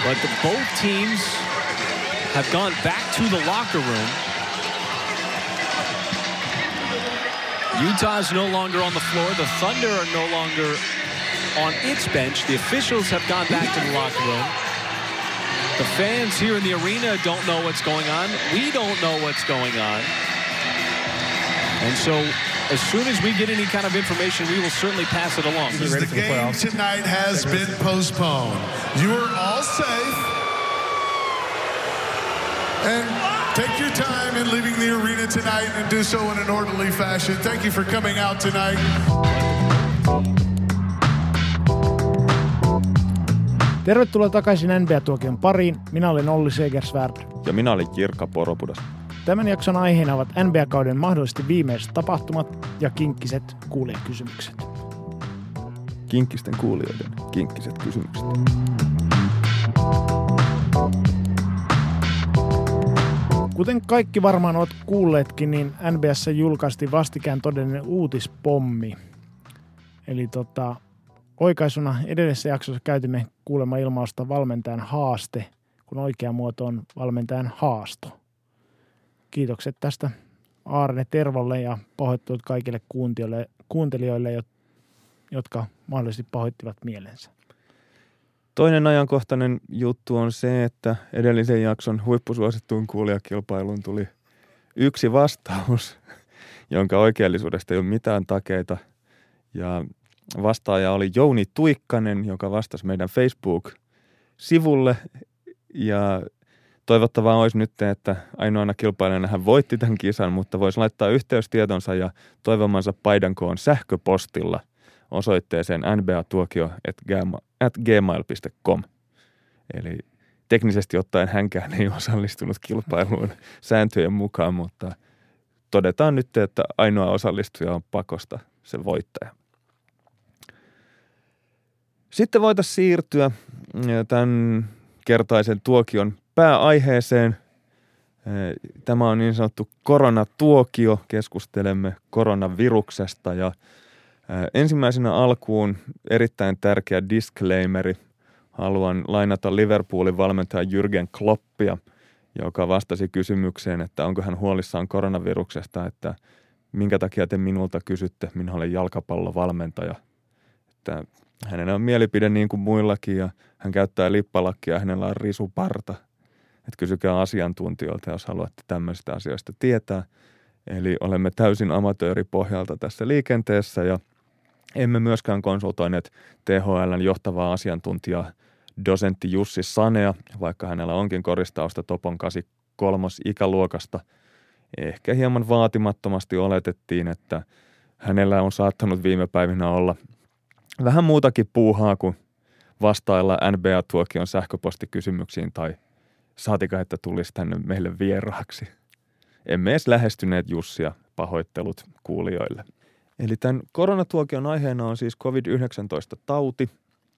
But both teams have gone back to the locker room. Utah's no longer on the floor. The Thunder are no longer on its bench. The officials have gone back to the locker room. The fans here in the arena don't know what's going on. We don't know what's going on. And so as soon as we get any kind of information, we will certainly pass it along. The game tonight has been postponed. You are all safe. And take your time in leaving the arena tonight and do so in an orderly fashion. Thank you for coming out tonight. Tervetuloa takaisin NBA-tuokion pariin. Minä olen Olli Segersvärd. Ja minä olin Jirka Poropudas. Tämän jakson aiheena ovat NBA-kauden mahdollisesti viimeiset tapahtumat ja kinkkiset kuulijakysymykset. Kinkkisten kuulijoiden kinkkiset kysymykset. Kuten kaikki varmaan olet kuulleetkin, niin NBA:ssa julkaistiin vastikään todellinen uutispommi. Eli oikaisuna edellisessä jaksossa käytimme kuulemma ilmausta valmentajan haaste, kun oikea muoto on valmentajan haasto. Kiitokset tästä Aarne Tervolle ja pahoittelut kaikille kuuntelijoille, jotka mahdollisesti pahoittivat mielensä. Toinen ajankohtainen juttu on se, että edellisen jakson huippusuosittuun kuulijakilpailuun tuli yksi vastaus, jonka oikeellisuudesta ei ole mitään takeita. Ja vastaaja oli Jouni Tuikkanen, joka vastasi meidän Facebook-sivulle. Ja toivottavaa olisi nyt, että ainoana kilpailijana hän voitti tämän kisan, mutta voisi laittaa yhteystietonsa ja toivomansa paidankoon sähköpostilla osoitteeseen nbatuokio@gmail.com. Eli teknisesti ottaen hänkään ei osallistunut kilpailuun sääntöjen mukaan, mutta todetaan nyt, että ainoa osallistuja on pakosta se voittaja. Sitten voitaisiin siirtyä tämän kertaisen tuokion pääaiheeseen. Tämä on niin sanottu koronatuokio. Keskustelemme koronaviruksesta ja ensimmäisenä alkuun erittäin tärkeä disclaimeri. Haluan lainata Liverpoolin valmentaja Jürgen Kloppia, joka vastasi kysymykseen, että onko hän huolissaan koronaviruksesta, että minkä takia te minulta kysytte, minä olen jalkapallovalmentaja. Että hänellä on mielipide niin kuin muillakin ja hän käyttää lippalakkia ja hänellä on risuparta. Että kysykää asiantuntijoilta, jos haluatte tämmöisistä asioista tietää. Eli olemme täysin amatööripohjalta tässä liikenteessä ja emme myöskään konsultoineet THL:n johtavaa asiantuntijaa dosentti Jussi Sanea, vaikka hänellä onkin koristausta Topon 83 ikäluokasta. Ehkä hieman vaatimattomasti oletettiin, että hänellä on saattanut viime päivinä olla vähän muutakin puuhaa kuin vastailla NBA-tuokion sähköpostikysymyksiin tai saatika, että tulisi tänne meille vieraaksi. Emme edes lähestyneet Jussia, pahoittelut kuulijoille. Eli tämän koronatuokion aiheena on siis COVID-19-tauti,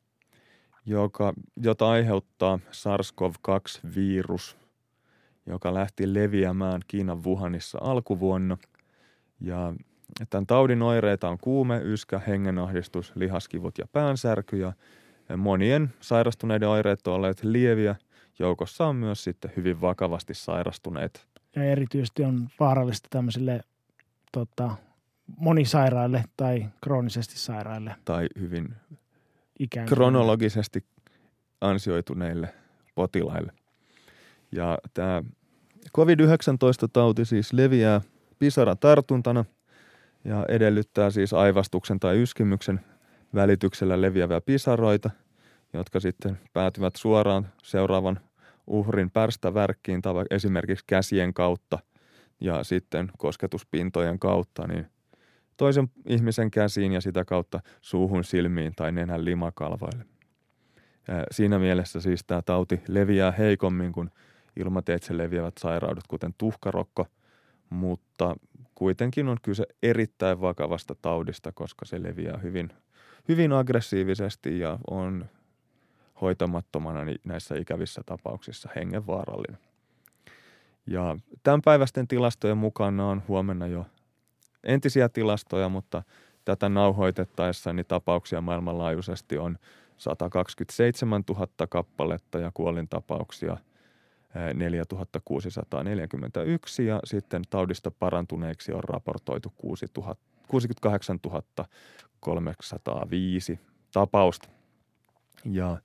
jota aiheuttaa SARS-CoV-2-virus, joka lähti leviämään Kiinan Wuhanissa alkuvuonna. Ja tämän taudin oireita on kuume, yskä, hengenahdistus, lihaskivut ja päänsärky ja monien sairastuneiden oireet ovat olleet lieviä. Joukossa on myös sitten hyvin vakavasti sairastuneet. Ja erityisesti on vaarallista tämmöisille monisairaille tai kroonisesti sairaille. Tai hyvin kronologisesti ansioituneille potilaille. Ja tämä COVID-19-tauti siis leviää pisaratartuntana ja edellyttää siis aivastuksen tai yskimyksen välityksellä leviäviä pisaroita, jotka sitten päätyvät suoraan seuraavan uhrin pärstävärkkiin tai esimerkiksi käsien kautta ja sitten kosketuspintojen kautta niin toisen ihmisen käsiin ja sitä kautta suuhun, silmiin tai nenän limakalvoille. Siinä mielessä siis tämä tauti leviää heikommin kuin ilmateitse leviävät sairaudet, kuten tuhkarokko, mutta kuitenkin on kyse erittäin vakavasta taudista, koska se leviää hyvin aggressiivisesti ja on hoitamattomana näissä ikävissä tapauksissa hengenvaarallinen. Ja tämän päivästen tilastojen mukana on huomenna jo entisiä tilastoja, mutta tätä nauhoitettaessa niin tapauksia maailmanlaajuisesti on 127 000 kappaletta ja kuolintapauksia 4641 ja sitten taudista parantuneiksi on raportoitu 68 305 tapausta. Ja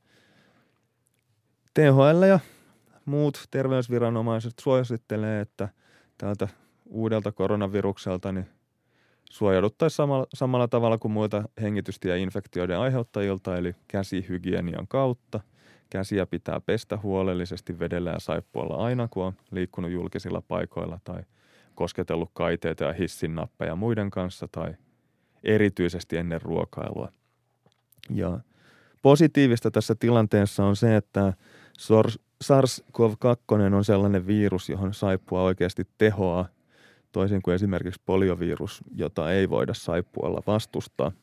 THL ja muut terveysviranomaiset suosittelee, että tältä uudelta koronavirukselta niin suojauduttaisiin samalla tavalla kuin muilta hengitystieinfektioiden aiheuttajilta, eli käsihygienian kautta. Käsiä pitää pestä huolellisesti vedellä ja saippualla aina, kun on liikkunut julkisilla paikoilla tai kosketellut kaiteita ja hissinnappeja muiden kanssa tai erityisesti ennen ruokailua. Ja positiivista tässä tilanteessa on se, että SARS-CoV-2 on sellainen virus, johon saippua oikeasti tehoaa, toisin kuin esimerkiksi poliovirus, jota ei voida saippualla vastustaa.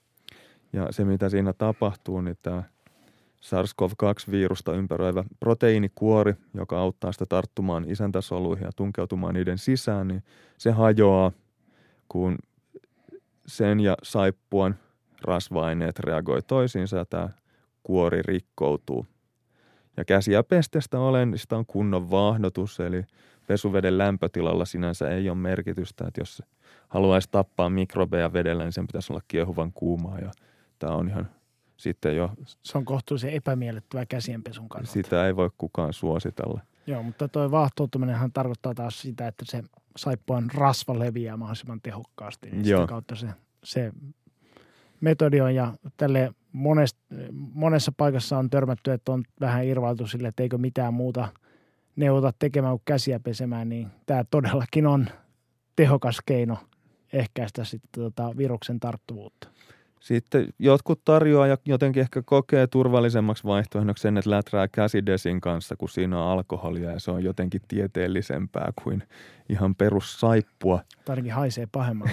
Ja se, mitä siinä tapahtuu, niin tämä SARS-CoV-2-virusta ympäröivä proteiinikuori, joka auttaa sitä tarttumaan isäntäsoluihin ja tunkeutumaan niiden sisään, niin se hajoaa, kun sen ja saippuan rasva-aineet reagoi toisiinsa ja tämä kuori rikkoutuu. Ja käsiä pestestä oleellista on kunnon vaahdotus, eli pesuveden lämpötilalla sinänsä ei ole merkitystä, että jos haluaisi tappaa mikrobeja vedellä, niin sen pitäisi olla kiehuvan kuumaa ja tämä on ihan sitten jo... Se on kohtuullisen epämiellyttävää käsienpesun kannalta. Sitä ei voi kukaan suositella. Joo, mutta tuo vaahtoutuminenhan tarkoittaa taas sitä, että se saippuan rasva leviää mahdollisimman tehokkaasti. Niin sitä kautta se metodi on ja tälle monessa paikassa on törmätty, että on vähän irvailtu sille, että eikö mitään muuta neuvota tekemään kuin käsiä pesemään, niin tämä todellakin on tehokas keino ehkäistä sitten viruksen tarttuvuutta. Sitten jotkut tarjoaa ja jotenkin ehkä kokee turvallisemmaksi vaihtoehdoksi sen, että läträä käsidesin kanssa, kun siinä on alkoholia ja se on jotenkin tieteellisempää kuin ihan perussaippua. Ainakin haisee pahemmalle.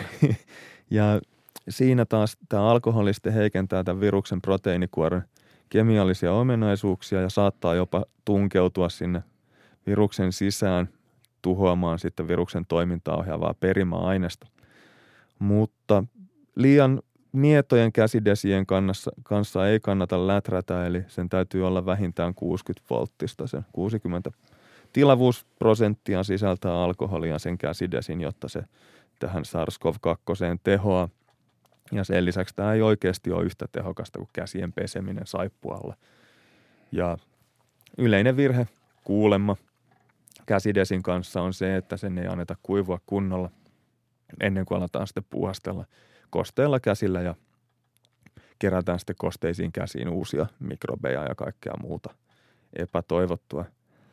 Ja siinä taas tämä alkoholi sitten heikentää tämän viruksen proteiinikuoren kemiallisia ominaisuuksia ja saattaa jopa tunkeutua sinne viruksen sisään tuhoamaan sitten viruksen toimintaa ohjaavaa perimäainesta. Mutta liian mietojen käsidesien kanssa ei kannata läträtä, eli sen täytyy olla vähintään 60 volttista. Sen 60 tilavuusprosenttia sisältää alkoholia sen käsidesin, jotta se tähän SARS-CoV-2 tehoaa. Ja sen lisäksi tämä ei oikeasti ole yhtä tehokasta kuin käsien peseminen saippualla. Ja yleinen virhe kuulemma käsidesin kanssa on se, että sen ei anneta kuivua kunnolla ennen kuin aletaan sitten puuhastella kosteella käsillä ja kerätään sitten kosteisiin käsiin uusia mikrobeja ja kaikkea muuta epätoivottua.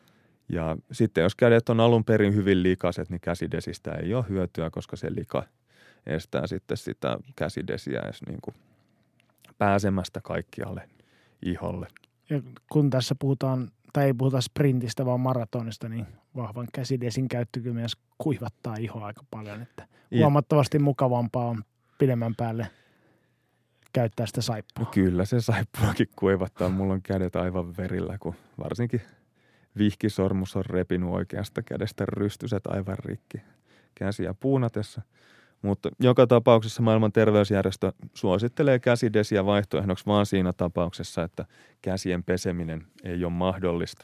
Ja sitten jos kädet on alun perin hyvin likaiset, niin käsidesistä ei ole hyötyä, koska se lika estää sitten sitä käsidesiä edes niin kuin pääsemästä kaikkialle iholle. Ja kun tässä puhutaan, tai ei puhuta sprintistä, vaan maratonista, niin vahvan käsidesin käyttö kyllä myös kuivattaa ihoa aika paljon. Että huomattavasti mukavampaa on pidemmän päälle käyttää sitä saippua. No kyllä se saippuakin kuivattaa. Mulla on kädet aivan verillä, kun varsinkin vihkisormus on repinut oikeasta kädestä rystyset aivan rikki käsiä puunatessa. Mutta joka tapauksessa maailman terveysjärjestö suosittelee käsidesiä vaihtoehdoksi vaan siinä tapauksessa, että käsien peseminen ei ole mahdollista.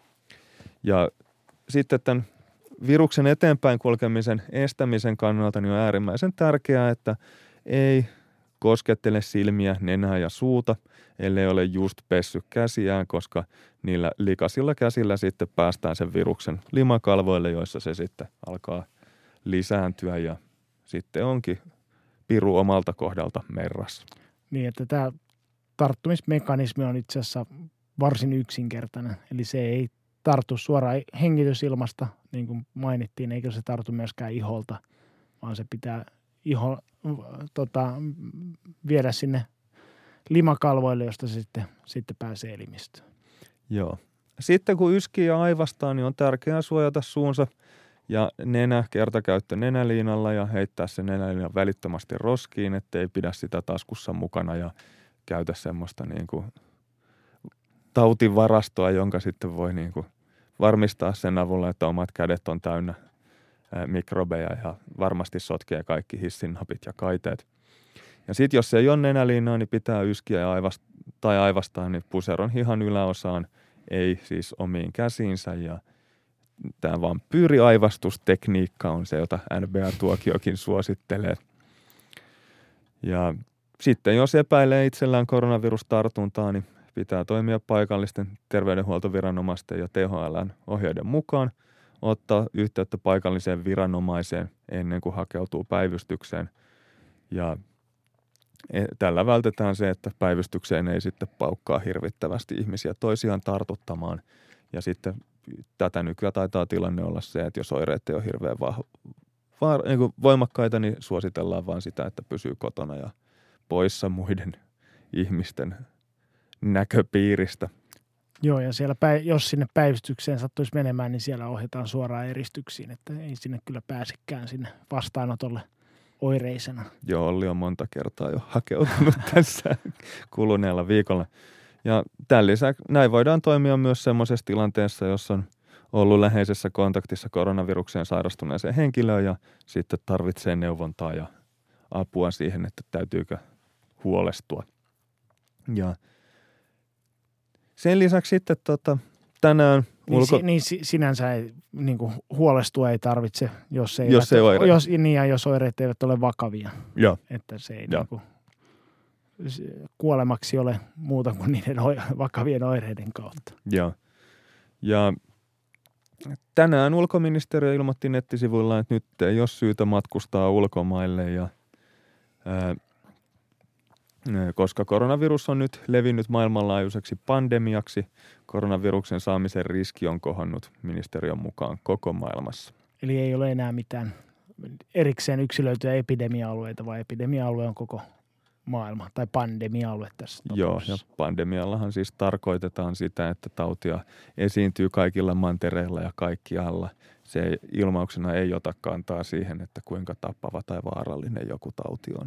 Ja sitten tämän viruksen eteenpäin kulkemisen estämisen kannalta niin on äärimmäisen tärkeää, että ei koskettele silmiä, nenää ja suuta, ellei ole just pessy käsiään, koska niillä likaisilla käsillä sitten päästään sen viruksen limakalvoille, joissa se sitten alkaa lisääntyä ja sitten onkin piru omalta kohdalta merrassa. Niin, että tämä tarttumismekanismi on itse asiassa varsin yksinkertainen. Eli se ei tartu suoraan hengitysilmasta, niin kuin mainittiin, eikä se tartu myöskään iholta, vaan se pitää viedä sinne limakalvoille, josta se sitten pääsee elimistöön. Joo. Sitten kun yskii ja aivastaa, niin on tärkeää suojata suunsa ja nenä kertakäyttö nenäliinalla ja heittää se nenäliinan välittömästi roskiin, ettei pidä sitä taskussa mukana ja käytä semmoista niin kuin tautivarastoa, jonka sitten voi niin kuin varmistaa sen avulla, että omat kädet on täynnä mikrobeja ja varmasti sotkee kaikki hissinnapit ja kaiteet. Ja sitten jos ei ole nenäliinaa, niin pitää yskiä ja aivastaa niin puseron hihan yläosaan, ei siis omiin käsiinsä. Ja tämä vampyyriaivastustekniikka on se, jota NBA-tuokiokin suosittelee. Ja sitten jos epäilee itsellään koronavirustartuntaa, niin pitää toimia paikallisten terveydenhuoltoviranomaisten ja THL:n ohjeiden mukaan, ottaa yhteyttä paikalliseen viranomaiseen ennen kuin hakeutuu päivystykseen. Ja tällä vältetään se, että päivystykseen ei sitten paukkaa hirvittävästi ihmisiä toisiaan tartuttamaan. Ja sitten tätä nykyään taitaa tilanne olla se, että jos oireet ei ole hirveän voimakkaita, niin suositellaan vaan sitä, että pysyy kotona ja poissa muiden ihmisten näköpiiristä. Joo, ja siellä jos sinne päivystykseen sattuisi menemään, niin siellä ohjataan suoraan eristyksiin, että ei sinne kyllä pääsekään sinne vastaanotolle oireisena. Joo, Olli on monta kertaa jo hakeutunut tässä kuluneella viikolla. Ja tämän lisäksi näin voidaan toimia myös semmoisessa tilanteessa, jossa on ollut läheisessä kontaktissa koronavirukseen sairastuneeseen henkilöön ja sitten tarvitsee neuvontaa ja apua siihen, että täytyykö huolestua. Ja sen lisäksi sitten tänään sinänsä ei, niin kuin huolestua ei tarvitse, jos oireet eivät ole vakavia. Joo. Että se ei niin kuin kuolemaksi ole muuta kuin niiden vakavien oireiden kautta. Joo. Ja tänään ulkoministeriö ilmoitti nettisivuillaan, että nyt ei ole syytä matkustaa ulkomaille ja koska koronavirus on nyt levinnyt maailmanlaajuiseksi pandemiaksi, koronaviruksen saamisen riski on kohonnut ministeriön mukaan koko maailmassa. Eli ei ole enää mitään erikseen yksilöityjä epidemia-alueita, vaan epidemia-alue on koko maailma tai pandemia-alue tässä tapauksessa. Joo, ja pandemiallahan siis tarkoitetaan sitä, että tautia esiintyy kaikilla mantereilla ja kaikkialla. Se ilmauksena ei ota kantaa siihen, että kuinka tappava tai vaarallinen joku tauti on.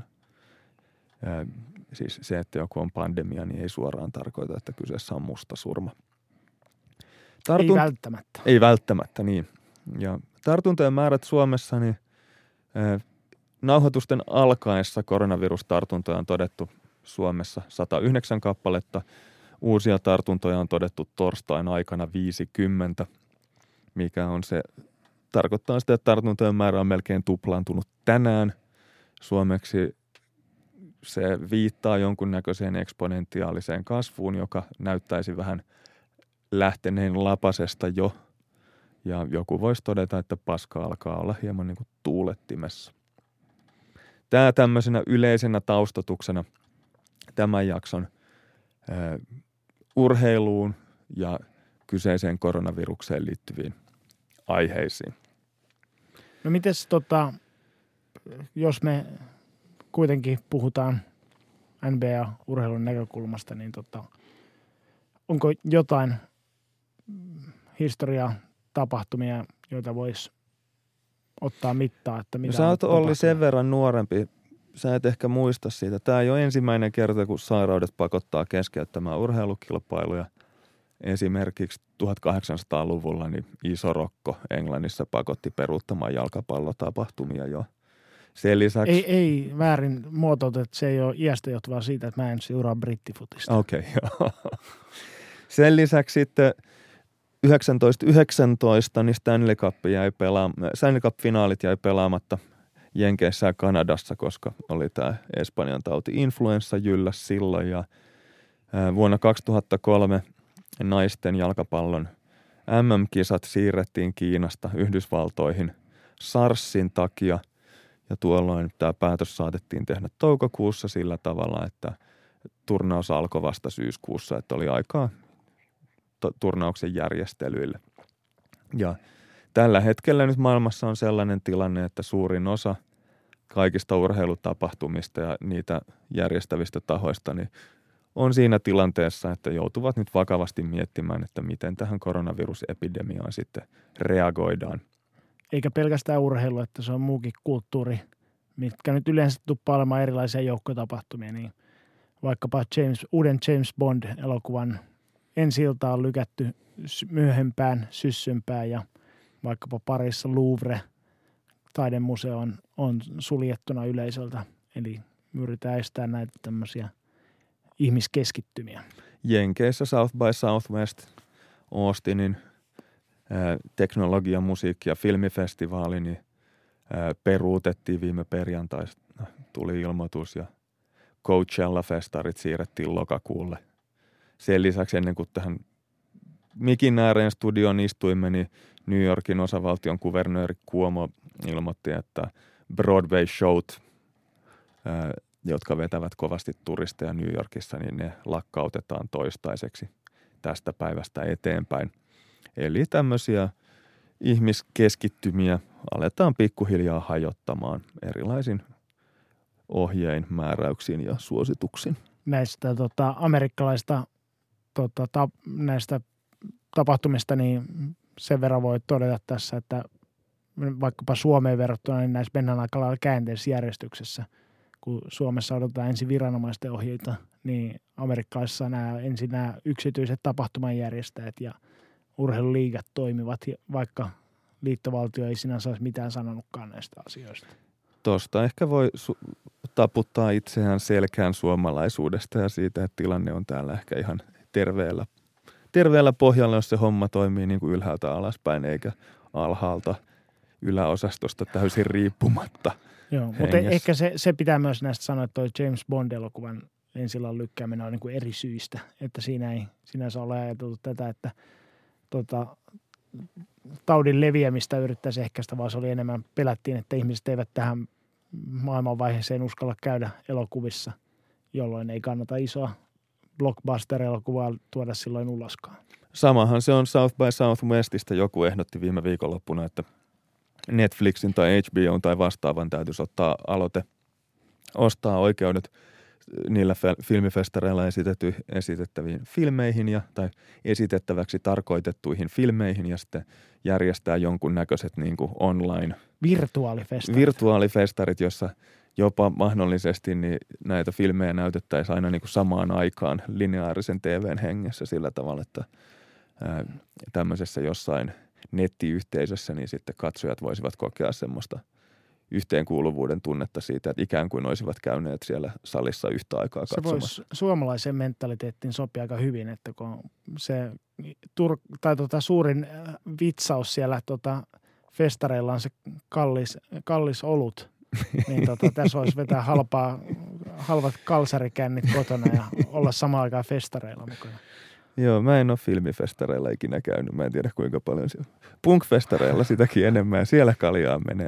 Siis se, että joku on pandemia, niin ei suoraan tarkoita, että kyseessä on musta surma. Ei välttämättä. Ei välttämättä, niin. Ja tartuntojen määrät Suomessa, niin nauhoitusten alkaessa koronavirustartuntoja on todettu Suomessa 109 kappaletta. Uusia tartuntoja on todettu torstain aikana 50, mikä on se, tarkoittaa sitä, että tartuntojen määrä on melkein tuplaantunut tänään. Suomeksi se viittaa jonkunnäköiseen eksponentiaaliseen kasvuun, joka näyttäisi vähän lähteneen lapasesta jo. Ja joku voisi todeta, että paska alkaa olla hieman niin kuin tuulettimessa. Tämä tämmöisenä yleisenä taustatuksena tämän jakson urheiluun ja kyseiseen koronavirukseen liittyviin aiheisiin. No mites jos me kuitenkin puhutaan NBA-urheilun näkökulmasta, niin onko jotain historiaa, tapahtumia, joita voisi ottaa mittaa, että mitä sä oot Olli sen verran nuorempi, sä et ehkä muista siitä. Tämä ei ole ensimmäinen kerta, kun sairaudet pakottaa keskeyttämään urheilukilpailuja. Esimerkiksi 1800-luvulla niin Iso Rokko Englannissa pakotti peruuttamaan jalkapallotapahtumia jo. Sen lisäksi ei väärin muotoiltu, että se ei ole iästä johtuvaa siitä, että mä en seuraa brittifutista. Okei, joo. Sen lisäksi sitten 1919 niin Stanley Cup-finaalit jäi pelaamatta Jenkeissä ja Kanadassa, koska oli tämä Espanjan tauti influenssa jylläs silloin. Ja vuonna 2003 naisten jalkapallon MM-kisat siirrettiin Kiinasta Yhdysvaltoihin SARSin takia. Ja tuolloin tämä päätös saatettiin tehdä toukokuussa sillä tavalla, että turnaus alkoi vasta syyskuussa, että oli aikaa turnauksen järjestelyille. Ja tällä hetkellä nyt maailmassa on sellainen tilanne, että suurin osa kaikista urheilutapahtumista ja niitä järjestävistä tahoista niin on siinä tilanteessa, että joutuvat nyt vakavasti miettimään, että miten tähän koronavirusepidemiaan sitten reagoidaan. Eikä pelkästään urheilu, että se on muukin kulttuuri, mitkä nyt yleensä tuppaa olemaan erilaisia joukkotapahtumia, niin vaikkapa uuden James Bond-elokuvan ensi-iltaa on lykätty myöhempään, syssympään ja vaikkapa Pariisissa Louvre taidemuseo on suljettuna yleisöltä. Eli yritetään estää näitä tämmöisiä ihmiskeskittymiä. Jenkeissä South by Southwest Austinin teknologia-, musiikki- ja filmifestivaali niin peruutettiin viime perjantaista. Tuli ilmoitus ja Coachella-festarit siirrettiin lokakuulle. Sen lisäksi ennen kuin tähän mikin ääreen studioon istuimme, niin New Yorkin osavaltion kuvernööri Cuomo ilmoitti, että Broadway-showt, jotka vetävät kovasti turisteja New Yorkissa, niin ne lakkautetaan toistaiseksi tästä päivästä eteenpäin. Eli tämmöisiä ihmiskeskittymiä aletaan pikkuhiljaa hajottamaan erilaisin ohjein, määräyksin ja suosituksiin. Näistä amerikkalaista näistä tapahtumista, niin sen verran voi todeta tässä, että vaikkapa Suomeen verrattuna, niin näissä mennään aika lailla käänteisessä järjestyksessä. Kun Suomessa odotetaan ensin viranomaisten ohjeita, niin amerikkalaisissa ensin nämä yksityiset tapahtumanjärjestäjät ja urheiluliigat toimivat, vaikka liittovaltio ei sinänsä olisi mitään sanonutkaan näistä asioista. Tuosta ehkä voi taputtaa itseään selkään suomalaisuudesta ja siitä, että tilanne on täällä ehkä ihan terveellä pohjalla, jos se homma toimii niin kuin ylhäältä alaspäin eikä alhaalta yläosastosta täysin riippumatta. Joo, mutta ehkä se pitää myös näistä sanoa, että toi James Bond-elokuvan ensillan lykkääminen on niin kuin eri syistä, että siinä ei sinänsä ole ajateltu tätä, että taudin leviämistä yrittäisi ehkäistä, vaan se oli enemmän, pelättiin, että ihmiset eivät tähän maailmanvaiheeseen uskalla käydä elokuvissa, jolloin ei kannata isoa blockbuster-elokuvaa tuoda silloin uloskaan. Samahan se on South by Southwestista. Joku ehdotti viime viikonloppuna, että Netflixin tai HBO tai vastaavan täytyisi ottaa aloite, ostaa oikeudet niillä filmifestareilla esitettäviin filmeihin tai esitettäväksi tarkoitettuihin filmeihin ja sitten järjestää jonkun näköiset niin kuin online virtuaalifestarit, jossa jopa mahdollisesti niin näitä filmejä näytettäisiin aina niin kuin samaan aikaan lineaarisen TVn hengessä sillä tavalla, että tämmöisessä jossain nettiyhteisössä niin sitten katsojat voisivat kokea semmoista yhteenkuuluvuuden tunnetta siitä, että ikään kuin olisivat käyneet siellä salissa yhtä aikaa katsomassa. Se voisi suomalaiseen mentaliteettiin sopia aika hyvin, että kun se suurin vitsaus siellä festareilla on se kallis olut, niin tässä voisi vetää halvat kalsarikännit kotona ja olla samaan aikaan festareilla mukana. Joo, mä en ole filmifestareilla ikinä käynyt. Mä en tiedä kuinka paljon siellä. Punk-festareilla sitäkin enemmän. Siellä kaljaa menee.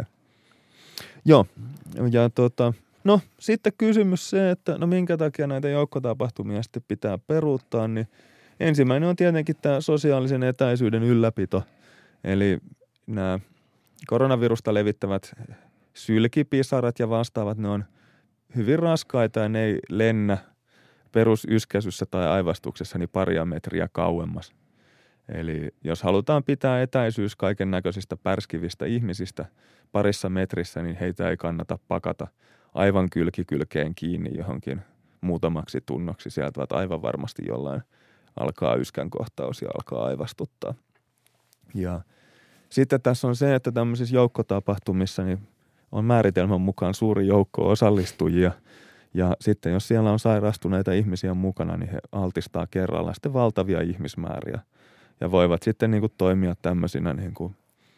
Joo, ja no sitten kysymys se, että no minkä takia näitä joukkotapahtumia sitten pitää peruuttaa, niin ensimmäinen on tietenkin tämä sosiaalisen etäisyyden ylläpito. Eli nämä koronavirusta levittävät sylkipisarat ja vastaavat, ne on hyvin raskaita ja ne ei lennä perusyskäisyssä tai aivastuksessa niin paria metriä kauemmas. Eli jos halutaan pitää etäisyys kaiken näköisistä pärskivistä ihmisistä parissa metrissä, niin heitä ei kannata pakata aivan kylkikylkeen kiinni johonkin muutamaksi tunnoksi. Sieltä aivan varmasti jollain alkaa yskän kohtaus ja alkaa aivastuttaa. Ja sitten tässä on se, että tämmöisissä joukkotapahtumissa niin on määritelmän mukaan suuri joukko osallistujia. Ja sitten jos siellä on sairastuneita ihmisiä mukana, niin he altistaa kerralla sitten valtavia ihmismääriä. Ja voivat sitten niin kuin toimia tämmöisinä niin kuin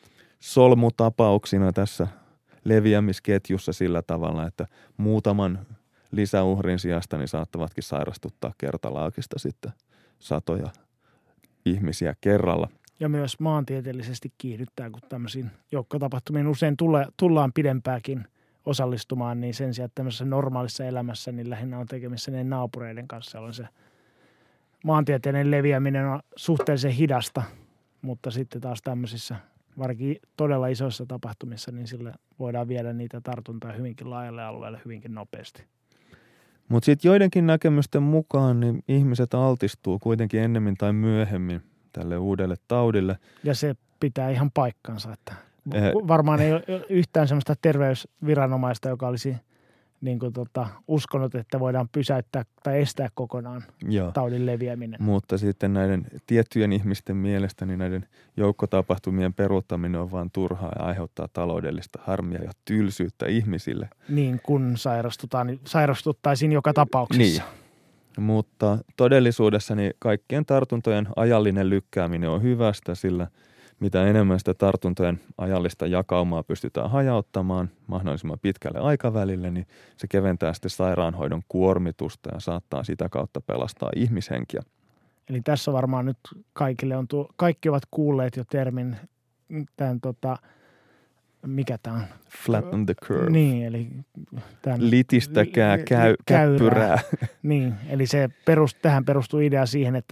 solmutapauksina tässä leviämisketjussa sillä tavalla, että muutaman lisäuhrin sijasta niin saattavatkin sairastuttaa kertalaakista sitten satoja ihmisiä kerralla. Ja myös maantieteellisesti kiihdyttää, kun tämmöisiin joukkotapahtumiin usein tullaan pidempääkin osallistumaan, niin sen sijaan että tämmöisessä normaalissa elämässä niin lähinnä on tekemissä ne naapureiden kanssa, jolloin se maantieteellinen leviäminen on suhteellisen hidasta, mutta sitten taas tämmöisissä varsinkin todella isoissa tapahtumissa, niin sillä voidaan viedä niitä tartuntaa hyvinkin laajalle alueelle hyvinkin nopeasti. Mutta sitten joidenkin näkemysten mukaan niin ihmiset altistuu kuitenkin ennemmin tai myöhemmin tälle uudelle taudille. Ja se pitää ihan paikkansa, että varmaan ei ole yhtään semmoista terveysviranomaista, joka olisi niin kuin uskonut, että voidaan pysäyttää tai estää kokonaan taudin leviäminen. Mutta sitten näiden tiettyjen ihmisten mielestä niin näiden joukkotapahtumien peruuttaminen on vaan turhaa ja aiheuttaa taloudellista harmia ja tylsyyttä ihmisille. Niin, kun sairastuttaisiin joka tapauksessa. Niin. Mutta todellisuudessa niin kaikkien tartuntojen ajallinen lykkääminen on hyvästä, sillä mitä enemmän sitä tartuntojen ajallista jakaumaa pystytään hajauttamaan mahdollisimman pitkälle aikavälille, niin se keventää sitten sairaanhoidon kuormitusta ja saattaa sitä kautta pelastaa ihmishenkiä. Eli tässä varmaan nyt kaikki ovat kuulleet jo termin tämän mikä tämä on? Flatten the curve. Niin, eli tämän litistäkää käppyrää. Niin, eli tähän perustuu idea siihen, että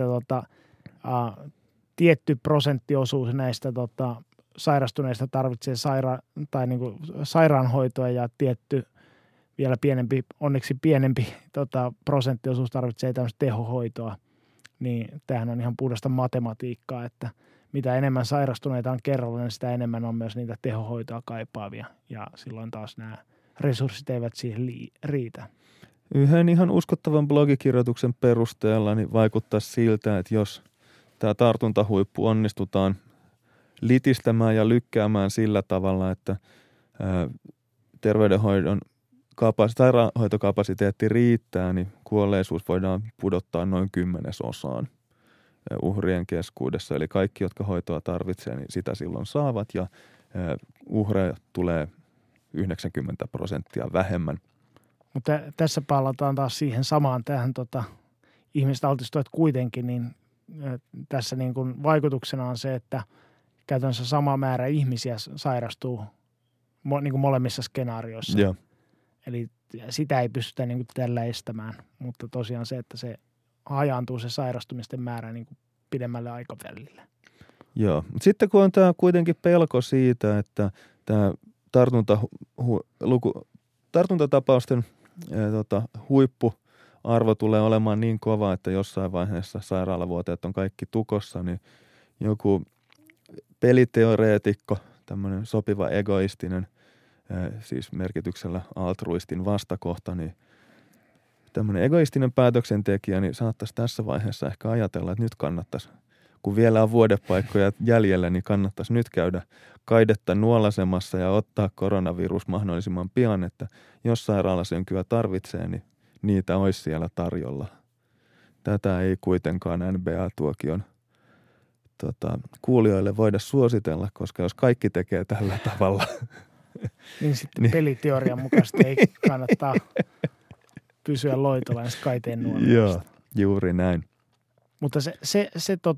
tietty prosenttiosuus näistä sairastuneista tarvitsee sairaanhoitoa ja tietty vielä onneksi pienempi prosenttiosuus tarvitsee tämmöistä tehohoitoa. Niin tämähän on ihan puhdasta matematiikkaa, että mitä enemmän sairastuneita on kerralla, niin sitä enemmän on myös niitä tehohoitoa kaipaavia. Ja silloin taas nämä resurssit eivät siihen riitä. Yhden ihan uskottavan blogikirjoituksen perusteella niin vaikuttaa siltä, että jos tämä tartuntahuippu onnistutaan litistämään ja sillä tavalla, että terveydenhoidon sairaanhoitokapasiteetti riittää, niin kuolleisuus voidaan pudottaa noin 10% uhrien keskuudessa. Eli kaikki, jotka hoitoa tarvitsee, niin sitä silloin saavat ja uhreja tulee 90% vähemmän. Mutta tässä palataan taas siihen samaan tähän ihmiset altistuvat kuitenkin, niin tässä niin kuin vaikutuksena on se, että käytännössä sama määrä ihmisiä sairastuu niin kuin molemmissa skenaarioissa. Joo. Eli sitä ei pystytä niin kuin tällä estämään, mutta tosiaan se, että se hajaantuu se sairastumisten määrä niin kuin pidemmälle aikavälille. Joo, mutta sitten kun on tämä kuitenkin pelko siitä, että tämä tartuntatapausten huippuarvo tulee olemaan niin kova, että jossain vaiheessa sairaalavuoteet on kaikki tukossa, niin joku peliteoreetikko, tämmöinen sopiva egoistinen, siis merkityksellä altruistin vastakohta, niin tämmöinen egoistinen päätöksentekijä niin saattaisi tässä vaiheessa ehkä ajatella, että nyt kannattaisi, kun vielä on vuodepaikkoja jäljellä, niin kannattaisi nyt käydä kaidetta nuolasemassa ja ottaa koronavirus mahdollisimman pian, että jos sairaalasynkyä tarvitsee, niin niitä olisi siellä tarjolla. Tätä ei kuitenkaan NBA-tuokion kuulijoille voida suositella, koska jos kaikki tekee tällä tavalla. Niin sitten peliteorian mukaisesti ei kannattaa pysyä loitolla ja kaiteen nuolesta. Joo, juuri näin. Mutta se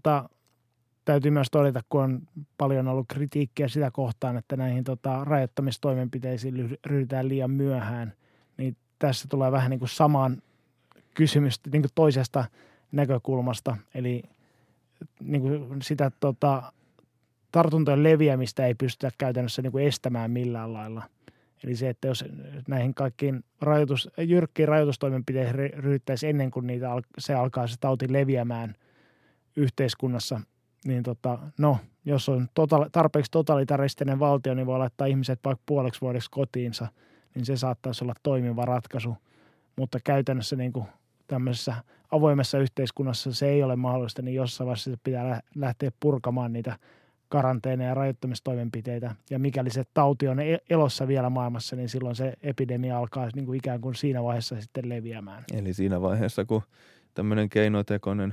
täytyy myös todeta, kun on paljon ollut kritiikkiä sitä kohtaan, että näihin rajoittamistoimenpiteisiin ryhdytään liian myöhään, niin tässä tulee vähän niin kuin samaan kysymystä niin kuin toisesta näkökulmasta. Eli niin kuin sitä tartuntojen leviämistä ei pystytä käytännössä niin kuin estämään millään lailla. Eli se, että jos näihin kaikkiin jyrkkiin rajoitustoimenpiteisiin ryhdyttäisiin ennen kuin se alkaa se tauti leviämään yhteiskunnassa, niin jos on tarpeeksi totalitaristinen valtio, niin voi laittaa ihmiset vaikka puoleksi vuodeksi kotiinsa, niin se saattaisi olla toimiva ratkaisu. Mutta käytännössä niin kuin tämmöisessä avoimessa yhteiskunnassa se ei ole mahdollista, niin jossain vaiheessa pitää lähteä purkamaan niitä karanteeneja ja rajoittamistoimenpiteitä. Ja mikäli se tauti on elossa vielä maailmassa, niin silloin se epidemia alkaa niin kuin ikään kuin siinä vaiheessa sitten leviämään. Eli siinä vaiheessa, kun tämmöinen keinotekoinen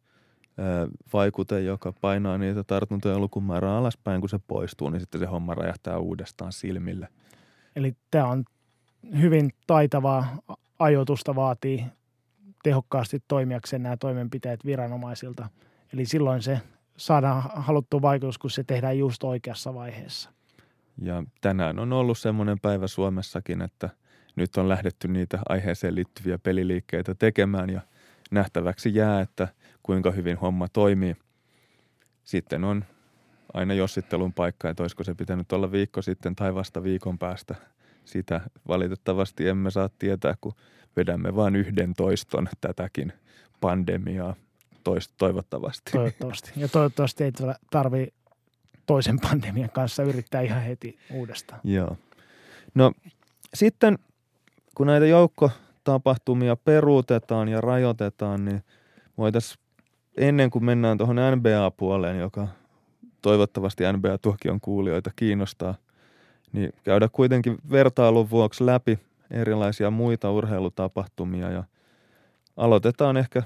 vaikute, joka painaa niitä tartuntojen lukumäärää alaspäin, kun se poistuu, niin sitten se homma räjähtää uudestaan silmille. Eli tämä on hyvin taitavaa ajoitusta, vaatii tehokkaasti toimijakseen nämä toimenpiteet viranomaisilta. Eli silloin se saadaan haluttu vaikutus, kun se tehdään just oikeassa vaiheessa. Ja tänään on ollut semmoinen päivä Suomessakin, että nyt on lähdetty niitä aiheeseen liittyviä peliliikkeitä tekemään ja nähtäväksi jää, että kuinka hyvin homma toimii. Sitten on aina jossittelun paikka, että olisiko se pitänyt olla viikko sitten tai vasta viikon päästä. Sitä valitettavasti emme saa tietää, kun vedämme vain yhden toiston tätäkin pandemiaa toivottavasti. Toivottavasti. Ja toivottavasti ei tarvitse toisen pandemian kanssa yrittää ihan heti uudestaan. Joo. No sitten kun näitä joukkotapahtumia peruutetaan ja rajoitetaan, niin voitaisiin ennen kuin mennään tuohon NBA-puoleen, joka toivottavasti NBA-tuokion kuulijoita kiinnostaa, niin käydä kuitenkin vertailun vuoksi läpi erilaisia muita urheilutapahtumia ja aloitetaan ehkä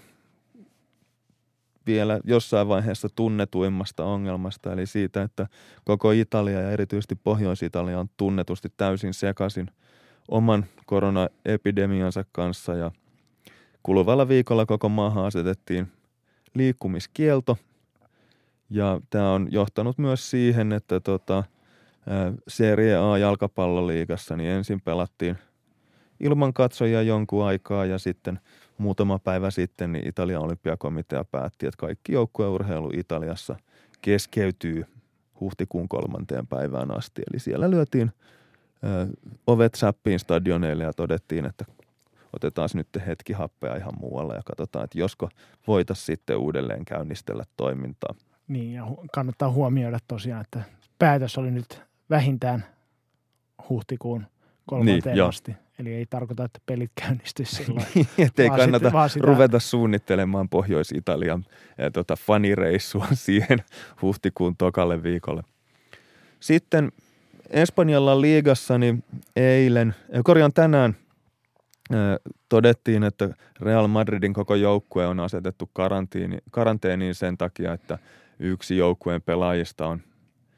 vielä jossain vaiheessa tunnetuimmasta ongelmasta, eli siitä, että koko Italia ja erityisesti Pohjois-Italia on tunnetusti täysin sekaisin oman koronaepidemiansa kanssa ja kuluvalla viikolla koko maahan asetettiin liikkumiskielto ja tämä on johtanut myös siihen, että Serie A jalkapalloliigassa niin ensin pelattiin ilman katsojia jonkun aikaa ja sitten muutama päivä sitten niin Italian olympiakomitea päätti, että kaikki joukkueurheilu Italiassa keskeytyy huhtikuun 3. päivään asti. Eli siellä lyötiin ovet säppiin stadioneille ja todettiin, että otetaan nyt hetki happea ihan muualla ja katsotaan, että josko voitaisiin sitten uudelleen käynnistellä toimintaa. Niin ja kannattaa huomioida tosiaan, että päätös oli nyt vähintään huhtikuun 3. asti. Eli ei tarkoita, että pelit käynnistyisi silloin. Ettei kannata ruveta suunnittelemaan Pohjois-Italian fanireissua siihen huhtikuun tokalle viikolle. Sitten Espanjalla liigassa niin tänään todettiin, että Real Madridin koko joukkue on asetettu karanteeniin sen takia, että yksi joukkueen pelaajista on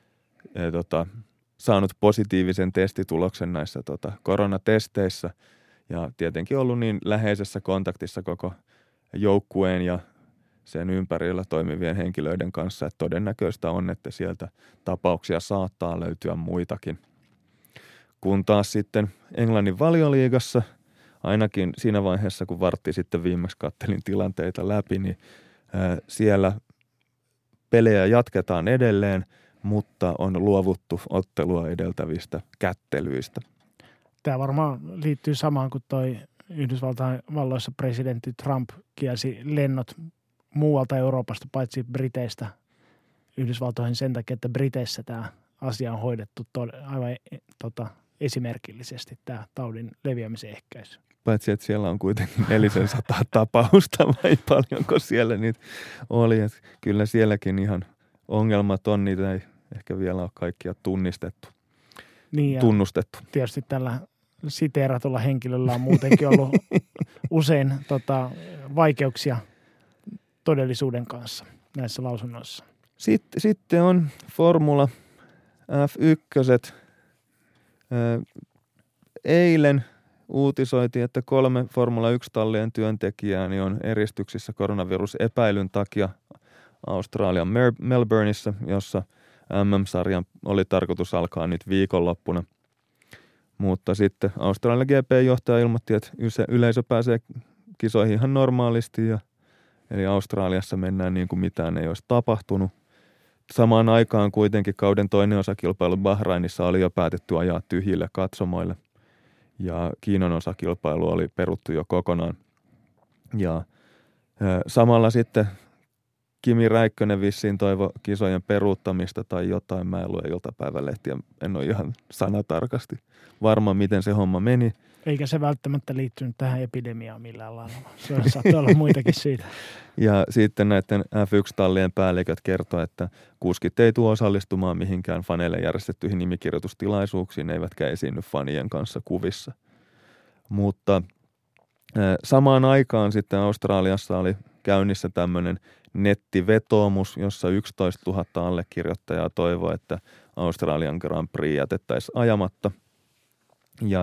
saanut positiivisen testituloksen näissä koronatesteissä ja tietenkin ollut niin läheisessä kontaktissa koko joukkueen ja sen ympärillä toimivien henkilöiden kanssa, että todennäköistä on, että sieltä tapauksia saattaa löytyä muitakin. Kun taas sitten Englannin Valioliigassa, ainakin siinä vaiheessa kun Vartti sitten viimeksi kattelin tilanteita läpi, niin siellä pelejä jatketaan edelleen, mutta on luovuttu ottelua edeltävistä kättelyistä. Tämä varmaan liittyy samaan kuin toi Yhdysvalloissa presidentti Trump kielsi lennot muualta Euroopasta paitsi Briteistä Yhdysvaltoihin sen takia, että Briteissä tämä asia on hoidettu aivan esimerkillisesti, tämä taudin leviämisen ehkäisy. Paitsi, että siellä on kuitenkin 400 tapausta vai paljonko siellä niitä oli. Että kyllä sielläkin ihan ongelmat on, niitä ei ehkä vielä ole kaikkia tunnustettu. Tietysti tällä siteeratulla henkilöllä on muutenkin ollut usein vaikeuksia todellisuuden kanssa näissä lausunnoissa. Sitten on Formula F1. Eilen uutisoitiin, että 3 Formula 1-tallien työntekijää niin on eristyksissä koronavirusepäilyn takia Australian Melbourneissa, jossa MM-sarjan oli tarkoitus alkaa nyt viikonloppuna. Mutta sitten Australian GP-johtaja ilmoitti, että yleisö pääsee kisoihin ihan normaalisti. Eli Australiassa mennään niin kuin mitään ei olisi tapahtunut. Samaan aikaan kuitenkin kauden toinen osakilpailu Bahrainissa oli jo päätetty ajaa tyhjille katsomoille. Ja Kiinan osakilpailu oli peruttu jo kokonaan. Ja samalla sitten Kimi Räikkönen vissiin toivo kisojen peruuttamista tai jotain. Mä en lue iltapäivälehtiä, en ole ihan sanatarkasti varma, miten se homma meni. Eikä se välttämättä liittynyt tähän epidemiaan millään lailla. Se saattaa olla muitakin siitä. Ja sitten näiden F1-tallien päälliköt kertoo, että kuskit ei tule osallistumaan mihinkään faneille järjestettyihin nimikirjoitustilaisuuksiin, eivätkä esiinny fanien kanssa kuvissa. Mutta samaan aikaan sitten Australiassa oli käynnissä tämmöinen nettivetoomus, jossa 11 000 allekirjoittajaa toivoi, että Australian Grand Prix jätettäisiin ajamatta. Ja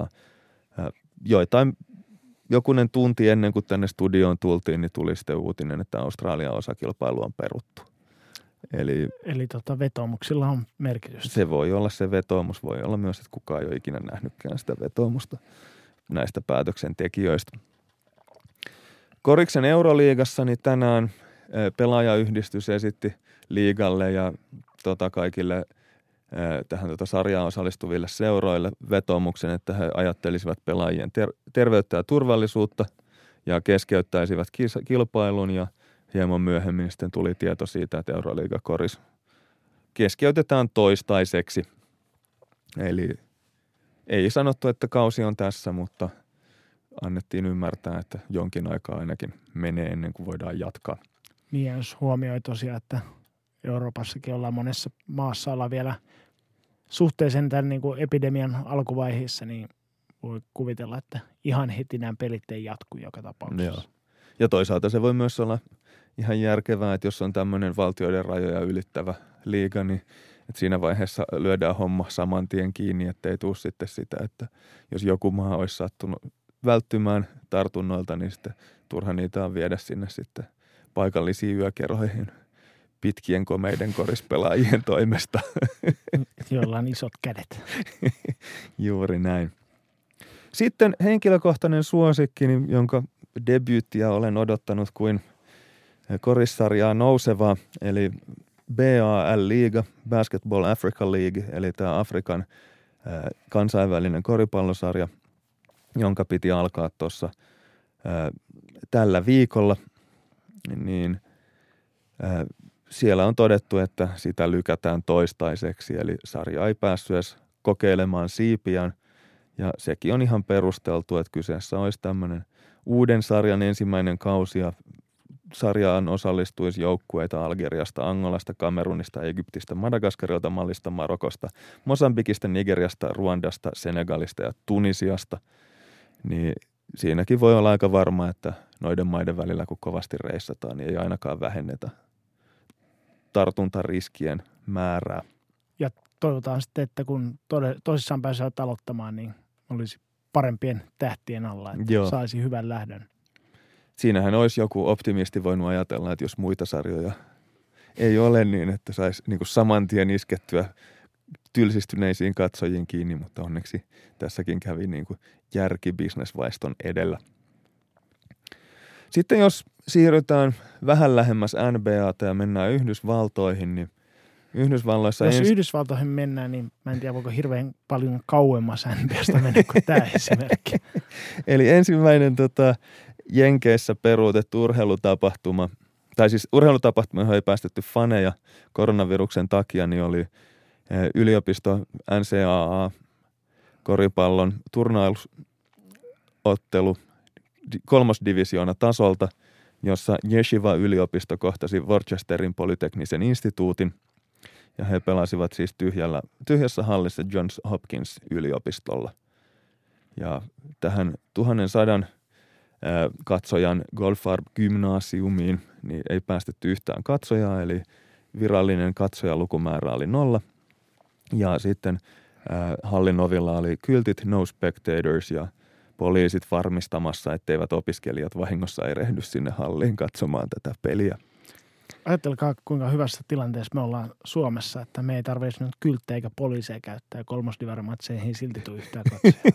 jokunen tunti ennen kuin tänne studioon tultiin, niin tuli sitten uutinen, että Australian osakilpailu on peruttu. Eli vetoomuksilla on merkitystä. Se voi olla se vetoomus, voi olla myös, että kukaan ei ole ikinä nähnytkään sitä vetoomusta näistä päätöksentekijöistä. Koriksen Euroliigassa niin tänään pelaajayhdistys esitti liigalle ja kaikille tähän sarjaan osallistuville seuroille vetoomuksen, että he ajattelisivat pelaajien terveyttä ja turvallisuutta ja keskeyttäisivät kilpailun ja hieman myöhemmin sitten tuli tieto siitä, että Euroliiga Koris keskeytetään toistaiseksi. Eli ei sanottu, että kausi on tässä, mutta annettiin ymmärtää, että jonkin aikaa ainakin menee ennen kuin voidaan jatkaa. Niin, jos huomioi tosiaan, että Euroopassakin ollaan monessa maassa ollaan vielä suhteellisen tämän niin kuin epidemian alkuvaiheessa, niin voi kuvitella, että ihan heti nämä pelit ei jatku joka tapauksessa. Joo. Ja toisaalta se voi myös olla ihan järkevää, että jos on tämmöinen valtioiden rajoja ylittävä liiga, niin että siinä vaiheessa lyödään homma saman tien kiinni, ettei tule sitten sitä, että jos joku maa olisi sattunut välttymään tartunnoilta, niin sitten turha niitä on viedä sinne sitten paikallisiin yökerhoihin pitkien komeiden korispelaajien toimesta. Joilla on isot kädet. Juuri näin. Sitten henkilökohtainen suosikki, jonka debyyttiä olen odottanut kuin korissarjaa nousevaa, eli BAL-liiga, Basketball Africa League, eli tämä Afrikan kansainvälinen koripallosarja, jonka piti alkaa tuossa tällä viikolla, niin siellä on todettu, että sitä lykätään toistaiseksi, eli sarja ei päässyt edes kokeilemaan siipiään, ja sekin on ihan perusteltu, että kyseessä olisi tämmöinen uuden sarjan ensimmäinen kausi, ja sarjaan osallistuisi joukkueita Algeriasta, Angolasta, Kamerunista, Egyptistä, Madagaskarilta, Malista, Marokosta, Mosambikista, Nigeriasta, Ruandasta, Senegalista ja Tunisiasta. Niin siinäkin voi olla aika varma, että noiden maiden välillä kun kovasti reissataan, niin ei ainakaan vähennetä tartuntariskien määrää. Ja toivotaan sitten, että kun tosissaan pääsee aloittamaan, niin olisi parempien tähtien alla, että saisi hyvän lähdön. Siinähän olisi joku optimisti voinut ajatella, että jos muita sarjoja ei ole, niin että saisi niin kuin saman tien iskettyä tylsistyneisiin katsojiin kiinni, mutta onneksi tässäkin kävi niin kuin järkibisnesvaiston edellä. Sitten jos siirrytään vähän lähemmäs NBA:ta ja mennään Yhdysvaltoihin, niin Yhdysvalloissa... Jos Yhdysvaltoihin mennään, niin mä en tiedä, voiko hirveän paljon kauemmas NBA:sta mennä kuin tämä esimerkki. Eli ensimmäinen Jenkeissä peruutettu urheilutapahtuma, tai siis urheilutapahtuma, johon ei päästetty faneja koronaviruksen takia, niin oli yliopisto NCAA koripallon turnausottelu 3. divisioona tasolta, jossa Yeshiva-yliopisto kohtasi Worcesterin polyteknisen instituutin, ja he pelasivat siis tyhjässä hallissa Johns Hopkins yliopistolla. Ja tähän 1100 katsojan Goldfarb-gymnasiumiin niin ei päästetty yhtään katsojaa, eli virallinen katsojalukumäärä oli 0. Ja sitten hallin ovilla oli kyltit no spectators ja poliisit varmistamassa, etteivät opiskelijat vahingossa erehdy sinne halliin katsomaan tätä peliä. Ajatelkaa, kuinka hyvässä tilanteessa me ollaan Suomessa, että me ei tarvitse nyt kylttejä eikä poliiseja käyttää. Kolmosdivarimatseihin ei silti tule yhtään katsoja.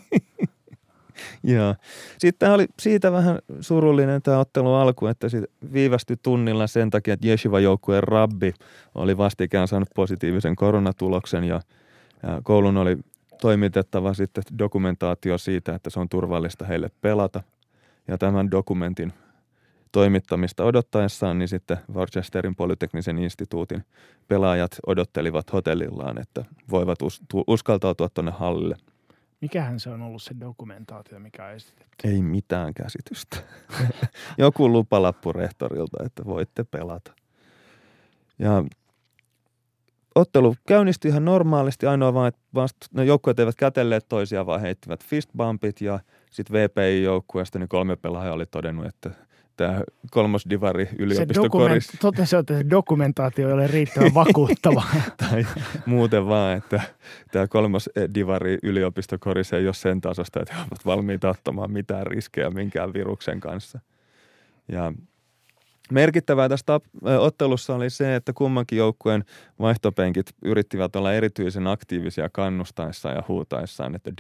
Joo. Sitten oli siitä vähän surullinen tämä ottelu alku, että se viivästyi tunnilla sen takia, että Yeshiva-joukkueen rabbi oli vastikään saanut positiivisen koronatuloksen ja koulun oli toimitettava sitten dokumentaatio siitä, että se on turvallista heille pelata. Ja tämän dokumentin toimittamista odottaessaan, niin sitten Worcesterin polyteknisen instituutin pelaajat odottelivat hotellillaan, että voivat uskaltautua tuonne hallille. Mikähän se on ollut se dokumentaatio, mikä on esitetty? Ei mitään käsitystä. Joku lupalappu rehtorilta, että voitte pelata. Ja ottelu käynnistyi ihan normaalisti, ainoa vaan, että joukkueet eivät kätelleet toisiaan, vaan heittivät fistbumpit ja sitten VPI-joukkueesta niin 3 pelaajaa oli todennut, että tämä kolmosdivari yliopistokoris. Totesi, että se dokumentaatio ei ole riittävän vakuuttava. Tai muuten vaan, että tämä kolmosdivari yliopistokoris ei ole sen tasosta, että he ovat valmiita ottamaan mitään riskejä minkään viruksen kanssa. Ja merkittävää tästä ottelussa oli se, että kummankin joukkueen vaihtopenkit yrittivät olla erityisen aktiivisia kannustaessaan ja huutaessaan, että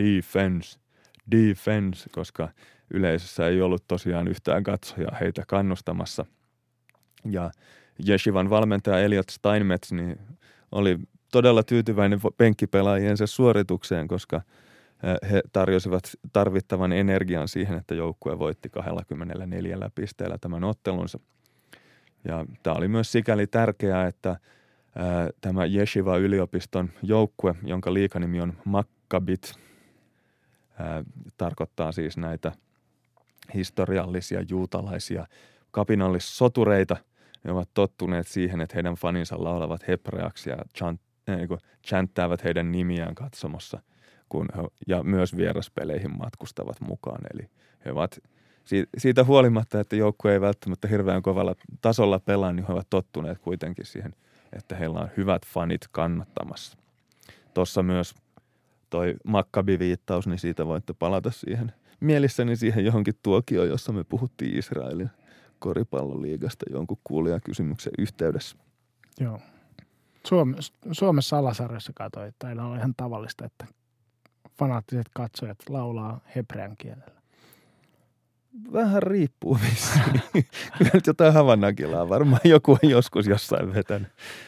defense, koska yleisössä ei ollut tosiaan yhtään katsojaa heitä kannustamassa. Ja Yeshivan valmentaja Elliot Steinmetz niin oli todella tyytyväinen penkkipelaajiensa suoritukseen, koska he tarjosivat tarvittavan energian siihen, että joukkue voitti 24 pisteellä tämän ottelunsa. Ja tämä oli myös sikäli tärkeää, että tämä Yeshiva-yliopiston joukkue, jonka liiganimi on Maccabit, tarkoittaa siis näitä historiallisia juutalaisia kapinallissotureita. Ne ovat tottuneet siihen, että heidän faninsa laulavat hebreaksi ja chanttaavat heidän nimiään katsomossa ja myös vieraspeleihin matkustavat mukaan. Eli he ovat siitä huolimatta, että joukkue ei välttämättä hirveän kovalla tasolla pelaa, niin he ovat tottuneet kuitenkin siihen, että heillä on hyvät fanit kannattamassa. Tuossa myös toi Maccabi-viittaus, niin siitä voitte palata siihen mielissäni siihen johonkin tuokioon, jossa me puhuttiin Israelin koripalloliigasta jonkun kuulijakysymyksen yhteydessä. Joo. Suomessa alasarjassa katsoin, että aina on ihan tavallista, että fanaattiset katsojat laulaa hebrean kielellä. Vähän riippuu vissiin. Kyllä nyt jotain Havannakilaa varmaan joku on joskus jossain vetänyt.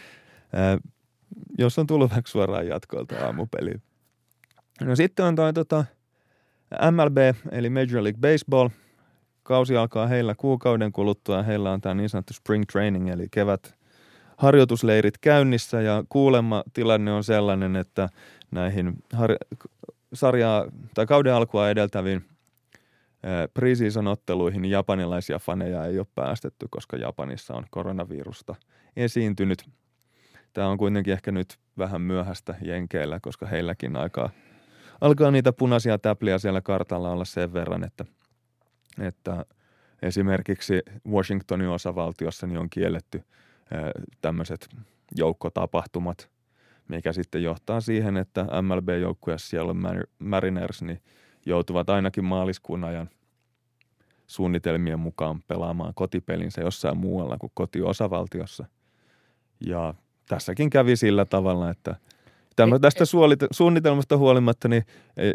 Jos on tullut vaikka suoraan jatkoilta aamupeliin. No sitten on toi MLB, eli Major League Baseball. Kausi alkaa heillä kuukauden kuluttua ja heillä on tämä niin sanottu spring training, eli kevät harjoitusleirit käynnissä ja kuulemma tilanne on sellainen, että näihin sarjaa tai kauden alkua edeltäviin preseason-otteluihin japanilaisia faneja ei ole päästetty, koska Japanissa on koronavirusta esiintynyt. Tämä on kuitenkin ehkä nyt vähän myöhäistä jenkeillä, koska heilläkin alkaa niitä punaisia täpliä siellä kartalla olla sen verran, että esimerkiksi Washingtonin osavaltiossa niin on kielletty tämmöiset joukkotapahtumat, mikä sitten johtaa siihen, että MLB-joukkue Seattle Mariners niin joutuvat ainakin maaliskuun ajan suunnitelmien mukaan pelaamaan kotipelinsä jossain muualla kuin kotiosavaltiossa. Ja tässäkin kävi sillä tavalla, että tästä suunnitelmasta huolimatta niin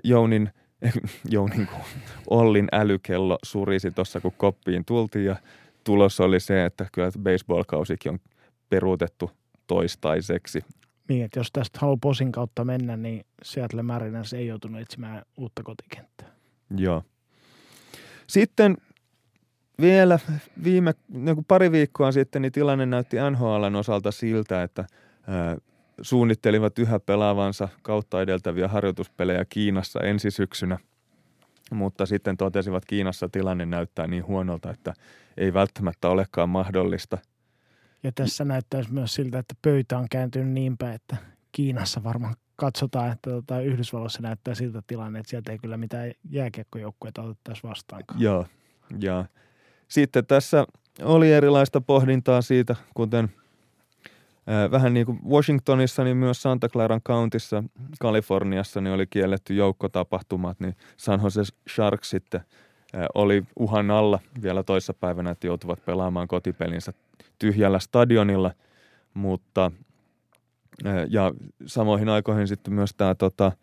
Jounin Ollin älykello surisi tuossa, kun koppiin tultiin ja tulos oli se, että kyllä baseball-kausikin on peruutettu toistaiseksi. Niin, että jos tästä haluaa posin kautta mennä, niin Seattle Mariners ei joutunut etsimään uutta kotikenttää. Joo. Sitten vielä pari viikkoa sitten niin tilanne näytti NHL:n osalta siltä, että suunnittelivat yhä pelaavansa kautta edeltäviä harjoituspelejä Kiinassa ensi syksynä, mutta sitten totesivat, että Kiinassa tilanne näyttää niin huonolta, että ei välttämättä olekaan mahdollista. Ja tässä näyttäisi myös siltä, että pöytä on kääntynyt niin päin, että Kiinassa varmaan katsotaan, että Yhdysvalloissa näyttää siltä tilanne, että sieltä ei kyllä mitään jääkiekkojoukkueita otettaisi vastaankaan. Joo, ja sitten tässä oli erilaista pohdintaa siitä, kuten vähän niin kuin Washingtonissa, niin myös Santa Claran Countyssa, Kaliforniassa, niin oli kielletty joukkotapahtumat, niin San Jose Sharks sitten oli uhan alla vielä toissapäivänä, että joutuvat pelaamaan kotipelinsä tyhjällä stadionilla, mutta ja samoihin aikoihin sitten myös tämä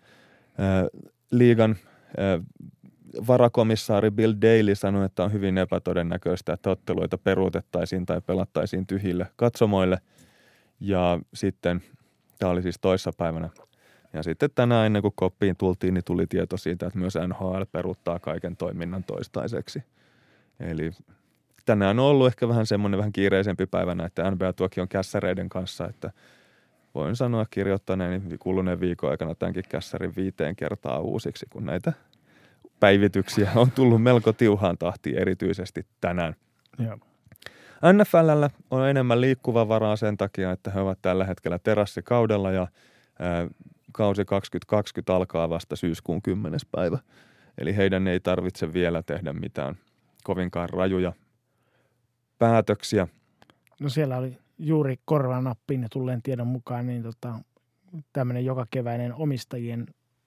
liigan varakomissaari Bill Daly sanoi, että on hyvin epätodennäköistä, että otteluita peruutettaisiin tai pelattaisiin tyhjille katsomoille. Ja sitten, tämä oli siis toissapäivänä, ja sitten tänään ennen kuin koppiin tultiin, niin tuli tieto siitä, että myös NHL peruuttaa kaiken toiminnan toistaiseksi. Eli tänään on ollut ehkä vähän semmoinen vähän kiireisempi päivänä, että NBA-tuokion kässäreiden kanssa, että voin sanoa kirjoittaneeni kuluneen viikon aikana tämänkin kässärin 5 kertaa uusiksi, kun näitä päivityksiä on tullut melko tiuhaan tahtiin, erityisesti tänään. Joo. NFL:llä on enemmän liikkuvavaraa sen takia, että he ovat tällä hetkellä terassikaudella ja kausi 2020 alkaa vasta syyskuun 10. päivä. Eli heidän ei tarvitse vielä tehdä mitään kovinkaan rajuja päätöksiä. No siellä oli juuri korvanappiin ja tulleen tiedon mukaan niin tämmöinen jokakeväinen omistajien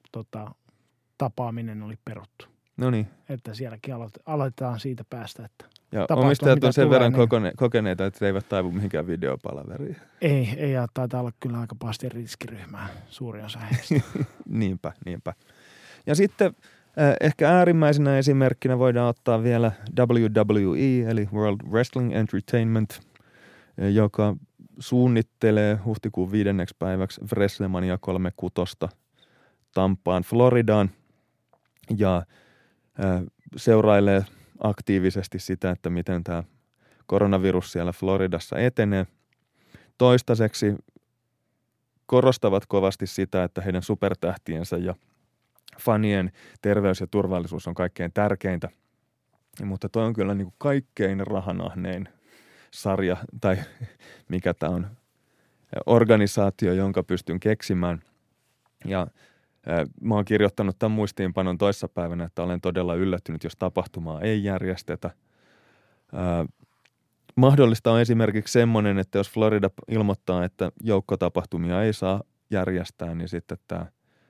tapaaminen oli peruttu. No niin. Että sielläkin aloitetaan siitä päästä, että ja omistajat on sen verran kokeneita, että eivät taivu mihinkään videopalaveriin. Ei taitaa olla kyllä aika pahasti riskiryhmää suurin osa heistä. Niinpä. Ja sitten ehkä äärimmäisenä esimerkkinä voidaan ottaa vielä WWE, eli World Wrestling Entertainment, joka suunnittelee huhtikuun 5. päiväksi WrestleMania 36 Tampaan, Floridaan, ja seurailee aktiivisesti sitä, että miten tämä koronavirus siellä Floridassa etenee. Toistaiseksi korostavat kovasti sitä, että heidän supertähtiensä ja fanien terveys ja turvallisuus on kaikkein tärkeintä. Mutta toi on kyllä niin kuin kaikkein rahanahnein sarja, tai mikä tämä on, organisaatio, jonka pystyn keksimään. Ja mä oon kirjoittanut tämän muistiinpanon toissapäivänä, että olen todella yllättynyt, jos tapahtumaa ei järjestetä. Mahdollista on esimerkiksi semmoinen, että jos Florida ilmoittaa, että joukkotapahtumia ei saa järjestää, niin sitten tämä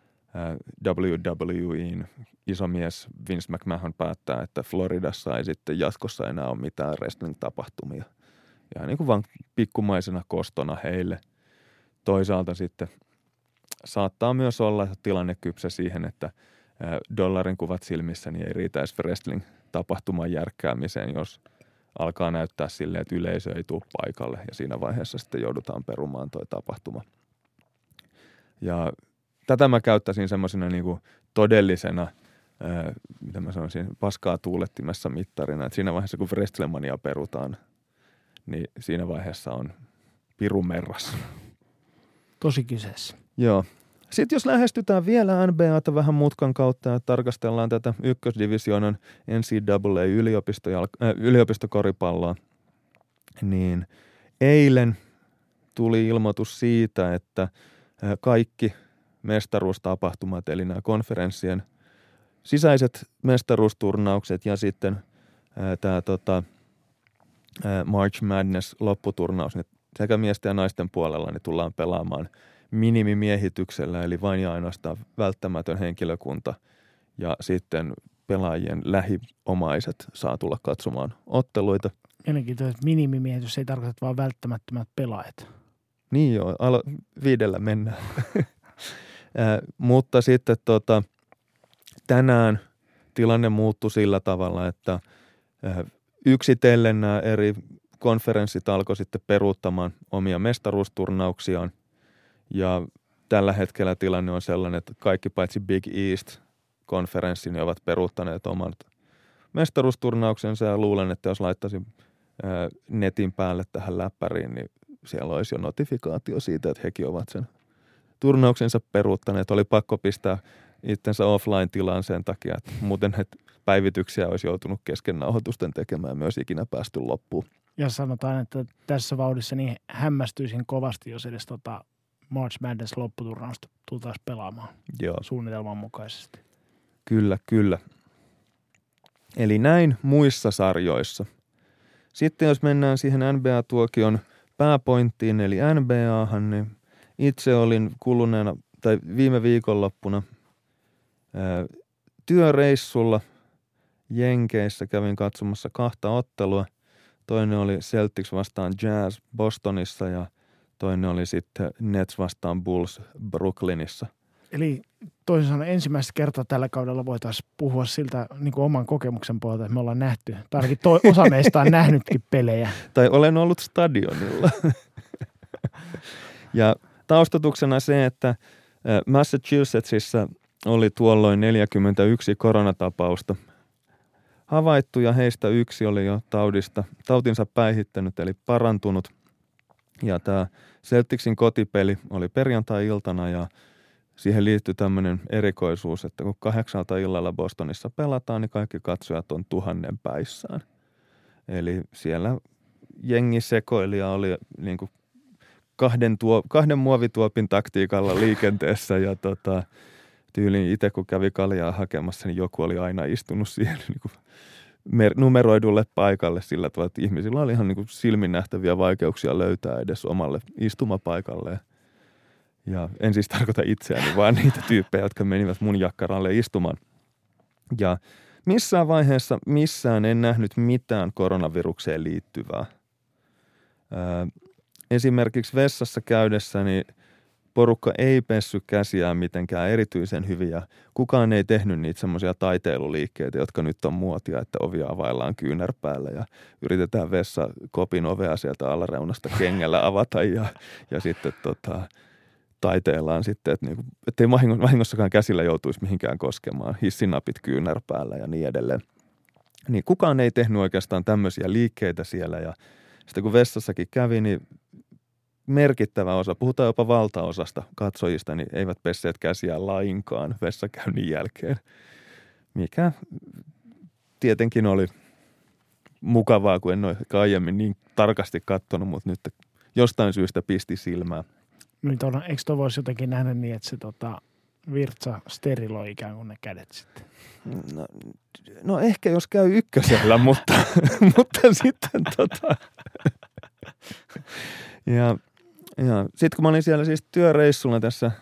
WWE:n isomies Vince McMahon päättää, että Floridassa ei sitten jatkossa enää ole mitään wrestling-tapahtumia. Ja niin kuin vaan pikkumaisena kostona heille. Toisaalta sitten saattaa myös olla tilanne kypsä siihen, että dollarin kuvat silmissä niin ei riitäisi wrestling-tapahtuman järkkäämiseen, jos alkaa näyttää silleen, että yleisö ei tule paikalle ja siinä vaiheessa sitten joudutaan perumaan toi tapahtuma. Ja tätä mä käyttäisin semmoisena niin kuin todellisena, mitä mä sanoisin, paskaa tuulettimessa mittarina, että siinä vaiheessa kun WrestleMania perutaan, niin siinä vaiheessa on pirumerras. Tosi kyseessä. Joo. Sitten jos lähestytään vielä NBA:ta vähän mutkan kautta ja tarkastellaan tätä ykkösdivisioonan NCAA-yliopistokoripalloa, niin eilen tuli ilmoitus siitä, että kaikki mestaruustapahtumat, eli nämä konferenssien sisäiset mestaruusturnaukset ja sitten tämä March Madness-lopputurnaus, niin sekä miesten ja naisten puolella niin tullaan pelaamaan minimimiehityksellä, eli vain ja ainoastaan välttämätön henkilökunta ja sitten pelaajien lähiomaiset saa tulla katsomaan otteluita. Mielenkiintoista, että minimimiehitys ei tarkoita vaan välttämättömät pelaajat. Niin joo, 5 mennään. Mutta sitten tänään tilanne muuttui sillä tavalla, että yksitellen nämä eri konferenssit alkoi sitten peruuttamaan omia mestaruusturnauksiaan. Ja tällä hetkellä tilanne on sellainen, että kaikki paitsi Big East-konferenssin ovat peruuttaneet oman mestaruusturnauksensa. Ja luulen, että jos laittaisin netin päälle tähän läppäriin, niin siellä olisi jo notifikaatio siitä, että hekin ovat sen turnauksensa peruuttaneet. Oli pakko pistää itsensä offline-tilaan sen takia, että muuten päivityksiä olisi joutunut kesken nauhoitusten tekemään myös ikinä päästy loppuun. Ja sanotaan, että tässä vauhdissa niin hämmästyisin kovasti, jos edes March Madness lopputurnausta tultaisiin pelaamaan. Joo. Suunnitelman mukaisesti. Kyllä, kyllä. Eli näin muissa sarjoissa. Sitten jos mennään siihen NBA-tuokion pääpointtiin, eli NBAhan, niin itse olin kuluneena tai viime viikonloppuna työreissulla Jenkeissä, kävin katsomassa 2 ottelua. Toinen oli Celtics vastaan Jazz Bostonissa ja toinen oli sitten Nets vastaan Bulls Brooklynissa. Eli toisin sanoen ensimmäistä kertaa tällä kaudella voitaisiin puhua siltä niin kuin oman kokemuksen puolelta, että me ollaan nähty, tai ainakin osa meistä on nähnytkin pelejä. Tai olen ollut stadionilla. Ja taustatuksena se, että Massachusettsissa oli tuolloin 41 koronatapausta havaittu ja heistä yksi oli jo tautinsa päihittänyt eli parantunut. Ja tämä Celticsin kotipeli oli perjantai-iltana ja siihen liittyy tämmöinen erikoisuus, että kun 8 illalla Bostonissa pelataan, niin kaikki katsojat on 1000 päissään. Eli siellä jengisekoilija oli niin kuin 2 muovituopin taktiikalla liikenteessä ja tyyliin itse kun kävi kaljaa hakemassa, niin joku oli aina istunut siihen niin kuin numeroidulle paikalle sillä tavalla, että ihmisillä oli ihan niin kuin silminnähtäviä vaikeuksia löytää edes omalle istumapaikalle. Ja en siis tarkoita itseäni, vaan niitä tyyppejä, jotka menivät mun jakkaralle istumaan. Ja missään vaiheessa en nähnyt mitään koronavirukseen liittyvää. Esimerkiksi vessassa käydessäni porukka ei pessy käsiään mitenkään erityisen hyvin ja kukaan ei tehnyt niitä semmoisia taiteiluliikkeitä, jotka nyt on muotia, että ovia availlaan kyynärpäällä ja yritetään vessakopin ovea sieltä alareunasta kengällä avata ja sitten taiteillaan sitten, että niinku, ettei vahingossakaan käsillä joutuisi mihinkään koskemaan, hissinapit kyynärpäällä ja niin edelleen. Niin kukaan ei tehnyt oikeastaan tämmöisiä liikkeitä siellä ja sitten kun vessassakin kävi, niin merkittävä osa, puhutaan jopa valtaosasta katsojista, niin eivät pesseet käsiään lainkaan vessakäynnin jälkeen, mikä tietenkin oli mukavaa, kun en ole aiemmin niin tarkasti katsonut, mutta nyt jostain syystä pisti silmään. Eikö tuo voisi jotenkin nähdä niin, että se virtsa steriloi ikään kuin ne kädet sitten? No ehkä jos käy ykkösellä, mutta sitten ja sitten kun mä olin siellä siis työreissulla tässä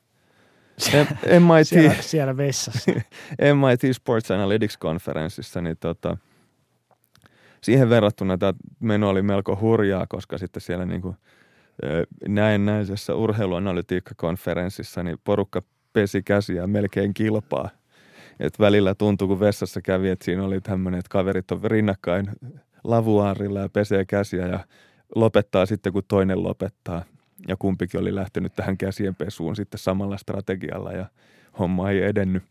MIT siellä vessassa. MIT Sports Analytics-konferenssissa, niin siihen verrattuna tämä meno oli melko hurjaa, koska sitten siellä niinku näennäisessä urheiluanalytiikkakonferenssissa niin porukka pesi käsiä melkein kilpaa. Et välillä tuntui, kun vessassa kävi, että siinä oli tämmöinen, että kaverit on rinnakkain lavuaarilla ja pesee käsiä ja lopettaa sitten, kun toinen lopettaa. Ja kumpikin oli lähtenyt tähän käsien pesuun sitten samalla strategialla ja homma ei edennyt.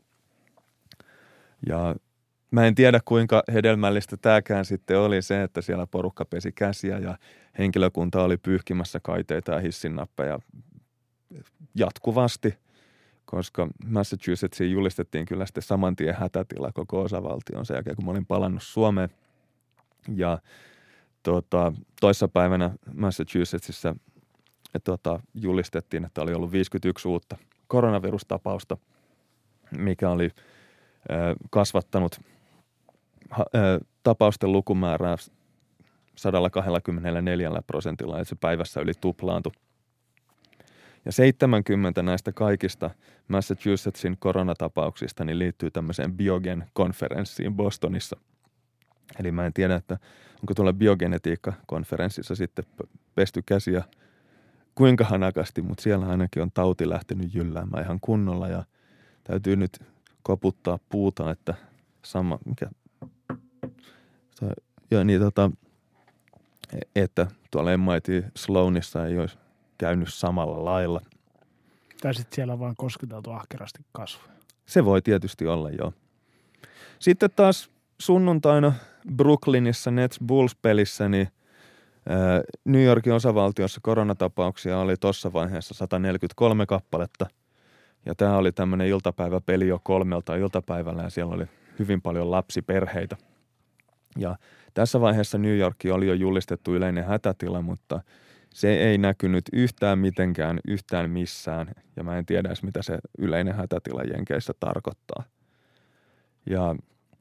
Ja mä en tiedä, kuinka hedelmällistä tämäkään sitten oli se, että siellä porukka pesi käsiä ja henkilökunta oli pyyhkimässä kaiteita ja hissinnappeja jatkuvasti, koska Massachusettsiin julistettiin kyllä sitten saman tien hätätila koko osavaltion sen jälkeen, kun mä olin palannut Suomeen. Ja toissapäivänä Massachusettsissa julistettiin, että oli ollut 51 uutta koronavirustapausta, mikä oli kasvattanut tapausten lukumäärää 124%, että se päivässä yli tuplaantui. Ja 70 näistä kaikista Massachusettsin koronatapauksista niin liittyy tämmöiseen Biogen-konferenssiin Bostonissa. Eli mä en tiedä, että onko tuolla biogenetiikka-konferenssissa sitten pesty käsiä kuinka hanakasti, mutta siellä ainakin on tauti lähtenyt jylläämään ihan kunnolla ja täytyy nyt koputtaa puuta, että että tuolla MIT Sloanissa ei olisi käynyt samalla lailla. Tai sitten siellä on vaan kosketeltu ahkerasti kasvoja. Se voi tietysti olla, joo. Sitten taas sunnuntaina Brooklynissa Nets Bulls-pelissä, niin New Yorkin osavaltiossa koronatapauksia oli tuossa vaiheessa 143 kappaletta. Ja tämä oli tämmöinen iltapäiväpeli jo 3 iltapäivällä ja siellä oli hyvin paljon lapsiperheitä. Ja tässä vaiheessa New York oli jo julistettu yleinen hätätila, mutta se ei näkynyt yhtään mitenkään, yhtään missään. Ja mä en tiedä edes, mitä se yleinen hätätila Jenkeissä tarkoittaa. Ja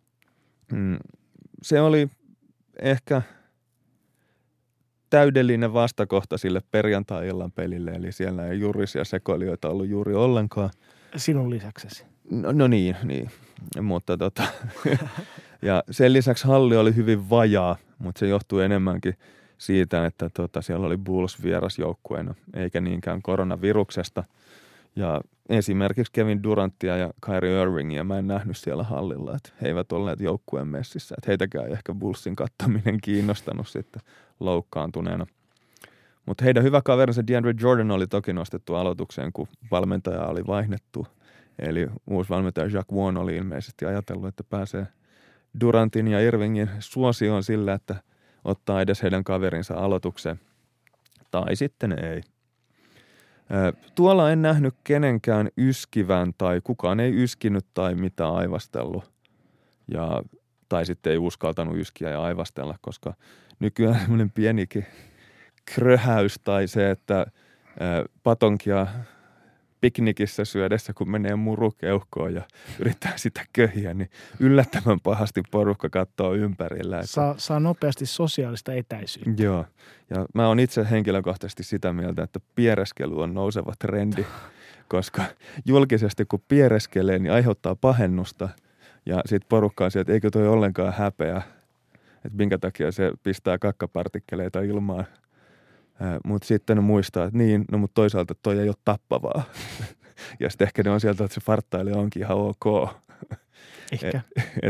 se oli ehkä täydellinen vastakohta sille perjantai-illan pelille. Eli siellä ei jurisia sekoilijoita ollut juuri ollenkaan. Sinun lisäksesi. No niin. Mutta ja sen lisäksi halli oli hyvin vajaa, mutta se johtui enemmänkin siitä, että siellä oli Bulls vierasjoukkueena, eikä niinkään koronaviruksesta. Ja esimerkiksi Kevin Durantia ja Kyrie Irvingia mä en nähnyt siellä hallilla, että he eivät olleet joukkueen messissä. Että heitäkään ei ehkä Bullsin kattaminen kiinnostanut sitten loukkaantuneena. Mutta heidän hyvä kaverinsa DeAndre Jordan oli toki nostettu aloitukseen, kun valmentaja oli vaihdettu. Eli uusi valmentaja Jacques Vaughn oli ilmeisesti ajatellut, että pääsee Durantin ja Irvingin suosioon sillä, että ottaa edes heidän kaverinsa aloitukseen. Tai sitten ei. Tuolla en nähnyt kenenkään yskivän tai kukaan ei yskinyt tai mitään aivastellut. Tai sitten ei uskaltanut yskiä ja aivastella, koska nykyään semmoinen pienikin kröhäys tai se, että patonkia piknikissä syödessä, kun menee murukeuhkoon ja yrittää sitä köhiä, niin yllättävän pahasti porukka katsoo ympärillä. Saa nopeasti sosiaalista etäisyyttä. Joo, ja mä oon itse henkilökohtaisesti sitä mieltä, että piereskely on nouseva trendi, koska julkisesti kun piereskelee, niin aiheuttaa pahennusta ja sit porukka on sieltä, että eikö toi ollenkaan häpeä, että minkä takia se pistää kakkapartikkeleita ilmaan. Mutta sitten muistaa, että mutta toisaalta toi ei ole tappavaa. Ja sitten ehkä ne on sieltä, että se farttailija onkin ihan ok. Ehkä.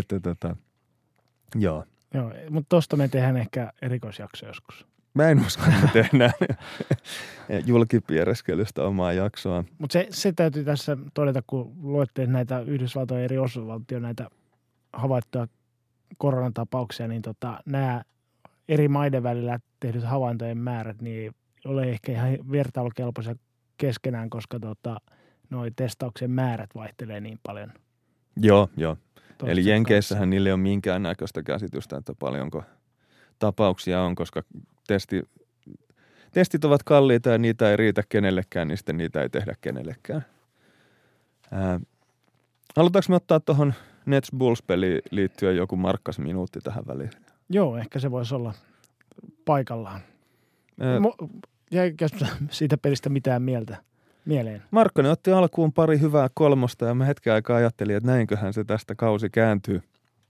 Joo. Joo, mutta tosta me tehdään ehkä erikoisjakso joskus. Mä en usko, että me tehdään julkipiereskelystä omaa jaksoa. Mutta se täytyy tässä todeta, kun luette näitä Yhdysvaltojen eri osavaltioita, näitä havaittuja koronatapauksia, niin nämä eri maiden välillä tehdyt havaintojen määrät niin ole ehkä ihan vertailukelpoisia keskenään, koska noi testauksen määrät vaihtelee niin paljon. Joo. Eli kanssa. Jenkeissähän niille ei ole minkäännäköistä käsitystä, että paljonko tapauksia on, koska testit ovat kalliita ja niitä ei riitä kenellekään, niin sitten niitä ei tehdä kenellekään. Halutaanko me ottaa tuohon Nets Bulls-peliin liittyen joku Markkas minuutti tähän väliin? Joo, ehkä se voisi olla paikallaan. Jäikö siitä pelistä mitään mieleen? Markkanen otti alkuun pari hyvää kolmosta ja mä hetken aikaa ajattelin, että näinköhän se tästä kausi kääntyy.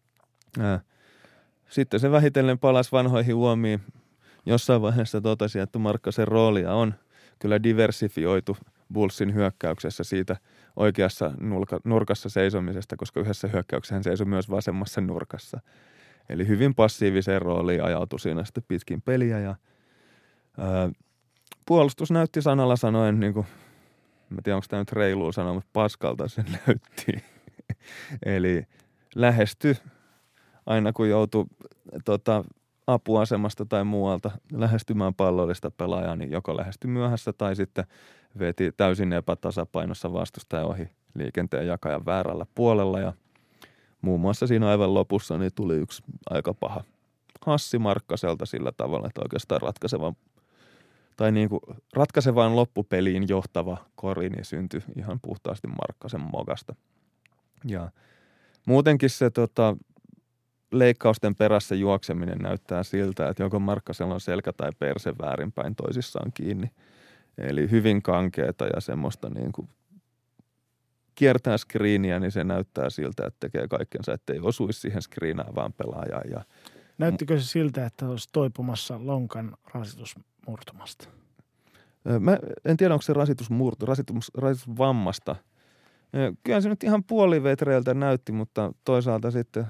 Sitten se vähitellen palasi vanhoihin uomiin. Jossain vaiheessa totesi, että Markkasen roolia on kyllä diversifioitu Bullsin hyökkäyksessä siitä oikeassa nurkassa seisomisesta, koska yhdessä hyökkäyksessä hän seisoi myös vasemmassa nurkassa. Eli hyvin passiiviseen rooliin ajautui siinä sitten pitkin peliä ja puolustus näytti sanalla sanoen, niin kuin, mä tiedän onko tämä nyt reilua sanoa, mutta paskalta se näytti. Eli lähesty aina kun joutui apuasemasta tai muualta lähestymään pallollista pelaajaa, niin joko lähestyi myöhässä tai sitten veti täysin epätasapainossa vastustaja ohi liikenteen jakajan väärällä puolella. Ja muun muassa siinä aivan lopussa niin tuli yksi aika paha hassi Markkaselta sillä tavalla, että oikeastaan ratkaisevaan loppupeliin johtava kori niin syntyi ihan puhtaasti Markkasen mogasta. Ja muutenkin se leikkausten perässä juokseminen näyttää siltä, että joko Markkasella on selkä tai perse väärinpäin toisissaan kiinni. Eli hyvin kankeeta ja semmoista niin kuin kiertää screeniä, niin se näyttää siltä, että tekee kaikkensa, ettei osuisi siihen screenaavaan pelaajaan. Ja näyttikö se siltä, että olisi toipumassa lonkan rasitusmurtumasta? Mä en tiedä, onko se rasitusvammasta. Kyllä se nyt ihan puolivetreiltä näytti, mutta toisaalta sitten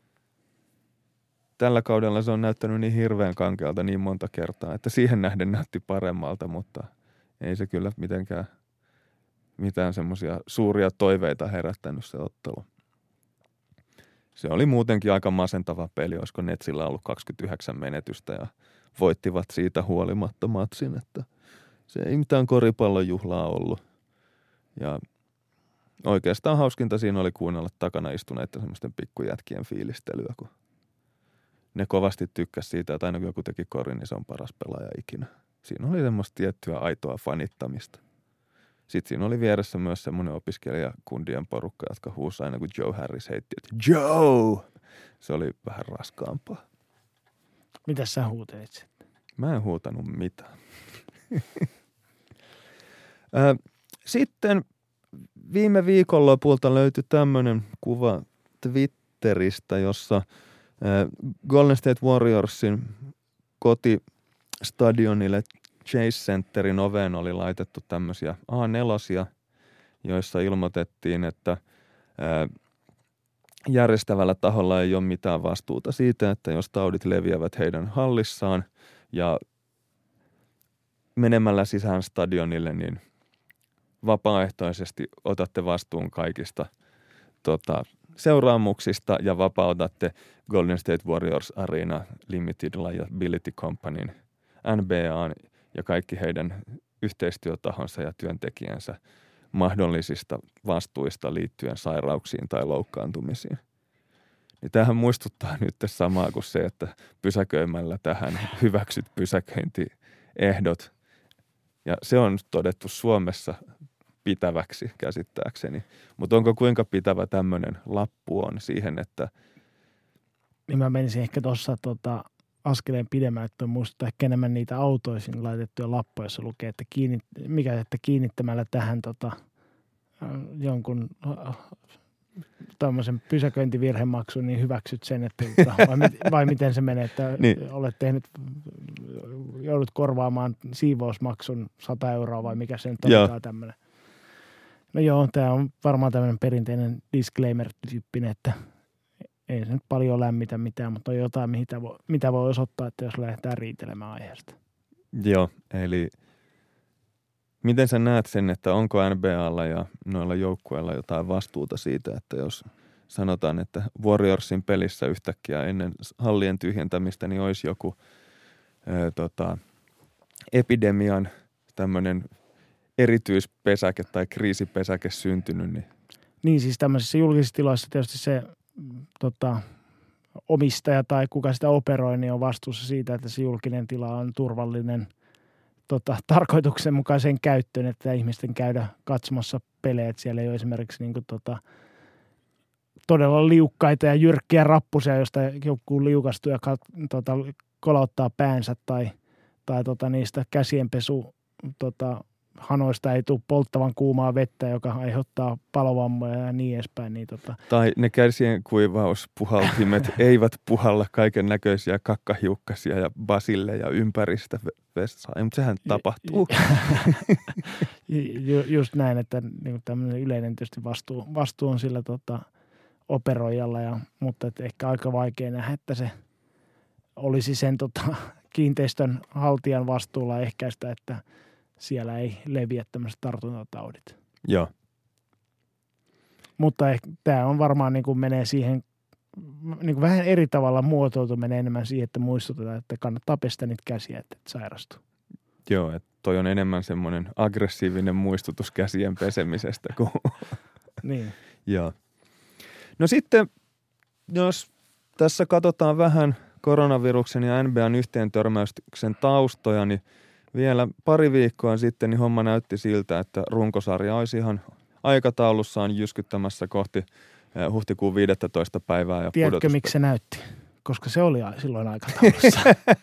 tällä kaudella se on näyttänyt niin hirveän kankealta niin monta kertaa, että siihen nähden näytti paremmalta, mutta ei se kyllä mitään semmoisia suuria toiveita herättänyt se ottelu. Se oli muutenkin aika masentava peli, olisiko Netsillä ollut 29 menetystä ja voittivat siitä huolimatta matsin, että se ei mitään koripallojuhlaa ollut. Ja oikeastaan hauskinta siinä oli kuunnella takana istuneiden semmoisten pikkujätkien fiilistelyä, kun ne kovasti tykkäsi siitä, että aina kun joku teki korin, niin se on paras pelaaja ikinä. Siinä oli semmoista tiettyä aitoa fanittamista. Sitten siinä oli vieressä myös semmoinen opiskelijakundien porukka, jotka huusi aina, kun Joe Harris heitti, että Joe! Se oli vähän raskaampaa. Mitäs sä huutelit sitten? Mä en huutanut mitään. Sitten viime viikonlopulta löytyi tämmöinen kuva Twitteristä, jossa Golden State Warriorsin kotistadionille Chase Centerin oveen oli laitettu tämmöisiä A4, joissa ilmoitettiin, että järjestävällä taholla ei ole mitään vastuuta siitä, että jos taudit leviävät heidän hallissaan ja menemällä sisään stadionille, niin vapaaehtoisesti otatte vastuun kaikista seuraamuksista ja vapautatte Golden State Warriors Arena Limited Liability Companyn, NBA:n ja kaikki heidän yhteistyötahonsa ja työntekijänsä mahdollisista vastuista liittyen sairauksiin tai loukkaantumisiin. Niin tämähän muistuttaa nyt samaa kuin se, että pysäköimällä tähän hyväksyt pysäköintiehdot. Ja se on todettu Suomessa pitäväksi käsittääkseni. Mutta onko kuinka pitävä tämmöinen lappu on siihen, että niin mä menisin ehkä tuossa askeleen pidemmän, että muistuttaa ehkä enemmän niitä autoisin laitettuja lappuja, jossa lukee, että kiinnittämällä tähän jonkun tämmöisen pysäköintivirhemaksun, niin hyväksyt sen, että vai miten se menee, että niin. Joudut korvaamaan siivousmaksun 100 € vai mikä se nyt on tämmöinen. No joo, tämä on varmaan tämmöinen perinteinen disclaimer-tyyppinen, että ei se nyt paljon lämmitä mitään, mutta on jotain, mitä voi osoittaa, että jos lähdetään riitelemään aiheesta. Joo, eli miten sä näet sen, että onko NBAlla ja noilla joukkueilla jotain vastuuta siitä, että jos sanotaan, että Warriorsin pelissä yhtäkkiä ennen hallien tyhjentämistä, niin olisi joku epidemian tämmöinen erityispesäke tai kriisipesäke syntynyt. Niin siis tämmöisissä julkisissa tiloissa tietysti se omistaja tai kuka sitä operoi, niin on vastuussa siitä, että se julkinen tila on turvallinen tarkoituksenmukaiseen käyttöön, että ihmisten käydä katsomassa pelejä. Että siellä ei ole esimerkiksi niin kuin, todella liukkaita ja jyrkkiä rappusia, joista joku liukastuu ja kolauttaa päänsä tai niistä käsienpesu hanoista ei tule polttavan kuumaa vettä, joka aiheuttaa palovammoja ja niin edespäin. Niin Tai ne käsien kuivauspuhaltimet eivät puhalla kaiken näköisiä kakkahiukkasia ja basilleja ympäristä vessaa. Mutta sehän tapahtuu. Just näin, että niin tämmöinen yleinen tietysti vastuu on sillä operoijalla, mutta että ehkä aika vaikea nähdä, että se olisi sen kiinteistön haltijan vastuulla ehkäistä, että siellä ei leviä tämmöiset tartuntataudit. Joo. Mutta tämä on varmaan niin kuin menee siihen, niin kuin vähän eri tavalla muotoiltu, menee enemmän siihen, että muistutetaan, että kannattaa pestä niitä käsiä, että et sairastu. Joo, että toi on enemmän semmoinen aggressiivinen muistutus käsien pesemisestä kuin... Niin. Joo. No sitten, jos tässä katsotaan vähän koronaviruksen ja NBAn yhteentörmäyksen taustoja, niin vielä pari viikkoa sitten niin homma näytti siltä, että runkosarja olisi ihan aikataulussaan jyskyttämässä kohti huhtikuun 15. päivää. Ja tiedätkö, miksi se näytti? Koska se oli silloin aikataulussa.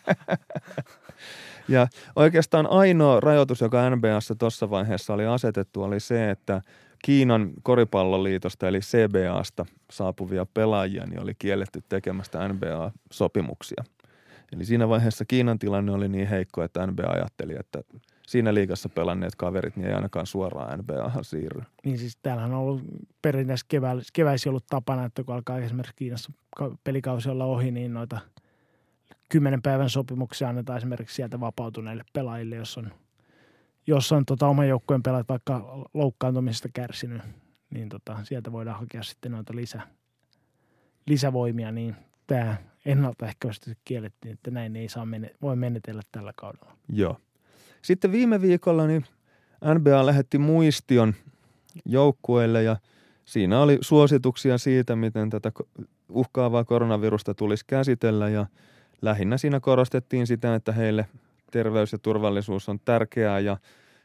Ja oikeastaan ainoa rajoitus, joka NBAssa tuossa vaiheessa oli asetettu, oli se, että Kiinan koripalloliitosta eli CBAsta saapuvia pelaajia niin oli kielletty tekemästä NBA-sopimuksia. Eli siinä vaiheessa Kiinan tilanne oli niin heikko, että NBA ajatteli, että siinä liigassa pelanneet kaverit niin ei ainakaan suoraan NBAhan siirry. Niin siis täällähän on ollut perinteisesti keväisin ollut tapana, että kun alkaa esimerkiksi Kiinassa pelikausi olla ohi, niin noita 10 päivän sopimuksia annetaan esimerkiksi sieltä vapautuneille pelaajille, jos on oman joukkueen pelaajat vaikka loukkaantumisesta kärsinyt, niin sieltä voidaan hakea sitten noita lisävoimia, niin tämä ennaltaehkäisesti kiellettiin, että näin ei voi menetellä tällä kaudella. Joo. Sitten viime viikolla niin NBA lähetti muistion joukkueille ja siinä oli suosituksia siitä, miten tätä uhkaavaa koronavirusta tulisi käsitellä ja lähinnä siinä korostettiin sitä, että heille terveys ja turvallisuus on tärkeää ja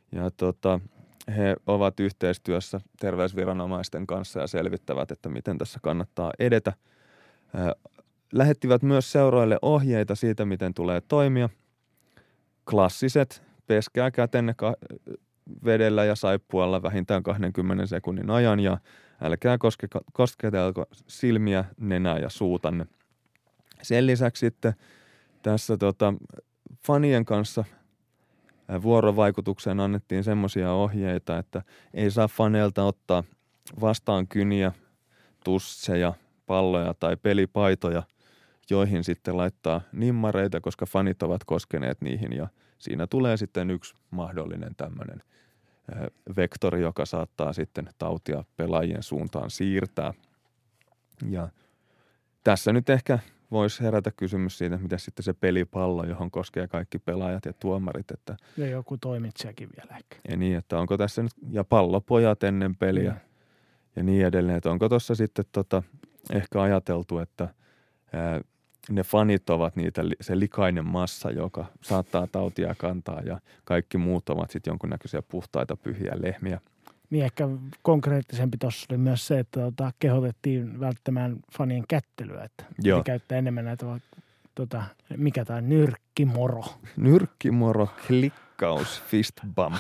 he ovat yhteistyössä terveysviranomaisten kanssa ja selvittävät, että miten tässä kannattaa edetä. Lähettivät myös seuroille ohjeita siitä, miten tulee toimia. Klassiset, peskää kätenne vedellä ja saippualla vähintään 20 sekunnin ajan ja älkää kosketelko silmiä, nenää ja suutanne. Sen lisäksi sitten tässä fanien kanssa vuorovaikutukseen annettiin semmoisia ohjeita, että ei saa faneilta ottaa vastaan kyniä, tusseja, palloja tai pelipaitoja, joihin sitten laittaa nimmareita, koska fanit ovat koskeneet niihin ja siinä tulee sitten yksi mahdollinen tämmöinen vektori, joka saattaa sitten tautia pelaajien suuntaan siirtää. Ja tässä nyt ehkä voisi herätä kysymys siitä, mitä sitten se pelipallo, johon koskee kaikki pelaajat ja tuomarit. Että ja joku toimitsijakin vielä ehkä. Ja niin, että onko tässä nyt, ja pallopojat ennen peliä ja niin edelleen, että onko tuossa sitten ehkä ajateltu, että ne fanit ovat se likainen massa, joka saattaa tautia kantaa ja kaikki muut ovat sitten jonkunnäköisiä puhtaita pyhiä lehmiä. Niin ehkä konkreettisempi tuossa oli myös se, että kehotettiin välttämään fanien kättelyä, että ne käyttää enemmän näitä mikä tämä nyrkkimoro. Nyrkkimoro, klikkaus, fist bump.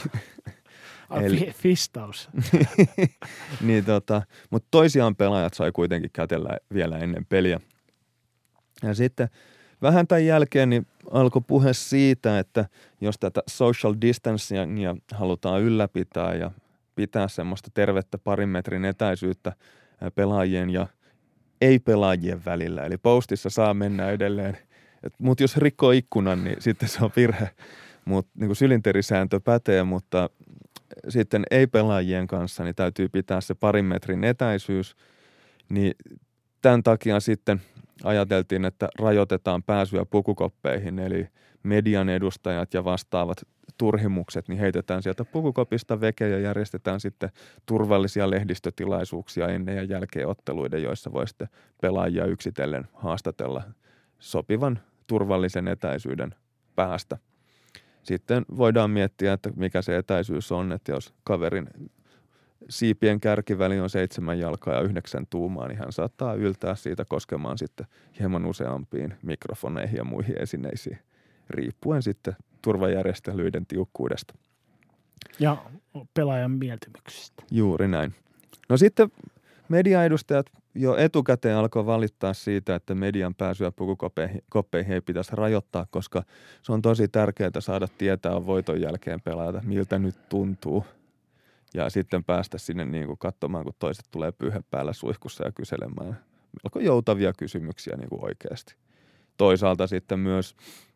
Fistaus. Niin mutta toisiaan pelaajat sai kuitenkin kätellä vielä ennen peliä. Ja sitten vähän tämän jälkeen niin alkoi puhe siitä, että jos tätä social distancingia halutaan ylläpitää ja pitää semmoista tervettä 2 metrin etäisyyttä pelaajien ja ei-pelaajien välillä. Eli postissa saa mennä edelleen. Mutta jos rikkoo ikkunan, niin sitten se on virhe. Niin sylinterisääntö pätee, mutta sitten ei-pelaajien kanssa niin täytyy pitää se 2 metrin etäisyys. Niin tämän takia sitten ajateltiin, että rajoitetaan pääsyä pukukoppeihin, eli median edustajat ja vastaavat turhimukset, niin heitetään sieltä pukukopista veke ja järjestetään sitten turvallisia lehdistötilaisuuksia ennen ja jälkeen otteluiden, joissa voi sitten pelaajia yksitellen haastatella sopivan turvallisen etäisyyden päästä. Sitten voidaan miettiä, että mikä se etäisyys on, että jos kaverin siipien kärkiväli on 7 jalkaa ja 9 tuumaa, niin hän saattaa yltää siitä koskemaan sitten hieman useampiin mikrofoneihin ja muihin esineisiin, riippuen sitten turvajärjestelyiden tiukkuudesta. Ja pelaajan mieltymyksistä. Juuri näin. No sitten mediaedustajat jo etukäteen alkoi valittaa siitä, että median pääsyä pukukoppeihin ei pitäisi rajoittaa, koska se on tosi tärkeää saada tietää voiton jälkeen pelata, miltä nyt tuntuu. Ja sitten päästä sinne niin kuin katsomaan, kun toiset tulee pyyhe päällä suihkussa ja kyselemään melko joutavia kysymyksiä niin kuin oikeasti. Toisaalta sitten myös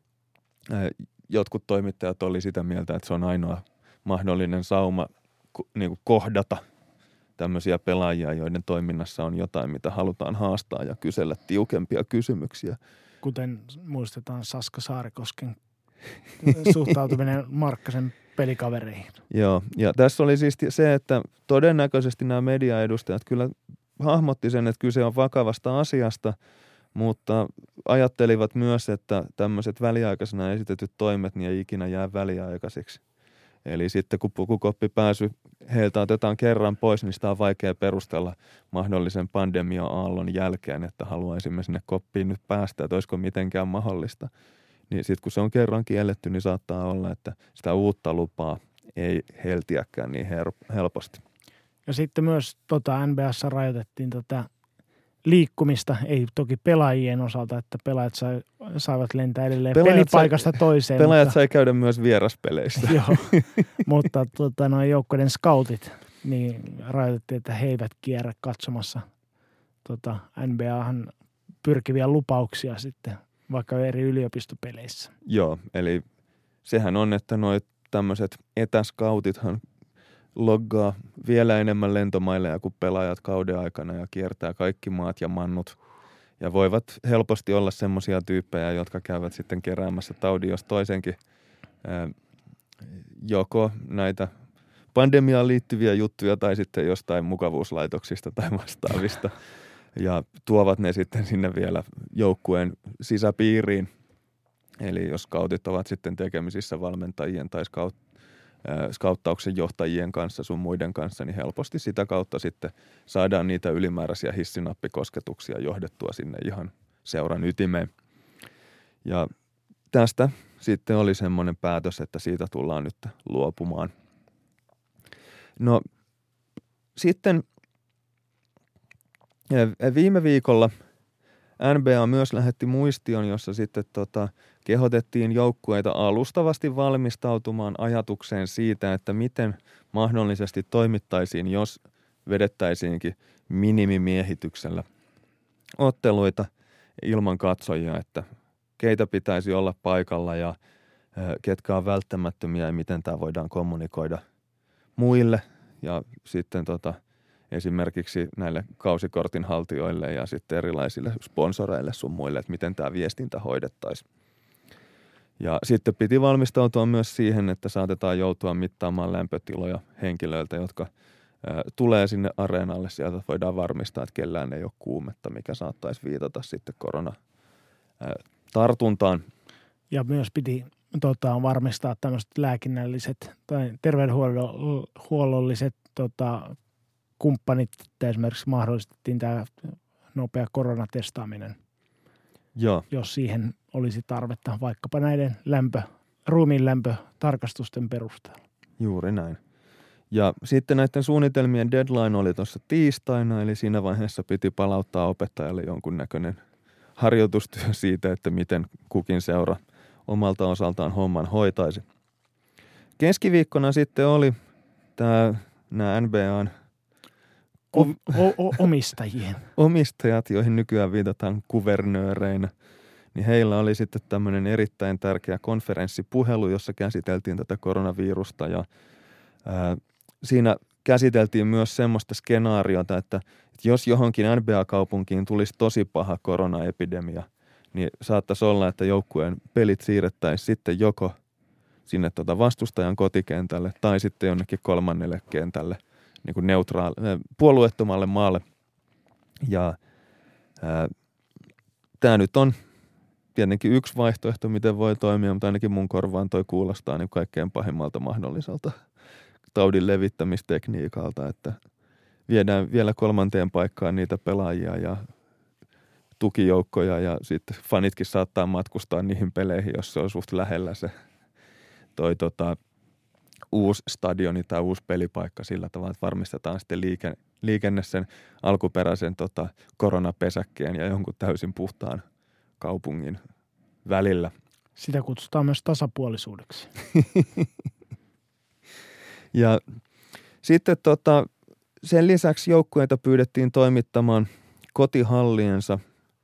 jotkut toimittajat oli sitä mieltä, että se on ainoa mahdollinen sauma niin kuin kohdata tämmöisiä pelaajia, joiden toiminnassa on jotain, mitä halutaan haastaa ja kysellä tiukempia kysymyksiä. Kuten muistetaan Saska Saarikosken suhtautuminen Markkasen pelikavereihin. Joo, ja tässä oli siis se, että todennäköisesti nämä mediaedustajat kyllä hahmotti sen, että kyse on vakavasta asiasta, mutta ajattelivat myös, että tämmöiset väliaikaisena esitetyt toimet niin ei ikinä jää väliaikaisiksi. Eli sitten kun pukukoppipääsy heiltä otetaan kerran pois, niin sitä on vaikea perustella mahdollisen pandemia-aallon jälkeen, että haluaisimme sinne koppiin nyt päästä, että olisiko mitenkään mahdollista. Niin sitten kun se on kerran kielletty, niin saattaa olla, että sitä uutta lupaa ei heltiäkään niin helposti. Ja sitten myös NBA:ssa rajoitettiin tätä liikkumista, ei toki pelaajien osalta, että pelaajat saivat lentää edelleen pelipaikasta toiseen. Pelaajat sai käydä myös vieraspeleissä. Joo, mutta noin joukkoiden scoutit niin rajoitettiin, että he eivät kierrä katsomassa NBAhan pyrkiviä lupauksia sitten vaikka eri yliopistopeleissä. Joo, eli sehän on, että noi tämmöiset etäskautithan loggaa vielä enemmän lentomaileja kuin pelaajat kauden aikana ja kiertää kaikki maat ja mannut. Ja voivat helposti olla semmoisia tyyppejä, jotka käyvät sitten keräämässä taudin jos toisenkin joko näitä pandemiaan liittyviä juttuja tai sitten jostain mukavuuslaitoksista tai vastaavista. Ja tuovat ne sitten sinne vielä joukkueen sisäpiiriin. Eli jos scoutit ovat sitten tekemisissä valmentajien tai skauttauksen johtajien kanssa sun muiden kanssa, niin helposti sitä kautta sitten saadaan niitä ylimääräisiä hissinappikosketuksia johdettua sinne ihan seuran ytimeen. Ja tästä sitten oli semmoinen päätös, että siitä tullaan nyt luopumaan. No sitten viime viikolla NBA myös lähetti muistion, jossa sitten kehotettiin joukkueita alustavasti valmistautumaan ajatukseen siitä, että miten mahdollisesti toimittaisiin, jos vedettäisiinkin minimimiehityksellä otteluita ilman katsojia, että keitä pitäisi olla paikalla ja ketkä on välttämättömiä ja miten tämä voidaan kommunikoida muille ja sitten esimerkiksi näille kausikortin haltijoille ja sitten erilaisille sponsoreille sun muille, että miten tämä viestintä hoidettaisiin. Ja sitten piti valmistautua myös siihen, että saatetaan joutua mittaamaan lämpötiloja henkilöiltä, jotka tulee sinne areenalle. Sieltä voidaan varmistaa, että kellään ei ole kuumetta, mikä saattaisi viitata sitten koronatartuntaan. Ja myös piti varmistaa tämmöiset lääkinnälliset tai terveydenhuollolliset kumppanit, että esimerkiksi mahdollistettiin tämä nopea koronatestaaminen, Joo. Jos siihen olisi tarvetta vaikkapa näiden ruumiin lämpötarkastusten perusteella. Juuri näin. Ja sitten näiden suunnitelmien deadline oli tuossa tiistaina, eli siinä vaiheessa piti palauttaa opettajalle jonkunnäköinen harjoitustyö siitä, että miten kukin seura omalta osaltaan homman hoitaisi. Keskiviikkona sitten oli nämä NBAn omistajat, joihin nykyään viitataan kuvernööreinä, niin heillä oli sitten tämmöinen erittäin tärkeä konferenssipuhelu, jossa käsiteltiin tätä koronavirusta ja siinä käsiteltiin myös semmoista skenaariota, että jos johonkin NBA-kaupunkiin tulisi tosi paha koronaepidemia, niin saattaisi olla, että joukkueen pelit siirrettäisiin sitten joko sinne vastustajan kotikentälle tai sitten jonnekin kolmannelle kentälle, niin kuin puolueettomalle maalle. Ja tämä nyt on tietenkin yksi vaihtoehto, miten voi toimia, mutta ainakin mun korvaan toi kuulostaa niin kaikkein pahimmalta mahdolliselta taudin levittämistekniikalta, että viedään vielä kolmanteen paikkaan niitä pelaajia ja tukijoukkoja ja sitten fanitkin saattaa matkustaa niihin peleihin, jos se on suht lähellä se uusi stadioni tai uusi pelipaikka sillä tavalla, että varmistetaan sitten liikenne sen alkuperäisen koronapesäkkeen ja jonkun täysin puhtaan kaupungin välillä. Sitä kutsutaan myös tasapuolisuudeksi. Ja sitten sen lisäksi joukkueita pyydettiin toimittamaan kotihalliensa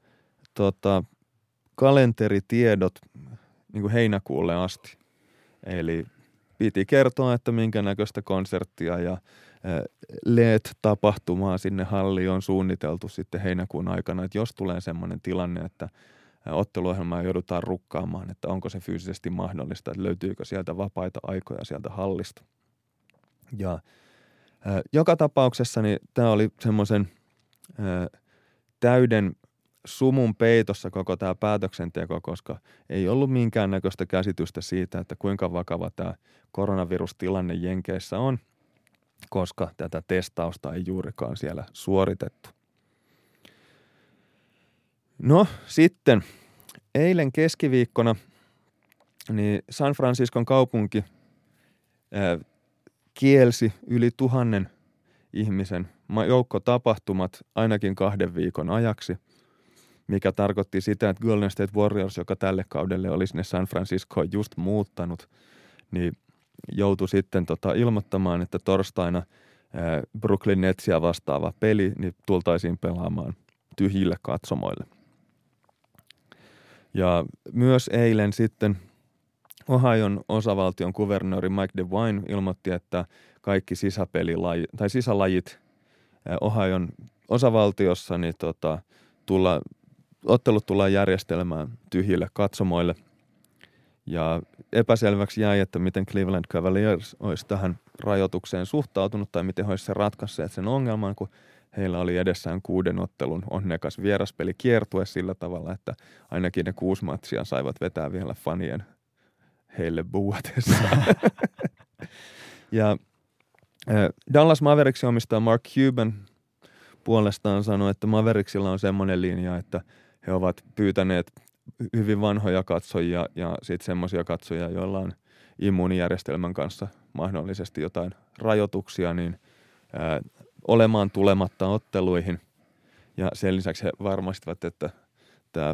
kalenteritiedot niin kuin heinäkuulle asti. Eli piti kertoa, että minkä näköistä konserttia ja LED-tapahtumaa sinne halliin on suunniteltu sitten heinäkuun aikana, että jos tulee semmoinen tilanne, että otteluohjelmaa joudutaan rukkaamaan, että onko se fyysisesti mahdollista, että löytyykö sieltä vapaita aikoja sieltä hallista. Ja joka tapauksessa niin tämä oli semmoisen täyden sumun peitossa koko tämä päätöksenteko, koska ei ollut minkäännäköistä käsitystä siitä, että kuinka vakava tämä koronavirustilanne Jenkeissä on, koska tätä testausta ei juurikaan siellä suoritettu. No sitten eilen keskiviikkona niin San Franciscon kaupunki kielsi yli 1000 ihmisen joukkotapahtumat ainakin 2 viikon ajaksi, mikä tarkoitti sitä, että Golden State Warriors, joka tälle kaudelle oli sinne San Franciscoon just muuttanut, niin joutui sitten ilmoittamaan, että torstaina Brooklyn Netsia vastaava peli niin tultaisiin pelaamaan tyhjille katsomoille. Ja myös eilen sitten Ohion osavaltion kuvernööri Mike DeWine ilmoitti, että kaikki sisälajit Ohion osavaltiossa niin ottelut tullaan järjestelmään tyhjille katsomoille. Ja epäselväksi jäi, että miten Cleveland Cavaliers olisi tähän rajoitukseen suhtautunut tai miten he olisivat ratkaisseet sen ongelman, kun heillä oli edessään 6 ottelun onnekas vieraspeli kiertue sillä tavalla, että ainakin ne 6 matsia saivat vetää vielä fanien heille buuatessa. Ja Dallas Mavericksin omistaja Mark Cuban puolestaan sanoi, että Mavericksilla on semmoinen linja, että he ovat pyytäneet hyvin vanhoja katsojia ja sitten semmoisia katsojia, joilla on immuunijärjestelmän kanssa mahdollisesti jotain rajoituksia, niin olemaan tulematta otteluihin. Ja sen lisäksi he varmistivat, että tämä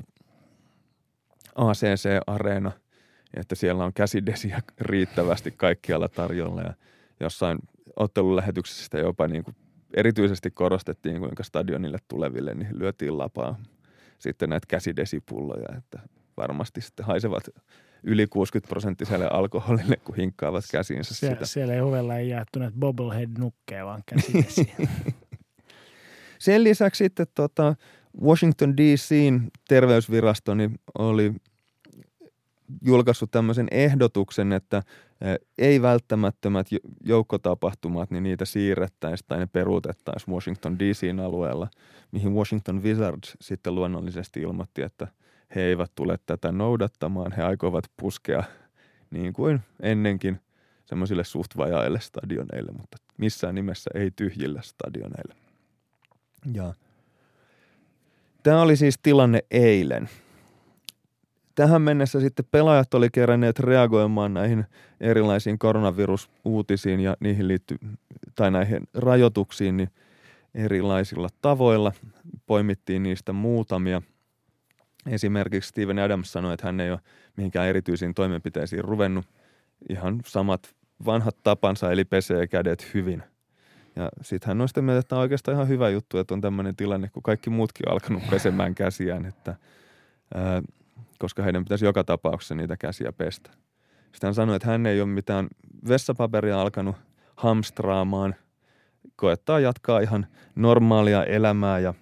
ACC-areena, että siellä on käsidesiä riittävästi kaikkialla tarjolla ja jossain ottelulähetyksessä jopa niin kuin erityisesti korostettiin, kuinka stadionille tuleville niin lyötiin lapaa sitten näitä käsidesipulloja, että varmasti sitten haisevat yli 60% alkoholille, kun hinkkaavat käsiinsä sitä. Siellä ei ovella ei jaettu näitä bobblehead-nukkeja, vaan käsidesiä. Sen lisäksi sitten Washington DC:n terveysvirasto niin oli julkaissut tämmöisen ehdotuksen, että ei välttämättömät joukkotapahtumat, niin niitä siirrettäisiin tai ne peruutettaisiin Washington DC:n alueella, mihin Washington Wizards sitten luonnollisesti ilmoitti, että he eivät tule tätä noudattamaan. He aikovat puskea niin kuin ennenkin semmoisille suht vajaille stadioneille, mutta missään nimessä ei tyhjille stadioneille. Ja tämä oli siis tilanne eilen. Tähän mennessä sitten pelaajat oli keränneet reagoimaan näihin erilaisiin koronavirusuutisiin ja niihin tai näihin rajoituksiin niin erilaisilla tavoilla. Poimittiin niistä muutamia. Esimerkiksi Steven Adams sanoi, että hän ei ole mihinkään erityisiin toimenpiteisiin ruvennut. Ihan samat vanhat tapansa, eli pesee kädet hyvin. Ja sitten hän on sitten mieltä, että on oikeastaan ihan hyvä juttu, että on tämmöinen tilanne, kun kaikki muutkin on alkanut pesemään käsiään, että koska heidän pitäisi joka tapauksessa niitä käsiä pestä. Sitten hän sanoi, että hän ei ole mitään vessapaperia alkanut hamstraamaan koettaa jatkaa ihan normaalia elämää ja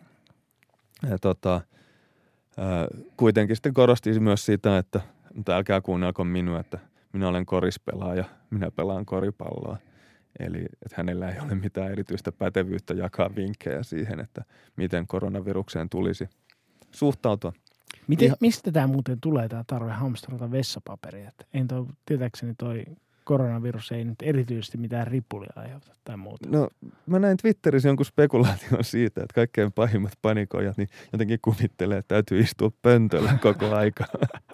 kuitenkin sitten korosti myös sitä, että älkää kuunnelko minua, että minä olen korispelaaja, minä pelaan koripalloa. Eli että hänellä ei ole mitään erityistä pätevyyttä jakaa vinkkejä siihen, että miten koronavirukseen tulisi suhtautua. Mistä tämä muuten tulee, tämä tarve hamstrata vessapaperia? Tietääkseni toi koronavirus ei nyt erityisesti mitään ripulia aiheuta tai muuta. No mä näin Twitterissä jonkun spekulaation siitä, että kaikkein pahimmat panikoijat niin jotenkin kuvittelee, että täytyy istua pöntöllä koko aika.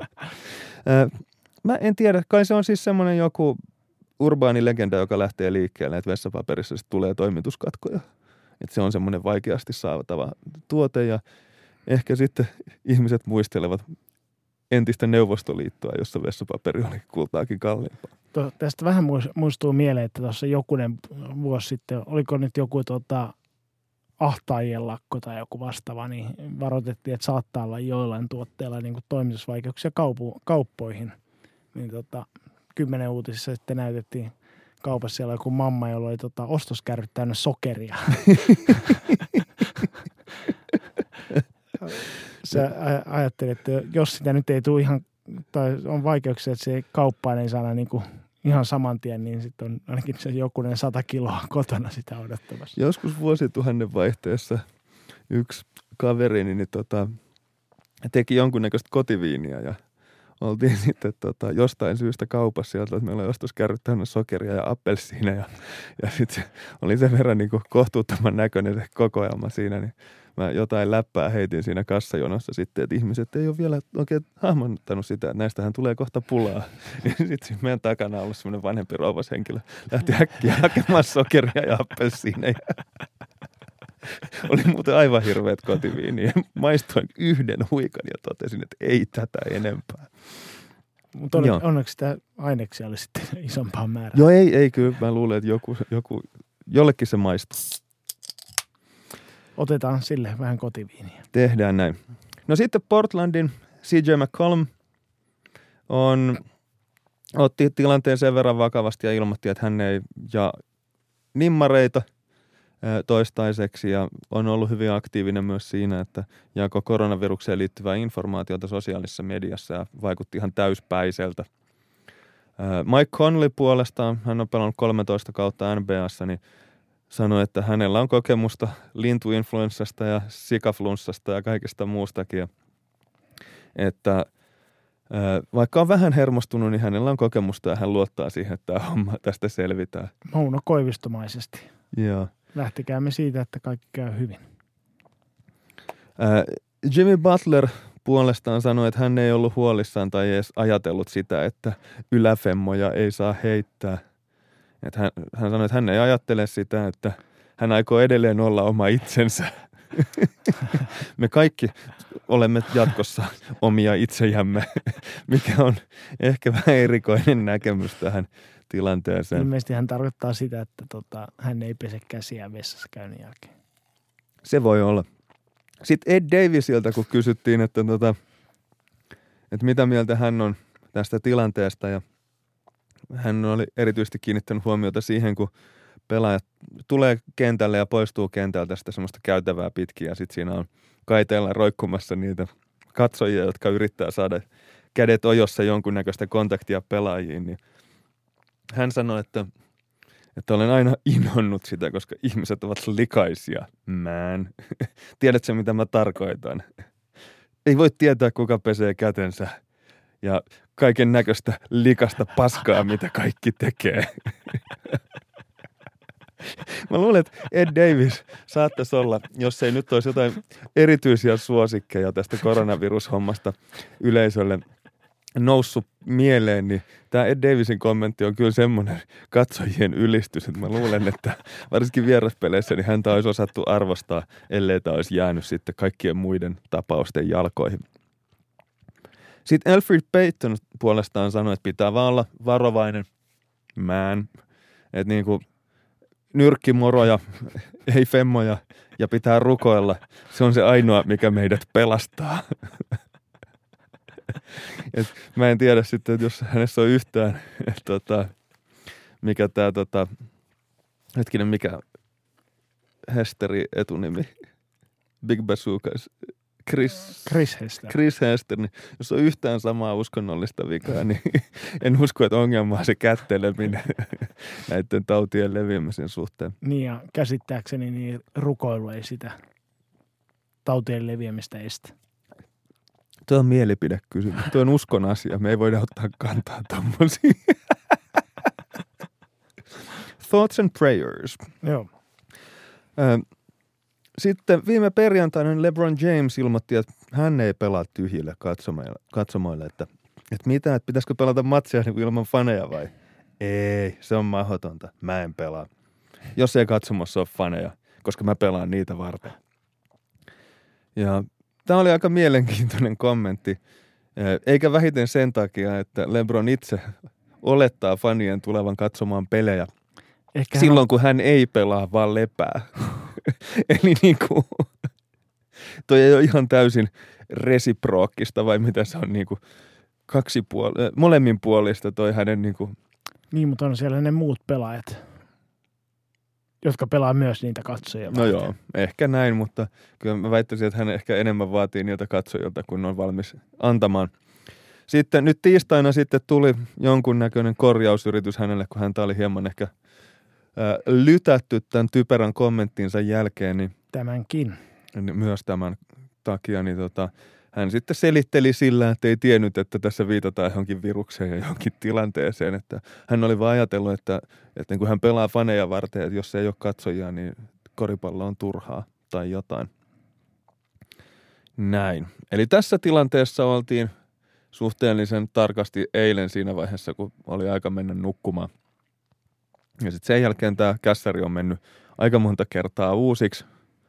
Mä en tiedä, kai se on siis semmoinen joku urbaani legenda, joka lähtee liikkeelle, että vessapaperissa tulee toimituskatkoja. Että se on semmoinen vaikeasti saatava tuote ja ehkä sitten ihmiset muistelevat entistä Neuvostoliittoa, jossa vessapaperi oli kultaakin kalliimpaa. Tästä vähän muistuu mieleen, että tuossa jokunen vuosi sitten, oliko nyt joku ahtaajien lakko tai joku vastaava, niin varoitettiin, että saattaa olla joillain tuotteilla niin kuin toimitusvaikeuksia kauppoihin. Niin 10 uutisissa sitten näytettiin kaupassa siellä joku mamma, jolla oli ostoskärryt täynnä sokeria. Sä ajattelet, että jos sitä nyt ei tule ihan, tai on vaikeuksia, että se kauppaan ei saada niin kuin ihan saman tien, niin sitten on ainakin se jokunen 100 kiloa kotona sitä odottamassa. Joskus vuosituhannen vaihteessa yksi kaverini niin teki jonkunnäköistä kotiviiniä ja oltiin sitten jostain syystä kaupassa sieltä, että meillä oli ostoskärryt täynnä sokeria ja appelsiineja ja sitten oli sen verran niin kuin kohtuuttoman näköinen se kokoelma siinä, niin mä jotain läppää heitin siinä kassajonossa sitten, että ihmiset ei ole vielä oikein hahmottanut sitä, että näistähän tulee kohta pulaa. Sitten meidän takana on ollut semmoinen vanhempi rouvashenkilö. Lähti äkkiä hakemaan sokeria ja appelsiineja. Oli muuten aivan hirveät kotiviiniä. Maistoin yhden huikan ja totesin, että ei tätä enempää. Mutta onneksi sitä aineksia oli sitten isompaa määrää. Joo, ei kyllä. Mä luulen, että jollekin se maistuu. Otetaan sille vähän kotiviiniä. Tehdään näin. No sitten Portlandin CJ McCollum otti tilanteen sen verran vakavasti ja ilmoitti, että hän ei jaa nimmareita toistaiseksi ja on ollut hyvin aktiivinen myös siinä, että jaako koronavirukseen liittyvää informaatiota sosiaalisessa mediassa ja vaikutti ihan täyspäiseltä. Mike Conley puolestaan, hän on pelannut 13 kautta NBA:ssa, niin sanoi, että hänellä on kokemusta lintuinfluenssasta ja sikaflunssasta ja kaikesta muustakin. Että vaikka on vähän hermostunut, niin hänellä on kokemusta ja hän luottaa siihen, että tämä homma tästä selvitään. Mauno Koivistomaisesti. Joo. Lähtikäämme siitä, että kaikki käy hyvin. Jimmy Butler puolestaan sanoi, että hän ei ollut huolissaan tai edes ajatellut sitä, että yläfemmoja ei saa heittää. Että hän sanoi, että hän ei ajattele sitä, että hän aikoo edelleen olla oma itsensä. Me kaikki olemme jatkossa omia itsejämme, mikä on ehkä vähän erikoinen näkemys tähän tilanteeseen. Ilmeisesti hän tarkoittaa sitä, että hän ei pese käsiään vessassa käynnin jälkeen. Se voi olla. Sitten Ed Davisilta, kun kysyttiin, että mitä mieltä hän on tästä tilanteesta ja hän oli erityisesti kiinnittänyt huomiota siihen, kun pelaajat tulee kentälle ja poistuu kentältä sitä semmoista käytävää pitkin ja sitten siinä on kaiteella roikkumassa niitä katsojia, jotka yrittää saada kädet ojossa jonkunnäköistä kontaktia pelaajiin, niin hän sanoi, että olen aina inhonnut sitä, koska ihmiset ovat likaisia, man. Tiedätkö, mitä mä tarkoitan? Ei voi tietää, kuka pesee kätensä ja kaiken näköistä likasta paskaa, mitä kaikki tekee. Mä luulen, että Ed Davis saattaisi olla, jos ei nyt olisi jotain erityisiä suosikkeja tästä koronavirushommasta yleisölle noussut mieleen, niin tämä Ed Davisin kommentti on kyllä semmoinen katsojien ylistys, että mä luulen, että varsinkin vieraspeleissä niin häntä olisi osattu arvostaa, ellei tämä olisi jäänyt sitten kaikkien muiden tapausten jalkoihin. Sitten Elfrid Payton puolestaan sanoi, että pitää vaan olla varovainen man, että niin kuin nyrkkimoroja, ei femmoja ja pitää rukoilla. Se on se ainoa, mikä meidät pelastaa. Et mä en tiedä sitten, että jos hänessä on yhtään, mikä tämä, hetkinen, mikä Hesteri etunimi. Big Bazookas. Chris Hester, niin jos on yhtään samaa uskonnollista vikaa, niin en usko, että ongelma on se kätteleminen näiden tautien leviämisen suhteen. Niin ja käsittääkseni niin rukoilu ei sitä tautien leviämistä estä. Tuo on mielipidekysymys. Tuo on uskon asia. Me ei voida ottaa kantaa tommosiin. Thoughts and prayers. Joo. Sitten viime perjantaina LeBron James ilmoitti, että hän ei pelaa tyhjille katsomoille, että mitä, että pitäisikö pelata matsia ilman faneja vai? Ei, se on mahdotonta. Mä en pelaa. Jos ei katsomossa ole faneja, koska mä pelaan niitä varten. Ja tämä oli aika mielenkiintoinen kommentti, eikä vähiten sen takia, että LeBron itse olettaa fanien tulevan katsomaan pelejä silloin, kun hän ei pelaa, vaan lepää. Eli niinku, toi ei ole ihan täysin resiprookkista, vai mitä se on niinku molemminpuolista toi hänen niinku. Niin, mutta on siellä ne muut pelaajat, jotka pelaa myös niitä katsojia. No joo, ehkä näin, mutta kyllä mä väittäisin, että hän ehkä enemmän vaatii niiltä katsojilta, kun on valmis antamaan. Sitten nyt tiistaina sitten tuli jonkunnäköinen korjausyritys hänelle, kun häntä oli hieman ehkä lytätty tämän typerän kommenttinsa jälkeen. Niin tämänkin. Myös tämän takia, niin hän sitten selitteli sillä, että ei tiennyt, että tässä viitataan johonkin virukseen ja johonkin tilanteeseen. Että hän oli vaan ajatellut, että kun hän pelaa faneja varten, että jos ei ole katsojia, niin koripallo on turhaa tai jotain. Näin. Eli tässä tilanteessa oltiin suhteellisen tarkasti eilen siinä vaiheessa, kun oli aika mennä nukkumaan. Ja sitten sen jälkeen tämä kässäri on mennyt aika monta kertaa uusiksi.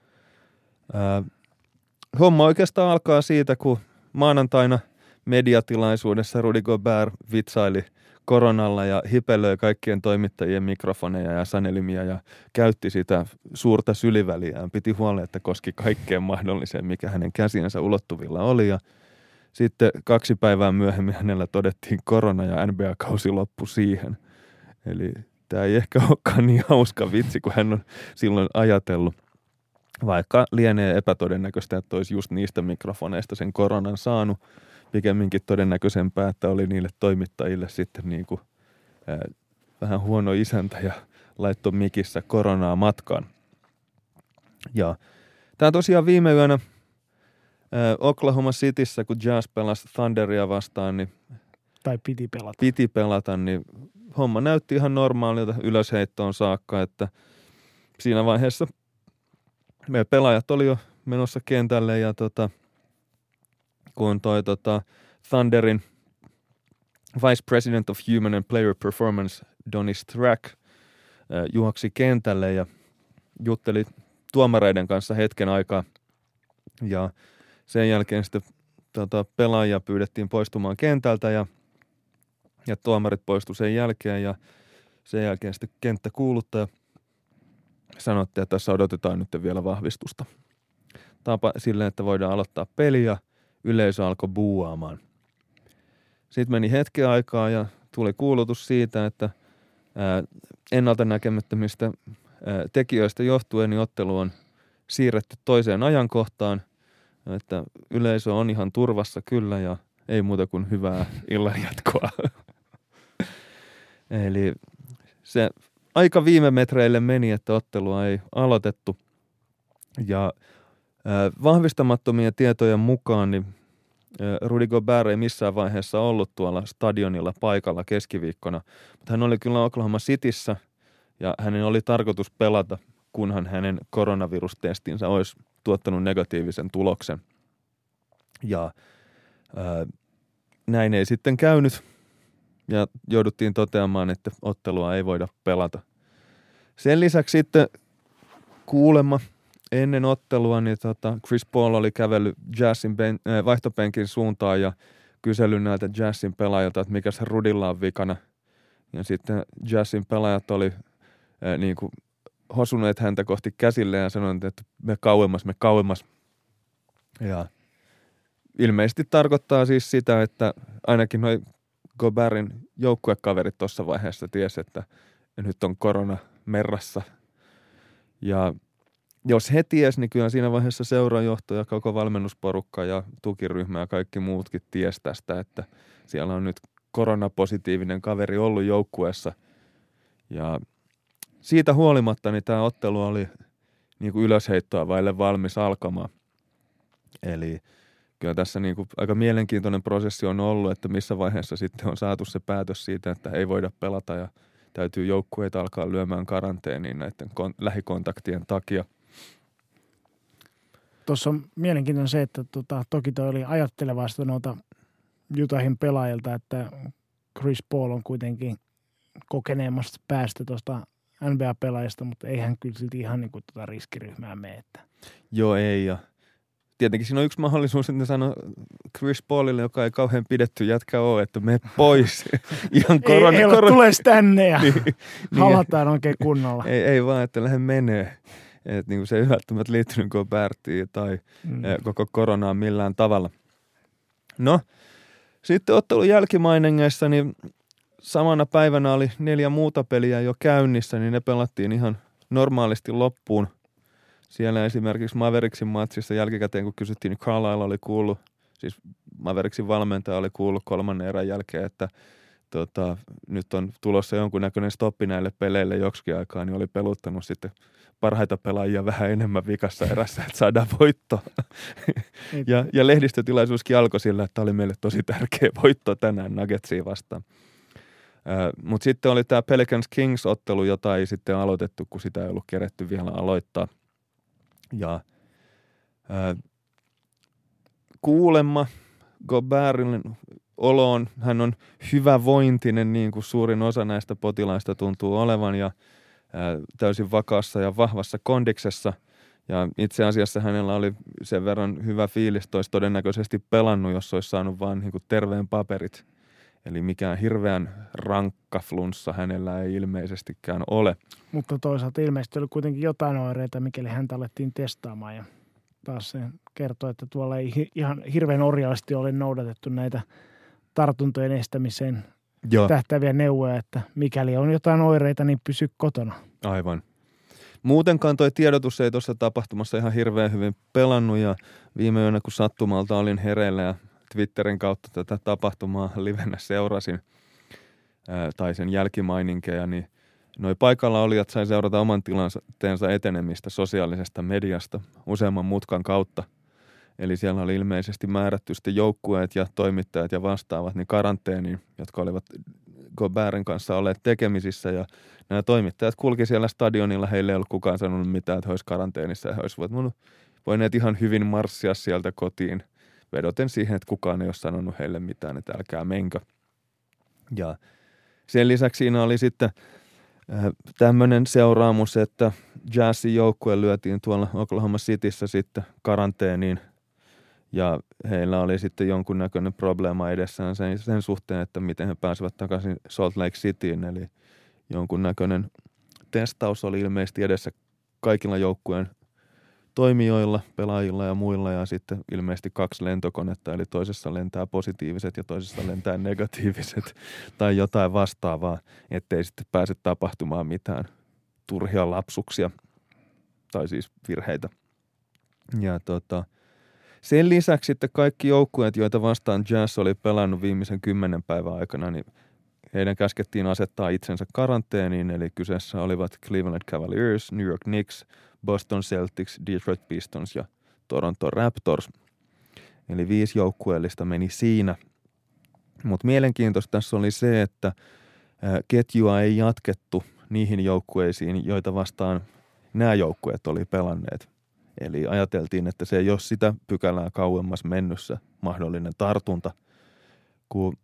Homma oikeastaan alkaa siitä, kun maanantaina mediatilaisuudessa Rudy Gobert vitsaili koronalla ja hipelöi kaikkien toimittajien mikrofoneja ja sanelimia ja käytti sitä suurta syliväliään. Piti huolen, että koski kaikkeen mahdolliseen, mikä hänen käsiensä ulottuvilla oli. Ja sitten 2 päivää myöhemmin hänellä todettiin korona ja NBA-kausi loppui siihen. Eli tämä ei ehkä olekaan niin hauska vitsi, kun hän on silloin ajatellut. Vaikka lienee epätodennäköistä, että olisi just niistä mikrofoneista sen koronan saanut, pikemminkin todennäköisempää, että oli niille toimittajille sitten niin kuin, vähän huono isäntä ja laittoi mikissä koronaa matkaan. Ja tämä tosiaan viime yönä Oklahoma Cityssä, kun Jazz pelasi Thunderia vastaan, niin tai piti pelata, niin homma näytti ihan normaalilta ylösheittoon saakka, että siinä vaiheessa meidän pelaajat oli jo menossa kentälle ja kun toi Thunderin Vice President of Human and Player Performance Donnie Strack juoksi kentälle ja jutteli tuomareiden kanssa hetken aikaa ja sen jälkeen sitten pelaajia pyydettiin poistumaan kentältä ja tuomarit poistu sen jälkeen ja sen jälkeen sitten kenttäkuuluttaja sanottiin, että tässä odotetaan nyt vielä vahvistusta. Tapa silleen, että voidaan aloittaa peli ja yleisö alkoi buuaamaan. Sitten meni hetken aikaa ja tuli kuulutus siitä, että ennalta näkemättömistä tekijöistä johtuen niin ottelu on siirretty toiseen ajankohtaan, että yleisö on ihan turvassa kyllä ja ei muuta kuin hyvää illan jatkoa. Eli se aika viime metreille meni, että ottelua ei aloitettu ja vahvistamattomien tietojen mukaan niin Rudy Gobert ei missään vaiheessa ollut tuolla stadionilla paikalla keskiviikkona, mutta hän oli kyllä Oklahoma Cityssä ja hänen oli tarkoitus pelata, kunhan hänen koronavirustestinsä olisi tuottanut negatiivisen tuloksen. Ja näin ei sitten käynyt ja jouduttiin toteamaan, että ottelua ei voida pelata. Sen lisäksi sitten kuulemma ennen ottelua niin Chris Paul oli kävellyt Jazzin vaihtopenkin suuntaan ja kysellyt näiltä Jazzin pelaajilta, että mikä se Rudilla on vikana. Ja sitten Jazzin pelaajat oli niin kuin hosuneet häntä kohti käsille ja sanoneet, että me kauemmas. Ja ilmeisesti tarkoittaa siis sitä, että ainakin noi Gobertin joukkuekaverit tuossa vaiheessa tiesi, että nyt on korona merrassa. Ja jos he ties, niin kyllä siinä vaiheessa seurajohto ja koko valmennusporukka ja tukiryhmä ja kaikki muutkin ties tästä, että siellä on nyt koronapositiivinen kaveri ollut joukkueessa. Ja siitä huolimatta niin tämä ottelu oli niin kuin ylösheittoa vaille valmis alkamaan. Eli kyllä tässä niin kuin aika mielenkiintoinen prosessi on ollut, että missä vaiheessa sitten on saatu se päätös siitä, että ei voida pelata ja täytyy joukkueita alkaa lyömään karanteeniin näiden lähikontaktien takia. Tuossa on mielenkiintoinen se, että toki toi oli ajattelevasta noilta Utahin pelaajilta, että Chris Paul on kuitenkin kokeneemmasta päästä tuosta NBA-pelaajista, mutta ei hän kyllä silti ihan niin kuin riskiryhmää mene. Joo, ei. Ja tietenkin siinä on yksi mahdollisuus, että ne sanoo Chris Paulille, joka ei kauhean pidetty jätkä ole, että mene pois. Ihan tules tänne ja halataan oikein kunnolla. Ei vaan, että lähde menee. Että niin se ei välttämättä liittynyt Gobertiin tai koko koronaan millään tavalla. No, sitten ottelun jälkimainingeissa, niin samana päivänä oli 4 muuta peliä jo käynnissä, niin ne pelattiin ihan normaalisti loppuun. Siellä esimerkiksi Mavericksin matsissa jälkikäteen, kun kysyttiin, niin Carlisle oli kuullut, siis Mavericksin valmentaja oli kuullut 3. erän jälkeen, että nyt on tulossa jonkunnäköinen stoppi näille peleille joksikin aikaa, niin oli peluttanut sitten parhaita pelaajia vähän enemmän vikassa erässä, että saadaan voitto. ja lehdistötilaisuuskin alkoi sillä, että oli meille tosi tärkeä voitto tänään Nuggetsia vastaan. Mutta sitten oli tämä Pelicans Kings-ottelu, jota ei sitten aloitettu, kun sitä ei ollut keretty vielä aloittaa. Ja kuulemma Gobertin oloon, hän on hyvävointinen, niin kuin suurin osa näistä potilaista tuntuu olevan, ja täysin vakaassa ja vahvassa kondiksessa. Ja itse asiassa hänellä oli sen verran hyvä fiilis, että olisi todennäköisesti pelannut, jos olisi saanut vaan niin kuin terveen paperit. Eli mikään hirveän rankka flunssa hänellä ei ilmeisestikään ole. Mutta toisaalta ilmeisesti oli kuitenkin jotain oireita, mikäli häntä alettiin testaamaan. Ja taas se kertoo, että tuolla ei ihan hirveän orjallisesti ole noudatettu näitä tartuntojen estämiseen tähtääviä neuvoja, että mikäli on jotain oireita, niin pysy kotona. Aivan. Muutenkaan toi tiedotus ei tuossa tapahtumassa ihan hirveän hyvin pelannut, ja viime yönä kun sattumalta olin hereillä ja Twitterin kautta tätä tapahtumaa livenä seurasin, tai sen jälkimaininkeja, niin noi paikalla olijat sai seurata oman tilanteensa etenemistä sosiaalisesta mediasta useamman mutkan kautta. Eli siellä oli ilmeisesti määrätty sitten joukkueet ja toimittajat ja vastaavat niin karanteeniin, jotka olivat Gobertin kanssa olleet tekemisissä, ja nämä toimittajat kulki siellä stadionilla, heille ei ollut kukaan sanonut mitään, että he olisivat karanteenissa, ja he olisivat voineet ihan hyvin marssia sieltä kotiin, vedoten siihen, että kukaan ei ole sanonut heille mitään, että älkää menkö. Ja sen lisäksi siinä oli sitten tämmöinen seuraamus, että Jazzin joukkue lyötiin tuolla Oklahoma Cityssä sitten karanteeniin, ja heillä oli sitten jonkunnäköinen probleema edessään sen suhteen, että miten he pääsevät takaisin Salt Lake Cityin, eli jonkunnäköinen testaus oli ilmeisesti edessä kaikilla joukkueen toimijoilla, pelaajilla ja muilla, ja sitten ilmeisesti 2 lentokonetta, eli toisessa lentää positiiviset ja toisessa lentää negatiiviset tai jotain vastaavaa, ettei sitten pääse tapahtumaan mitään turhia lapsuksia tai siis virheitä. Ja sen lisäksi sitten kaikki joukkueet, joita vastaan Jazz oli pelannut viimeisen 10 päivän aikana, niin heidän käskettiin asettaa itsensä karanteeniin, eli kyseessä olivat Cleveland Cavaliers, New York Knicks, Boston Celtics, Detroit Pistons ja Toronto Raptors. Eli 5 joukkueellista meni siinä. Mutta mielenkiintoista tässä oli se, että ketjua ei jatkettu niihin joukkueisiin, joita vastaan nämä joukkueet oli pelanneet. Eli ajateltiin, että se ei ole sitä pykälää kauemmas mennyssä mahdollinen tartunta, kun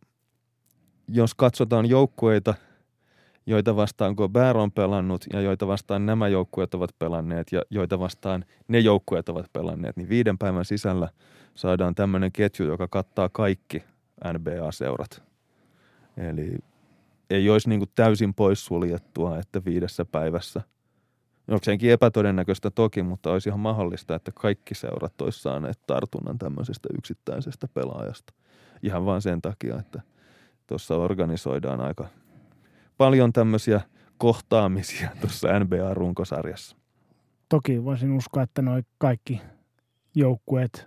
jos katsotaan joukkueita, joita vastaan Gobert on pelannut ja joita vastaan nämä joukkueet ovat pelanneet ja joita vastaan ne joukkueet ovat pelanneet, niin 5 päivän sisällä saadaan tämmöinen ketju, joka kattaa kaikki NBA-seurat. Eli ei olisi niin kuin täysin poissuljettua, että 5 päivässä, jokseenkin epätodennäköistä toki, mutta olisi ihan mahdollista, että kaikki seurat olisi saaneet tartunnan tämmöisestä yksittäisestä pelaajasta. Ihan vaan sen takia, että tuossa organisoidaan aika paljon tämmöisiä kohtaamisia tuossa NBA-runkosarjassa. toki voisin uskoa, että noi kaikki joukkueet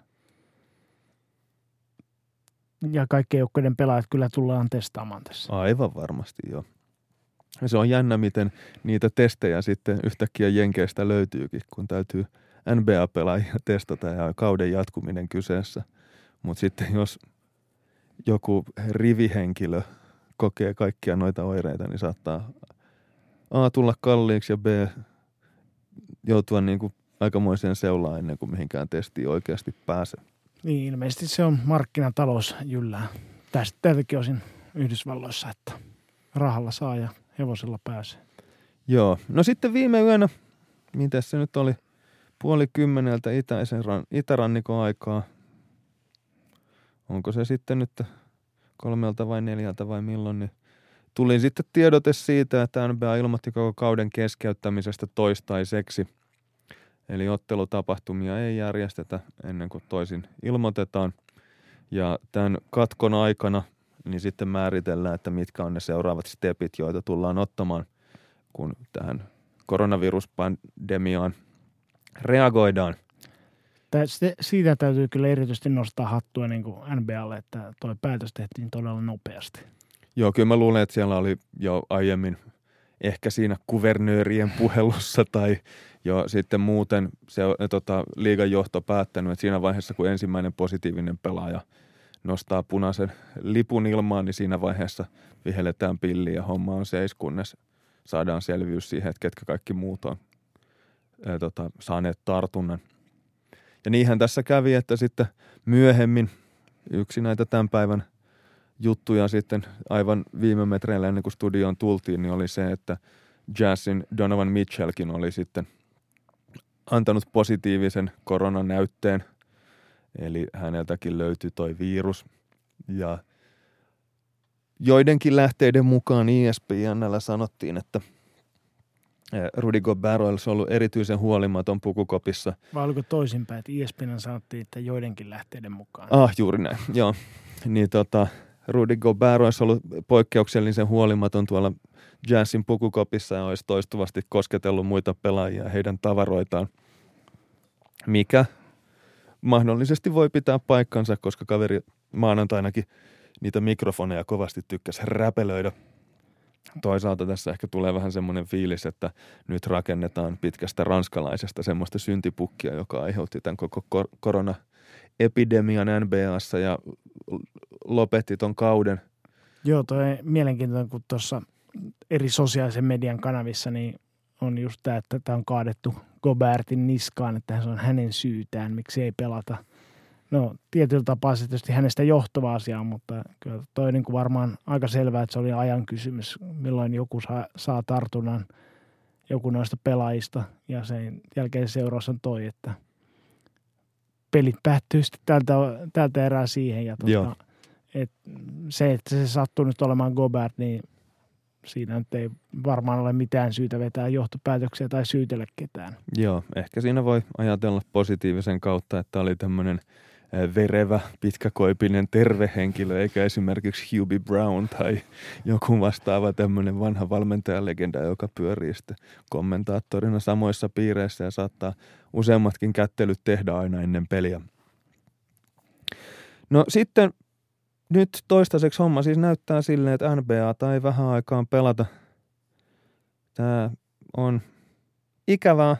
ja kaikkien joukkueiden pelaajat kyllä tullaan testaamaan tässä. Aivan varmasti, joo. Ja se on jännä, miten niitä testejä sitten yhtäkkiä Jenkeistä löytyykin, kun täytyy NBA-pelaajia testata ja kauden jatkuminen kyseessä. Mutta sitten jos joku rivihenkilö kokee kaikkia noita oireita, niin saattaa A tulla kalliiksi ja B joutua niin kuin aikamoiseen seulaan ennen kuin mihinkään testiin oikeasti pääsee. Niin, ilmeisesti se on markkinatalous jyllää tältäkin osin Yhdysvalloissa, että rahalla saa ja hevosella pääsee. Joo, no sitten viime yönä, miten se nyt oli, 9:30 itärannikon aikaa. Onko se sitten nyt 3 vai 4 vai milloin, niin tuli sitten tiedote siitä, että NBA ilmoitti koko kauden keskeyttämisestä toistaiseksi. Eli ottelutapahtumia ei järjestetä ennen kuin toisin ilmoitetaan. Ja tämän katkon aikana niin sitten määritellään, että mitkä on ne seuraavat stepit, joita tullaan ottamaan, kun tähän koronaviruspandemiaan reagoidaan. Siitä täytyy kyllä erityisesti nostaa hattua niin kuin NBAlle, että tuo päätös tehtiin todella nopeasti. Joo, kyllä mä luulen, että siellä oli jo aiemmin ehkä siinä kuvernöörien puhelussa tai jo sitten muuten se liigan johto päättänyt, että siinä vaiheessa, kun ensimmäinen positiivinen pelaaja nostaa punaisen lipun ilmaan, niin siinä vaiheessa vihelletään pilliin ja homma on seis, kunnes saadaan selvyys siihen, että ketkä kaikki muut on saaneet tartunnan. Ja niinhän tässä kävi, että sitten myöhemmin yksi näitä tämän päivän juttuja sitten aivan viime metreillä ennen kuin studioon tultiin, niin oli se, että Jazzin Donovan Mitchellkin oli sitten antanut positiivisen koronanäytteen. Eli häneltäkin löytyi toi virus. Ja joidenkin lähteiden mukaan ESPN:llä sanottiin, että Rudy Gobert olisi ollut erityisen huolimaton pukukopissa. Vai oliko toisinpäin, että ESPN sanottiin, että joidenkin lähteiden mukaan? Juuri näin, joo. Niin Rudy Gobert olisi ollut poikkeuksellisen huolimaton tuolla Jazzin pukukopissa ja olisi toistuvasti kosketellut muita pelaajia ja heidän tavaroitaan, mikä mahdollisesti voi pitää paikkansa, koska kaveri maanantainakin niitä mikrofoneja kovasti tykkäsi räpelöidä. Toisaalta tässä ehkä tulee vähän semmoinen fiilis, että nyt rakennetaan pitkästä ranskalaisesta semmoista syntipukkia, joka aiheutti tämän koko koronaepidemian NBA:ssa ja lopetti ton kauden. Joo, toi mielenkiintoinen, kun tuossa eri sosiaalisen median kanavissa niin on just tämä, että tämä on kaadettu Gobertin niskaan, että se on hänen syytään, miksi ei pelata. No, tietyllä tapaa se tietysti hänestä johtava asia, mutta kyllä toi niin kuin varmaan aika selvää, että se oli ajan kysymys, milloin joku saa tartunnan, joku noista pelaajista, ja sen jälkeen seuraus on toi, että pelit päättyy sitten tältä erää siihen, ja että se sattuu nyt olemaan Gobert, niin siinä nyt ei varmaan ole mitään syytä vetää johtopäätöksiä tai syytellä ketään. Joo, ehkä siinä voi ajatella positiivisen kautta, että oli tämmöinen verevä, pitkäkoipinen, terve henkilö, eikä esimerkiksi Hubie Brown tai joku vastaava tämmöinen vanha valmentajalegenda, joka pyörii sitten kommentaattorina samoissa piireissä ja saattaa useammatkin kättelyt tehdä aina ennen peliä. No sitten nyt toistaiseksi homma siis näyttää silleen, että NBA ei vähän aikaan pelata. Tämä on ikävää,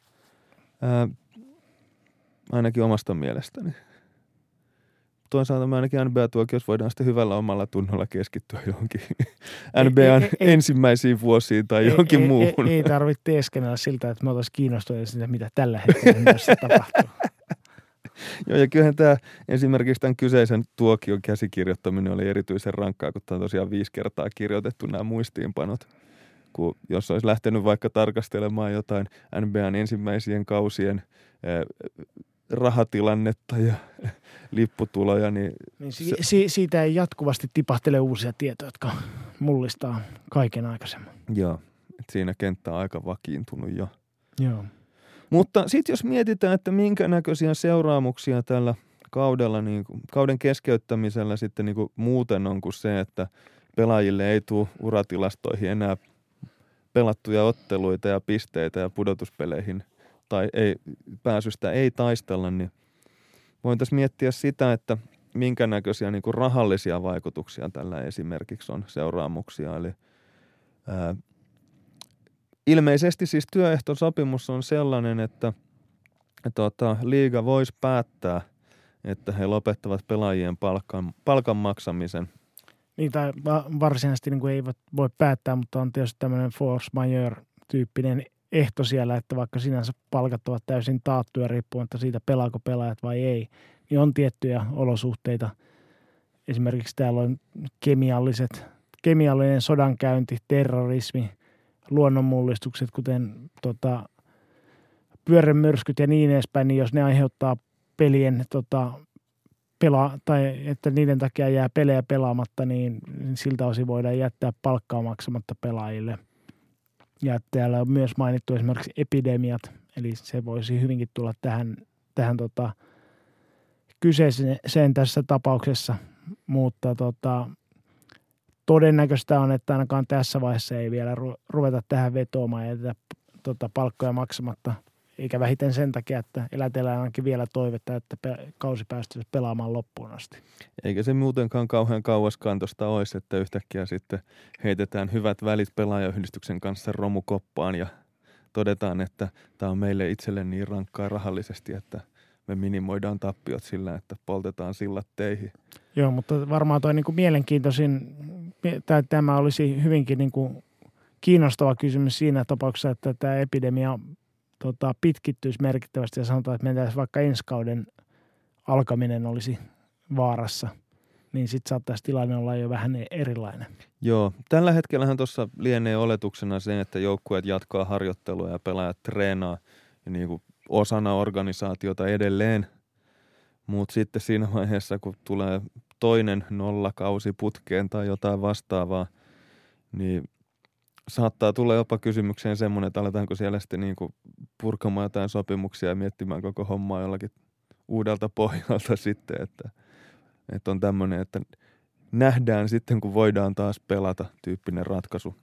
ainakin omasta mielestäni. Toisaalta me ainakin NBA-tuokiossa voidaan sitten hyvällä omalla tunnolla keskittyä johonkin NBAn ensimmäisiin vuosiin tai johonkin muuhun. Ei tarvitse teeskennellä siltä, että me oltaisiin kiinnostuneita siitä, mitä tällä hetkellä myös tapahtuu. Joo, ja kyllähän tämä esimerkiksi tämän kyseisen tuokion käsikirjoittaminen oli erityisen rankkaa, kun tämä on tosiaan 5 kertaa kirjoitettu nämä muistiinpanot. Kun jos olisi lähtenyt vaikka tarkastelemaan jotain NBAn ensimmäisien kausien rahatilannetta ja lipputuloja, niin siitä ei jatkuvasti tipahtele uusia tietoja, jotka mullistaa kaiken aikaisemmin. Joo, että siinä kenttä on aika vakiintunut jo. Joo. Mutta sitten jos mietitään, että minkä näköisiä seuraamuksia tällä kaudella, niin kauden keskeyttämisellä sitten niin kuin muuten on kuin se, että pelaajille ei tule uratilastoihin enää pelattuja otteluita ja pisteitä ja pudotuspeleihin tai pääsystä ei taistella, niin voitaisiin miettiä sitä, että minkä näköisiä niin kuin rahallisia vaikutuksia tällä esimerkiksi on seuraamuksia. Eli ilmeisesti siis työehtosopimus on sellainen, että liiga voisi päättää, että he lopettavat pelaajien palkan maksamisen. Niin, tai varsinaisesti niin kuin ei voi päättää, mutta on tietysti tämmöinen force majeure-tyyppinen ehto siellä, että vaikka sinänsä palkat ovat täysin taattuja riippumatta siitä, pelaako pelaajat vai ei, niin on tiettyjä olosuhteita. Esimerkiksi täällä on kemiallinen sodankäynti, terrorismi, luonnonmullistukset, kuten pyörremyrskyt ja niin edespäin, niin jos ne aiheuttaa pelien tai että niiden takia jää pelejä pelaamatta, niin siltä osin voidaan jättää palkkaa maksamatta pelaajille. Ja täällä on myös mainittu esimerkiksi epidemiat, eli se voisi hyvinkin tulla tähän kyseeseen tässä tapauksessa, mutta todennäköistä on, että ainakaan tässä vaiheessa ei vielä ruveta tähän vetoamaan ja jätetä palkkoja maksamatta, eikä vähiten sen takia, että elätellään ainakin vielä toivetta, että kausi päästyisi pelaamaan loppuun asti. Eikä se muutenkaan kauhean kauaskantoista olisi, että yhtäkkiä sitten heitetään hyvät välit pelaajayhdistyksen kanssa romukoppaan ja todetaan, että tämä on meille itselle niin rankkaa rahallisesti, että me minimoidaan tappiot sillä, että poltetaan sillat teihin. Joo, mutta varmaan toi niin kuin mielenkiintoisin, tämä olisi hyvinkin niin kuin kiinnostava kysymys siinä tapauksessa, että tämä epidemia pitkittyisi merkittävästi ja sanotaan, että mentäisiin vaikka ensi kauden alkaminen olisi vaarassa, niin sitten saattaisi tilanne olla jo vähän erilainen. Joo, tällä hetkellähän tuossa lienee oletuksena se, että joukkueet jatkaa harjoittelua ja pelaajat treenaa ja niin kuin osana organisaatiota edelleen, mutta sitten siinä vaiheessa, kun tulee toinen nollakausi putkeen tai jotain vastaavaa, niin saattaa tulla jopa kysymykseen semmoinen, että aletaanko siellä sitten niin kuin purkamaan jotain sopimuksia ja miettimään koko hommaa jollakin uudelta pohjalta sitten, että on tämmöinen, että nähdään sitten, kun voidaan taas pelata tyyppinen ratkaisu.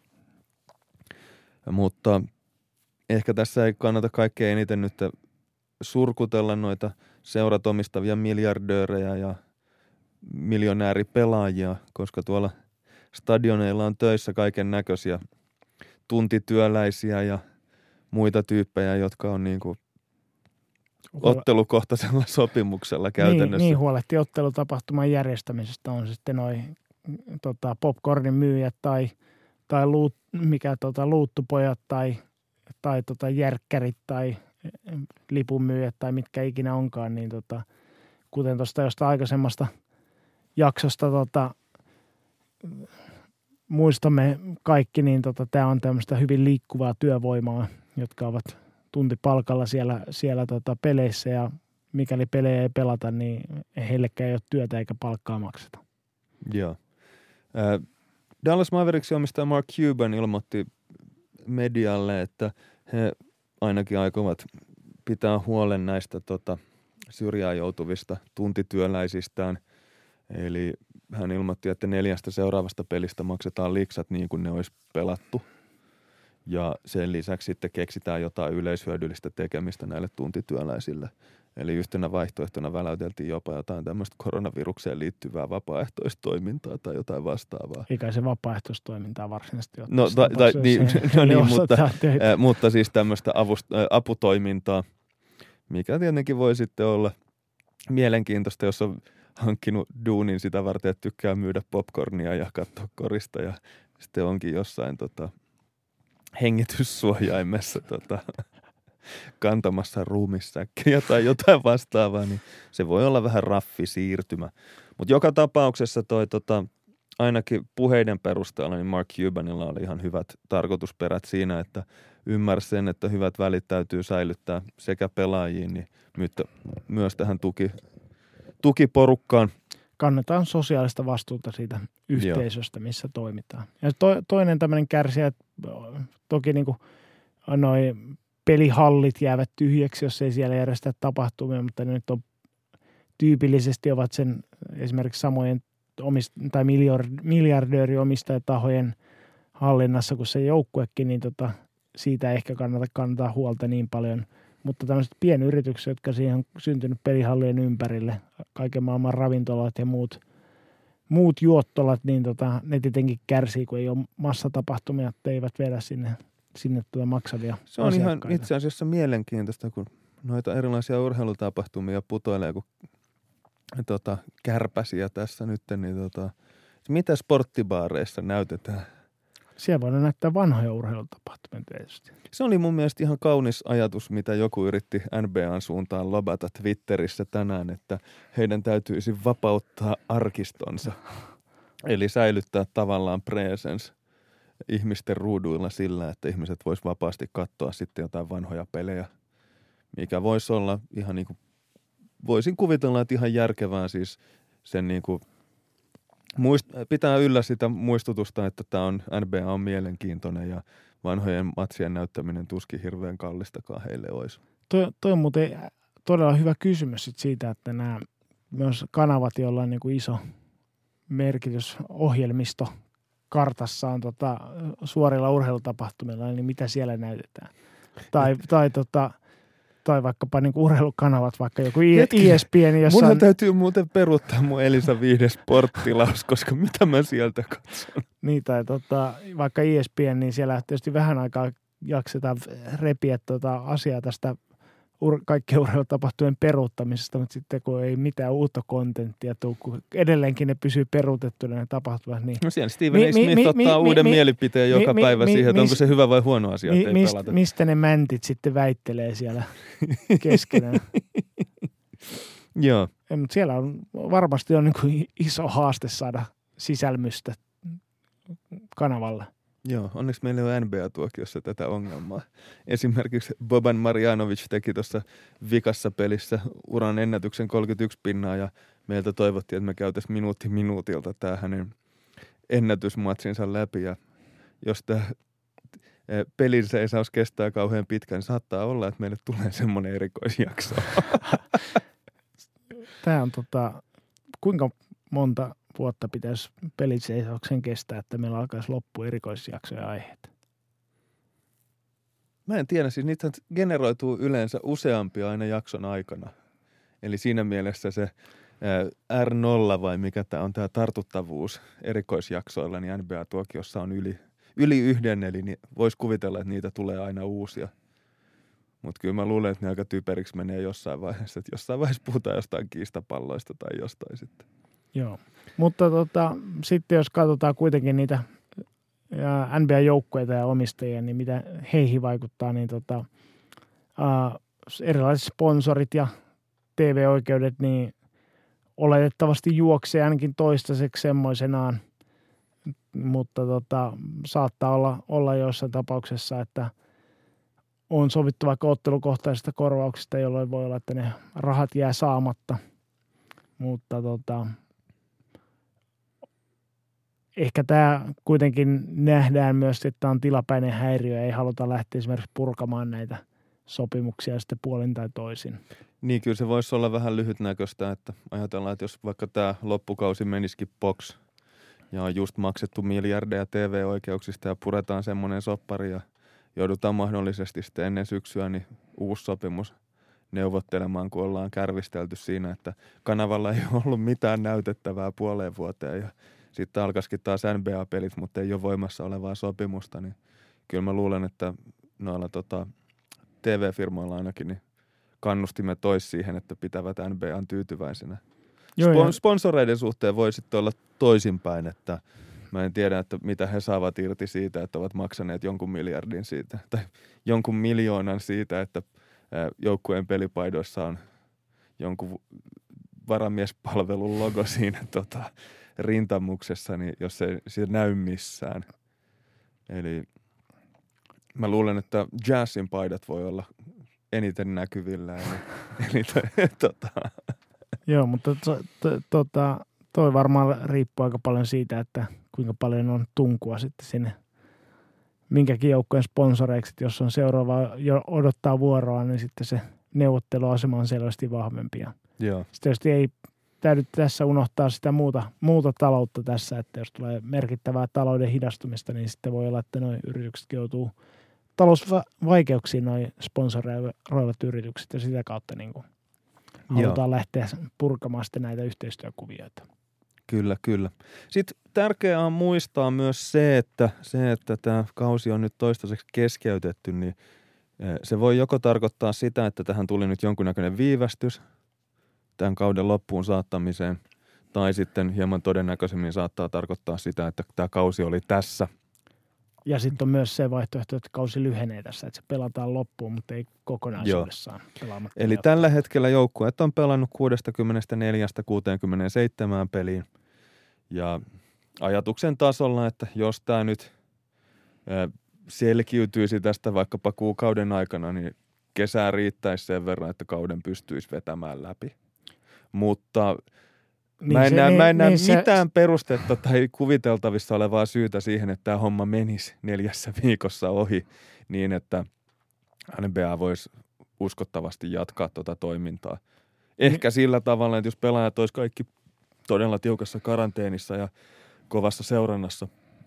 Mutta ehkä tässä ei kannata kaikkein eniten nyt surkutella noita seurat omistavia miljardöörejä ja miljonääripelaajia, koska tuolla stadioneilla on töissä kaiken näköisiä tuntityöläisiä ja muita tyyppejä, jotka on niin kuin ottelukohtaisella sopimuksella käytännössä. Niin huolehtii ottelutapahtuman järjestämisestä, on sitten noin popcornin myyjät tai luuttupojat tai järkkärit tai lipunmyyjät tai mitkä ikinä onkaan, niin kuten tuosta jostain aikaisemmasta jaksosta muistamme kaikki, niin tämä on tämmöistä hyvin liikkuvaa työvoimaa, jotka ovat tuntipalkalla siellä peleissä ja mikäli pelejä ei pelata, niin heillekään ei ole työtä eikä palkkaa makseta. Joo. Dallas Mavericksin omistaja Mark Cuban ilmoitti medialle, että he ainakin aikovat pitää huolen näistä syrjään joutuvista tuntityöläisistään. Eli hän ilmoitti, että 4 seuraavasta pelistä maksetaan liksat niin kuin ne olisi pelattu. Ja sen lisäksi sitten keksitään jotain yleishyödyllistä tekemistä näille tuntityöläisille. Eli yhtenä vaihtoehtona väläyteltiin jopa jotain tämmöistä koronavirukseen liittyvää vapaaehtoistoimintaa tai jotain vastaavaa. Eikä se vapaaehtoistoimintaa varsinaisesti ole. Mutta siis tämmöistä aputoimintaa, mikä tietenkin voi sitten olla mielenkiintoista, jos on hankkinut duunin sitä varten, että tykkää myydä popcornia ja katsoa korista ja sitten onkin jossain hengityssuojaimessa kantamassa ruumissäkkejä tai jotain vastaavaa, niin se voi olla vähän raffi siirtymä. Mutta joka tapauksessa ainakin puheiden perusteella niin Mark Cubanilla oli ihan hyvät tarkoitusperät siinä, että ymmärsi sen, että hyvät välit täytyy säilyttää sekä pelaajiin, niin myös tähän tukiporukkaan. Kannetaan sosiaalista vastuuta siitä yhteisöstä, missä toimitaan. Ja toinen tämmöinen kärsijä, toki niin kuin noi pelihallit jäävät tyhjäksi, jos ei siellä järjestetä tapahtumia, mutta ne nyt on tyypillisesti ovat sen esimerkiksi samojen tai miljardööriomistajatahojen hallinnassa kuin se joukkuekin, niin siitä ehkä kannata kantaa huolta niin paljon Mutta tämmöiset pienyritykset, jotka siihen on syntynyt pelihallien ympärille, kaiken maailman ravintolat ja muut juottolat, niin ne tietenkin kärsii, kun ei ole massatapahtumia, että eivät vedä sinne maksavia Se on asiakkaita. ihan itse asiassa mielenkiintoista, kun noita erilaisia urheilutapahtumia putoilee kuin kärpäsiä tässä nyt, niin mitä sporttibaareissa näytetään? Siellä voidaan näyttää vanhoja urheilutapahtumia tietysti. Se oli mun mielestä ihan kaunis ajatus, mitä joku yritti NBAn suuntaan lobata Twitterissä tänään, että heidän täytyisi vapauttaa arkistonsa. Eli säilyttää tavallaan presence ihmisten ruuduilla sillä, että ihmiset vois vapaasti katsoa sitten jotain vanhoja pelejä, mikä voisi olla ihan niin kuin, voisin kuvitella, että ihan järkevää siis sen niin kuin pitää yllä sitä muistutusta, että tämä on, NBA on mielenkiintoinen ja vanhojen matsien näyttäminen tuskin hirveän kallistakaan heille olisi. Toi on muuten todella hyvä kysymys siitä, että nämä myös kanavat, joilla on niin kuin iso merkitys ohjelmisto kartassa on suorilla urheilutapahtumilla, niin mitä siellä näytetään. Tai vaikkapa niin kuin urheilukanavat, vaikka joku ESPN, jossa Munhan täytyy muuten peruuttaa mun Elisa Viihde Sporttilaus, koska mitä mä sieltä katson. Niin, tai vaikka ESPN, niin siellä tietysti vähän aikaa jaksetaan repiä asiaa tästä kaikkien urheilutapahtumien peruuttamisesta, mutta sitten kun ei mitään uutta kontenttia tule, kun edelleenkin ne pysyy peruutettuina ne tapahtuvat. Niin no siellä Stephen A. Smith ottaa uuden mielipiteen joka päivä siihen, että onko se hyvä vai huono asia, että ei pelata. Mistä ne mäntit sitten väittelee siellä keskenään? Joo. Mutta siellä on varmasti on niin kuin iso haaste saada sisälmystä kanavalle. Joo, onneksi meillä on NBA-tuokiossa tätä ongelmaa. Esimerkiksi Boban Marjanovic teki tuossa vikassa pelissä uran ennätyksen 31 pinnaa ja meiltä toivottiin, että me käytäisiin minuutti minuutilta tämä hänen ennätysmatsinsa läpi. Ja jos tämä peliseisaus kestää kauhean pitkään, niin saattaa olla, että meille tulee semmoinen erikoisjakso. Tämä on kuinka monta vuotta pitäisi peliseisauksen kestää, että meillä alkaisi loppu erikoisjaksoja aiheita? Mä en tiedä, siis niitä generoituu yleensä useampia aina jakson aikana. Eli siinä mielessä se R0 vai mikä tämä on, tämä tartuttavuus erikoisjaksoilla, niin NBA-tuokiossa on yli yhden, eli voisi kuvitella, että niitä tulee aina uusia. Mutta kyllä mä luulen, että ne aika typeriksi menee jossain vaiheessa, että jossain vaiheessa puhutaan jostain kiistapalloista tai jostain sitten. Joo, mutta sitten jos katsotaan kuitenkin niitä NBA-joukkueita ja omistajia, niin mitä heihin vaikuttaa, niin erilaiset sponsorit ja TV-oikeudet, niin oletettavasti juoksee ainakin toistaiseksi semmoisenaan, mutta saattaa olla jossain tapauksessa, että on sovittu vaikka ottelukohtaisista korvauksista, jolloin voi olla, että ne rahat jää saamatta, mutta ehkä tämä kuitenkin nähdään myös, että on tilapäinen häiriö. Ei haluta lähteä esimerkiksi purkamaan näitä sopimuksia sitten puolin tai toisin. Niin, kyllä se voisi olla vähän lyhytnäköistä, että ajatellaan, että jos vaikka tämä loppukausi menisikin box ja on just maksettu miljardeja TV-oikeuksista ja puretaan semmoinen soppari ja joudutaan mahdollisesti sitten ennen syksyä niin uusi sopimus neuvottelemaan, kun ollaan kärvistelty siinä, että kanavalla ei ollut mitään näytettävää puoleen vuoteen ja sitten alkaisikin taas NBA-pelit, mutta ei ole voimassa olevaa sopimusta, niin kyllä mä luulen, että noilla TV-firmoilla ainakin niin kannustimme tois siihen, että pitävät NBAn tyytyväisenä. Sponsoreiden suhteen voi sitten olla toisinpäin, että mä en tiedä, että mitä he saavat irti siitä, että ovat maksaneet jonkun miljardin siitä, tai jonkun miljoonan siitä, että joukkueen pelipaidoissa on jonkun varamiespalvelun logo siinä rintamuksessa, niin jos ei siitä näy missään. Eli mä luulen, että Jazzin paidat voi olla eniten näkyvillä. Joo, mutta toi varmaan riippuu aika paljon siitä, että kuinka paljon on tunkua sitten sinne minkäkin joukkojen sponsoreiksi. Jos on seuraava jo odottaa vuoroa, niin sitten se neuvotteluasema on selvästi vahvempi. Joo. Sitten tietysti ei täytyy tässä unohtaa sitä muuta taloutta tässä, että jos tulee merkittävää talouden hidastumista, niin sitten voi olla, että nuo yrityksetkin joutuu talousvaikeuksiin noin sponsoroivat yritykset ja sitä kautta niin kuin halutaan lähteä purkamaan sitten näitä yhteistyökuvioita. Kyllä. Sitten tärkeää on muistaa myös se, että tämä kausi on nyt toistaiseksi keskeytetty, niin se voi joko tarkoittaa sitä, että tähän tuli nyt jonkunnäköinen viivästys tämän kauden loppuun saattamiseen, tai sitten hieman todennäköisemmin saattaa tarkoittaa sitä, että tämä kausi oli tässä. Ja sitten on myös se vaihtoehto, että kausi lyhenee tässä, että se pelataan loppuun, mutta ei kokonaisuudessaan pelaamatta. Eli tällä hetkellä joukkueet on pelannut 64-67 peliin. Ja ajatuksen tasolla, että jos tämä nyt selkiytyisi tästä vaikkapa kuukauden aikana, niin kesää riittäisi sen verran, että kauden pystyisi vetämään läpi. Mutta mä en näe mitään perustetta tai kuviteltavissa olevaa syytä siihen, että tämä homma menisi 4 viikossa ohi niin, että NBA voisi uskottavasti jatkaa tuota toimintaa. Ehkä sillä tavalla, että jos pelaajat olisi kaikki todella tiukassa karanteenissa ja kovassa seurannassa,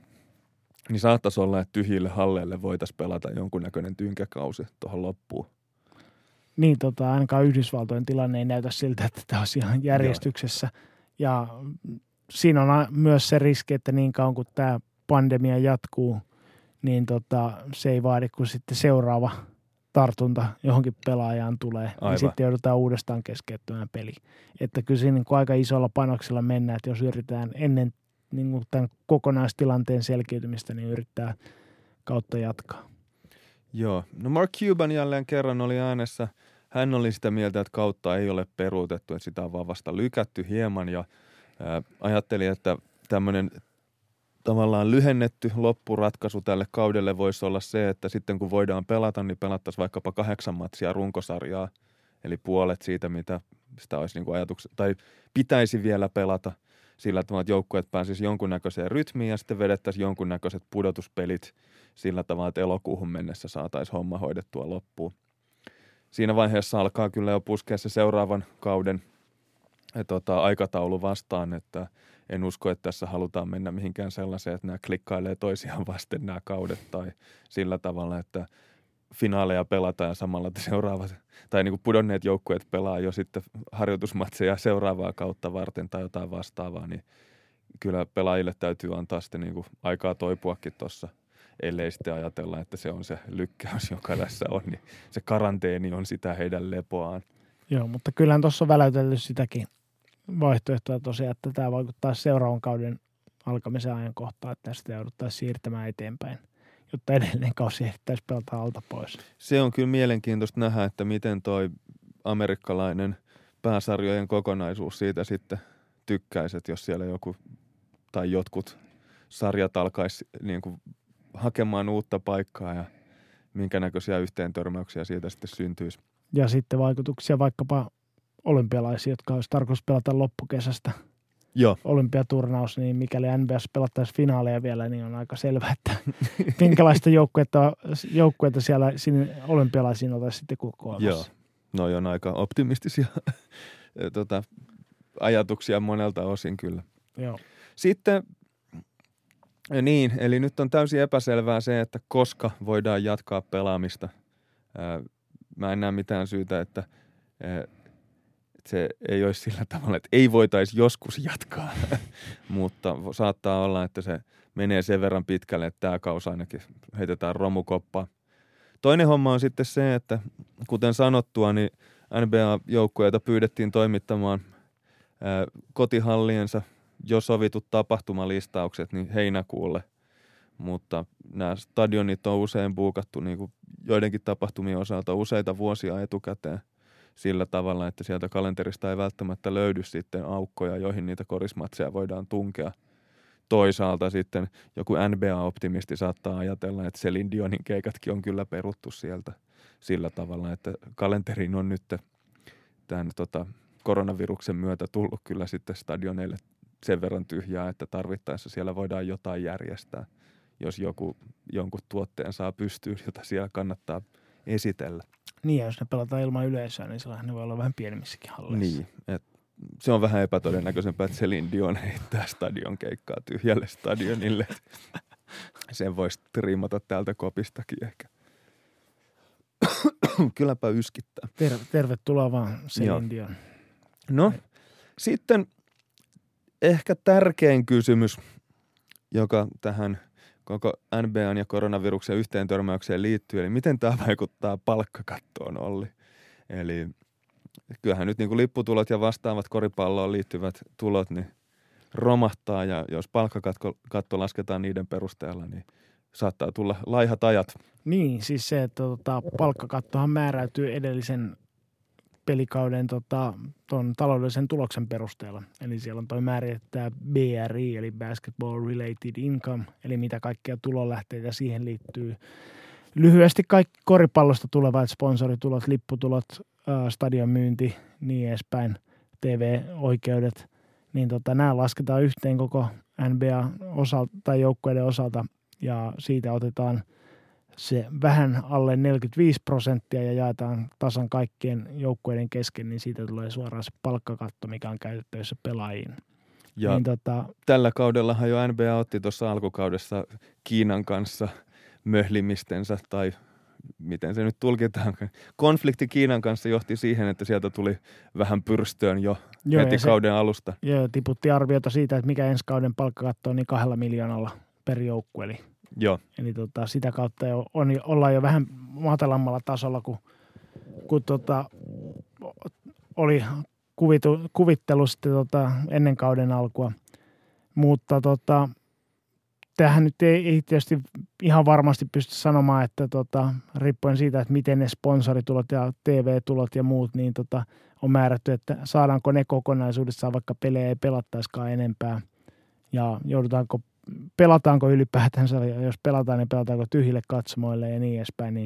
niin saattaisi olla, että tyhjille halleille voitaisiin pelata jonkunnäköinen tynkäkausi tuohon loppuun. Niin, ainakaan Yhdysvaltojen tilanne ei näytä siltä, että tämä olisi ihan järjestyksessä. Ja siinä on myös se riski, että niin kauan kuin tämä pandemia jatkuu, niin se ei vaadi, kun sitten seuraava tartunta johonkin pelaajaan tulee. Niin sitten joudutaan uudestaan keskeyttämään peli. Että kyllä siinä niin kuin aika isolla panoksella mennään, että jos yritetään ennen niin kuin tämän kokonaistilanteen selkiytymistä, niin yrittää kautta jatkaa. Joo. No Mark Cuban jälleen kerran oli äänessä. Hän oli sitä mieltä, että kautta ei ole peruutettu, että sitä on vaan vasta lykätty hieman ja ajatteli, että tämmöinen tavallaan lyhennetty loppuratkaisu tälle kaudelle voisi olla se, että sitten kun voidaan pelata, niin pelattaisiin vaikkapa 8 matsia runkosarjaa, eli puolet siitä, mitä sitä olisi niin kuin tai pitäisi vielä pelata sillä tavalla, että joukkueet pääsisi jonkunnäköiseen rytmiin ja sitten vedettäisiin jonkunnäköiset pudotuspelit sillä tavalla, että elokuuhun mennessä saataisiin homma hoidettua loppuun. Siinä vaiheessa alkaa kyllä jo puskea se seuraavan kauden aikataulu vastaan, että en usko, että tässä halutaan mennä mihinkään sellaiseen, että nämä klikkailee toisiaan vasten nämä kaudet tai sillä tavalla, että finaaleja pelataan ja samalla seuraavat, tai niin kuin pudonneet joukkueet pelaa jo sitten harjoitusmatseja seuraavaa kautta varten tai jotain vastaavaa, niin kyllä pelaajille täytyy antaa sitten niin kuin aikaa toipuakin tuossa, ellei sitten ajatella, että se on se lykkäys, joka tässä on, niin se karanteeni on sitä heidän lepoaan. Joo, mutta kyllähän tuossa on väläytelty sitäkin vaihtoehtoa tosiaan, että tämä vaikuttaa seuraavan kauden alkamisen ajankohtaan, että tästä jouduttaisiin siirtämään eteenpäin, jotta edellinen kausi ehdittäisiin pelata alta pois. Se on kyllä mielenkiintoista nähdä, että miten toi amerikkalainen pääsarjojen kokonaisuus siitä sitten tykkäisi, että jos siellä joku tai jotkut sarjat alkaisi niin kuin hakemaan uutta paikkaa ja minkä näköisiä yhteentörmäyksiä siitä sitten syntyisi. Ja sitten vaikutuksia vaikkapa olympialaisiin, jotka olisi tarkoitus pelata loppukesästä. Joo. Olympiaturnaus, niin mikäli NBA:ssa pelattaisiin finaaleja vielä, niin on aika selvää, että minkälaista joukkuetta siellä sinne olympialaisiin oltaisiin sitten kokoamassa. Joo, noi on aika optimistisia ajatuksia monelta osin kyllä. Joo. Sitten niin, eli nyt on täysin epäselvää se, että koska voidaan jatkaa pelaamista. Mä en näe mitään syytä, että se ei olisi sillä tavalla, että ei voitaisi joskus jatkaa, mutta saattaa olla, että se menee sen verran pitkälle, että tämä kausi ainakin heitetään romukoppaan. Toinen homma on sitten se, että kuten sanottua, niin NBA-joukkueita pyydettiin toimittamaan kotihalliensa jo sovitut tapahtumalistaukset niin heinäkuulle, mutta nämä stadionit on usein buukattu niin kuin joidenkin tapahtumien osalta useita vuosia etukäteen sillä tavalla, että sieltä kalenterista ei välttämättä löydy sitten aukkoja, joihin niitä korismatseja voidaan tunkea. Toisaalta sitten joku NBA-optimisti saattaa ajatella, että Celine Dionin keikatkin on kyllä peruttu sieltä sillä tavalla, että kalenteriin on nyt tämän koronaviruksen myötä tullut kyllä sitten stadioneille sen verran tyhjää, että tarvittaessa siellä voidaan jotain järjestää, jos jonkun tuotteen saa pystyyn, jota siellä kannattaa esitellä. Niin, ja jos ne pelataan ilman yleisöä, niin silloin ne voi olla vähän pienemmissäkin halleissa. Niin, se on vähän epätodennäköisempää, että Celine Dion heittää stadion keikkaa tyhjälle stadionille. Sen voisi triimata täältä kopistakin ehkä. kylläpä yskittää. Tervetuloa vaan Celine Dion. No, sitten ehkä tärkein kysymys, joka tähän koko NBA:n ja koronaviruksen yhteentörmäykseen liittyy, eli miten tämä vaikuttaa palkkakattoon, Olli? Eli kyllähän nyt niin kuin lipputulot ja vastaavat koripalloon liittyvät tulot niin romahtaa, ja jos palkkakatto lasketaan niiden perusteella, niin saattaa tulla laihat ajat. Niin, siis se, että palkkakattohan määräytyy edellisen pelikauden ton taloudellisen tuloksen perusteella. Eli siellä on toi määrittää BRI, eli Basketball Related Income, eli mitä kaikkia tulonlähteitä siihen liittyy. Lyhyesti kaikki koripallosta tulevat sponsoritulot, lipputulot, stadionmyynti, niin edespäin, TV-oikeudet, niin nämä lasketaan yhteen koko NBA-osalta tai joukkueiden osalta, ja siitä otetaan se vähän alle 45% ja jaetaan tasan kaikkien joukkueiden kesken, niin siitä tulee suoraan se palkkakatto, mikä on käytettävissä pelaajiin. Ja niin, tällä kaudellahan jo NBA otti tuossa alkukaudessa Kiinan kanssa möhlimistensä, tai miten se nyt tulkitaan. Konflikti Kiinan kanssa johti siihen, että sieltä tuli vähän pyrstöön jo heti kauden alusta. Joo, tiputti arviota siitä, että mikä ensi kauden palkkakatto on, niin 2 miljoonalla per joukkue. Eli sitä kautta ollaan jo vähän matalammalla tasolla, kun oli kuvittelu sitten ennen kauden alkua. Mutta tämähän nyt ei tietysti ihan varmasti pysty sanomaan, että riippuen siitä, että miten ne sponsoritulot ja TV-tulot ja muut, niin on määrätty, että saadaanko ne kokonaisuudessaan, vaikka pelejä ei pelattaisikaan enempää. Ja pelataanko ylipäätänsä, ja jos pelataan, niin pelataanko tyhjille katsomoille ja niin edespäin.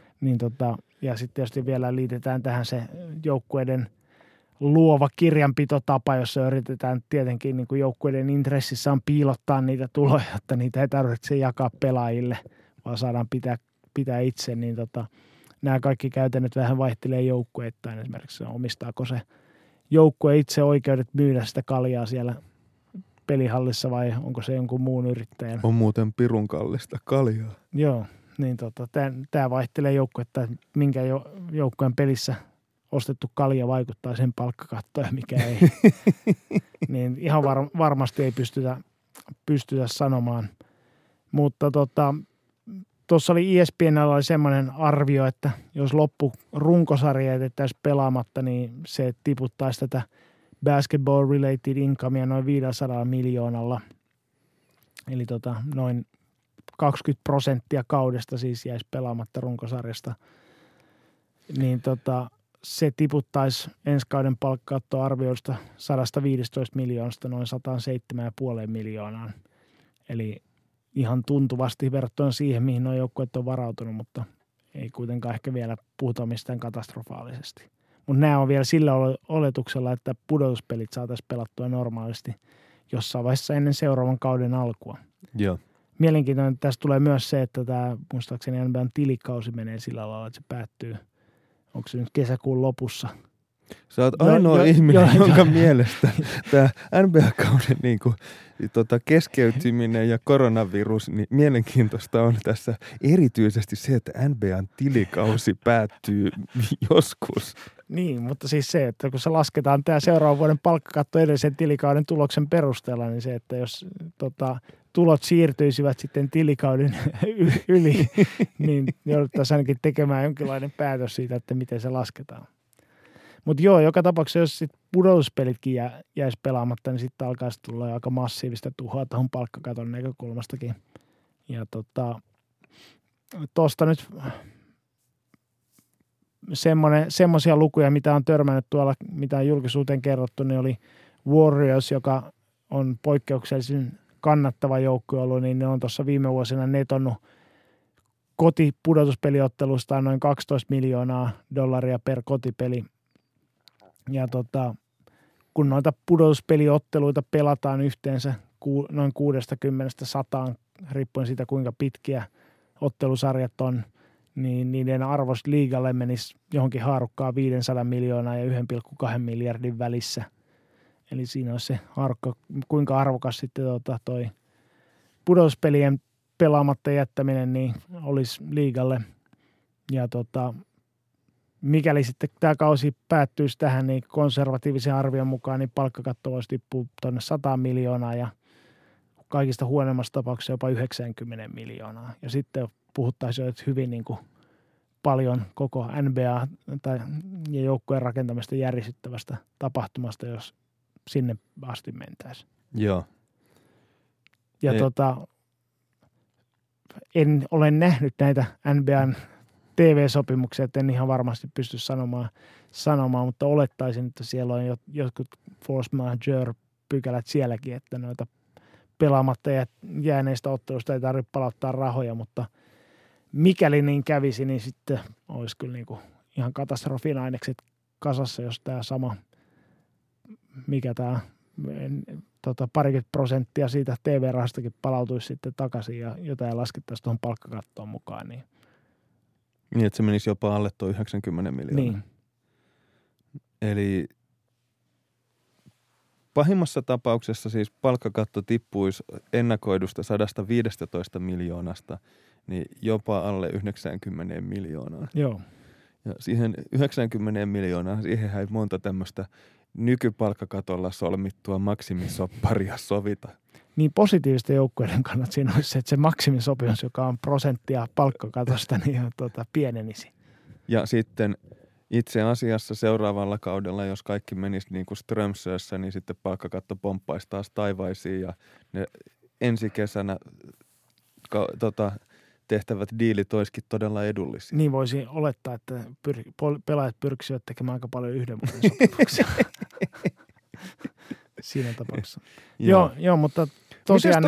Ja sitten tietysti vielä liitetään tähän se joukkueiden luova kirjanpitotapa, jossa yritetään tietenkin niin kuin joukkueiden intressissä on piilottaa niitä tuloja, että niitä ei tarvitse jakaa pelaajille, vaan saadaan pitää itse. Niin nämä kaikki käytännöt vähän vaihtelee joukkueittain. Esimerkiksi omistaako se joukkue itse oikeudet myydä sitä kaljaa siellä pelihallissa vai onko se jonkun muun yrittäjän? On muuten pirun kallista kaljaa. Joo, niin tämä vaihtelee joukkuetta, että minkä joukkueen pelissä ostettu kalja vaikuttaa sen palkkakattoon ja mikä ei. Niin ihan varmasti ei pystytä sanomaan. Mutta tuossa oli ESPN:llä oli semmoinen arvio, että jos runkosarja jätettäisiin pelaamatta, niin se tiputtaisi tätä basketball related incomea noin 500 miljoonalla. Eli noin 20% kaudesta siis jäisi pelaamatta runkosarjasta. Niin se tiputtaisi ensi kauden palkkakattoarvioista 115 miljoonasta noin 107,5 miljoonaan. Eli ihan tuntuvasti verrattuna siihen, mihin nuo joukkueet on varautunut, mutta ei kuitenkaan ehkä vielä puhuta mistään katastrofaalisesti. Mutta nämä on vielä sillä oletuksella, että pudotuspelit saataisiin pelattua normaalisti jossain vaiheessa ennen seuraavan kauden alkua. Joo. Mielenkiintoinen, että tässä tulee myös se, että tämä muistaakseni NBA:n tilikausi menee sillä lailla, että se päättyy, onko se nyt kesäkuun lopussa. Sä oot ainoa ihminen, jonka mielestä tämä NBA-kauden keskeytyminen ja koronavirus, niin mielenkiintoista on tässä erityisesti se, että NBA:n tilikausi päättyy joskus. Niin, mutta siis se, että kun se lasketaan tämä seuraavan vuoden palkkakatto edellisen tilikauden tuloksen perusteella, niin se, että jos tulot siirtyisivät sitten tilikauden yli, niin jouduttaisiin ainakin tekemään jonkinlainen päätös siitä, että miten se lasketaan. Mutta joo, joka tapauksessa, jos sitten pudotuspelitkin jäisi pelaamatta, niin sitten alkaisi tulla aika massiivista tuhoa tuohon palkkakaton näkökulmastakin. Ja tuosta nyt semmoisia lukuja, mitä on törmännyt tuolla, mitä on julkisuuteen kerrottu, niin oli Warriors, joka on poikkeuksellisen kannattava joukkue ollut, niin ne on tuossa viime vuosina netonnut kotipudotuspeliottelusta noin $12 miljoonaa per kotipeli. Ja kun noita pudotuspeliotteluita pelataan yhteensä noin 60-100, riippuen siitä kuinka pitkiä ottelusarjat on, niin niiden arvos liigalle menisi johonkin haarukkaan 500 miljoonaa ja 1,2 miljardin välissä. Eli siinä olisi se haarukka, kuinka arvokas sitten toi pudotuspelien pelaamatta jättäminen niin olisi liigalle. Ja mikäli sitten tämä kausi päättyisi tähän, niin konservatiivisen arvion mukaan niin palkkakatto voisi tippua tuonne 100 miljoonaa ja kaikista huonoimmassa tapauksessa jopa 90 miljoonaa. Ja sitten puhuttaisiin jo hyvin niin kuin paljon koko NBA ja joukkueen rakentamista järisyttävästä tapahtumasta, jos sinne asti mentäisiin. Joo. Ja en ole nähnyt näitä NBAn TV-sopimuksia, että en ihan varmasti pysty sanomaan, mutta olettaisin, että siellä on jotkut force majeure-pykälät sielläkin, että noita pelaamatta jääneistä ottelusta ei tarvitse palauttaa rahoja, mutta mikäli niin kävisi, niin sitten olisi kyllä niin kuin ihan katastrofin ainekset kasassa, jos tämä sama, mikä tämä parikymmentä prosenttia siitä TV-rahastakin palautuisi sitten takaisin ja jotain laskettaisiin tuohon palkkakattoon mukaan. Niin, että se menisi jopa alle tuo 90 miljoonaa. Niin. Eli pahimmassa tapauksessa siis palkkakatto tippuisi ennakoidusta 115 miljoonasta niin jopa alle 90 miljoonaan. Joo. Ja siihen 90 miljoonaan, siihen ei monta tämmöistä nykypalkkakatolla solmittua maksimisopparia sovita. Niin positiivista joukkueiden kannat siinä olisi se, että se maksimisopimus, joka on prosenttia palkkakatosta, niin pienenisi. Ja sitten itse asiassa seuraavalla kaudella, jos kaikki menisi niin kuin Strömsössä, niin sitten palkkakatto pomppaisi taas taivaisiin ja ne ensi kesänä tehtävät diilit olisikin todella edullisia. Niin voisi olettaa, että pelaajat pyrkisivät tekemään aika paljon yhden vuoden sopimuksia siinä tapauksessa. Joo, mutta tosiaan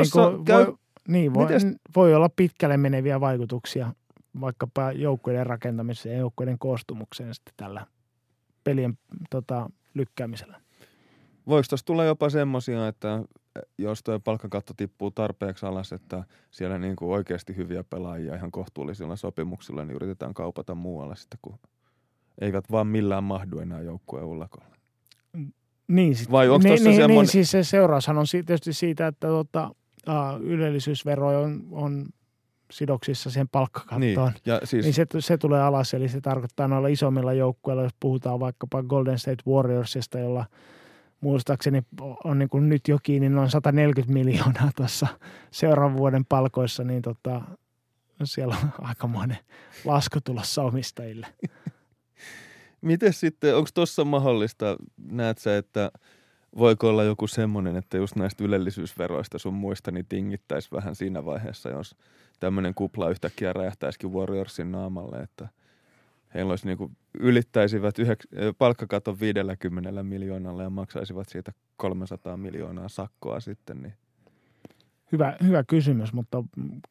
voi olla pitkälle meneviä vaikutuksia vaikkapa joukkueiden rakentamiseen ja joukkueiden koostumukseen sitten tällä pelien lykkäämisellä. Voiko tuossa tulla jopa semmoisia, että jos tuo palkkakatto tippuu tarpeeksi alas, että siellä niin kuin oikeasti hyviä pelaajia ihan kohtuullisilla sopimuksilla, niin yritetään kaupata muualle sitten, kun eivät vaan millään mahdu enää joukkueen ullakolla. Niin, vai onko tuossa semmoinen? Niin, siis se seuraushan on tietysti siitä, että ylellisyysvero on sidoksissa siihen palkkakattoon. Niin se tulee alas, eli se tarkoittaa noilla isommilla joukkueilla, jos puhutaan vaikkapa Golden State Warriorsista, jolla muistaakseni on niin kuin nyt jo kiinni noin 140 miljoonaa tuossa seuraavan vuoden palkoissa, niin siellä on aikamoinen lasku tulossa omistajille. Miten sitten, onko tuossa mahdollista, näet sä, että voiko olla joku semmoinen, että just näistä ylellisyysveroista sun muista niin tingittäisi vähän siinä vaiheessa, jos tämmöinen kupla yhtäkkiä räjähtäisikin Warriorsin naamalle, että heillä olisi niinku ylittäisivät palkkakaton 50 miljoonalla ja maksaisivat siitä 300 miljoonaa sakkoa sitten. Niin. Hyvä kysymys, mutta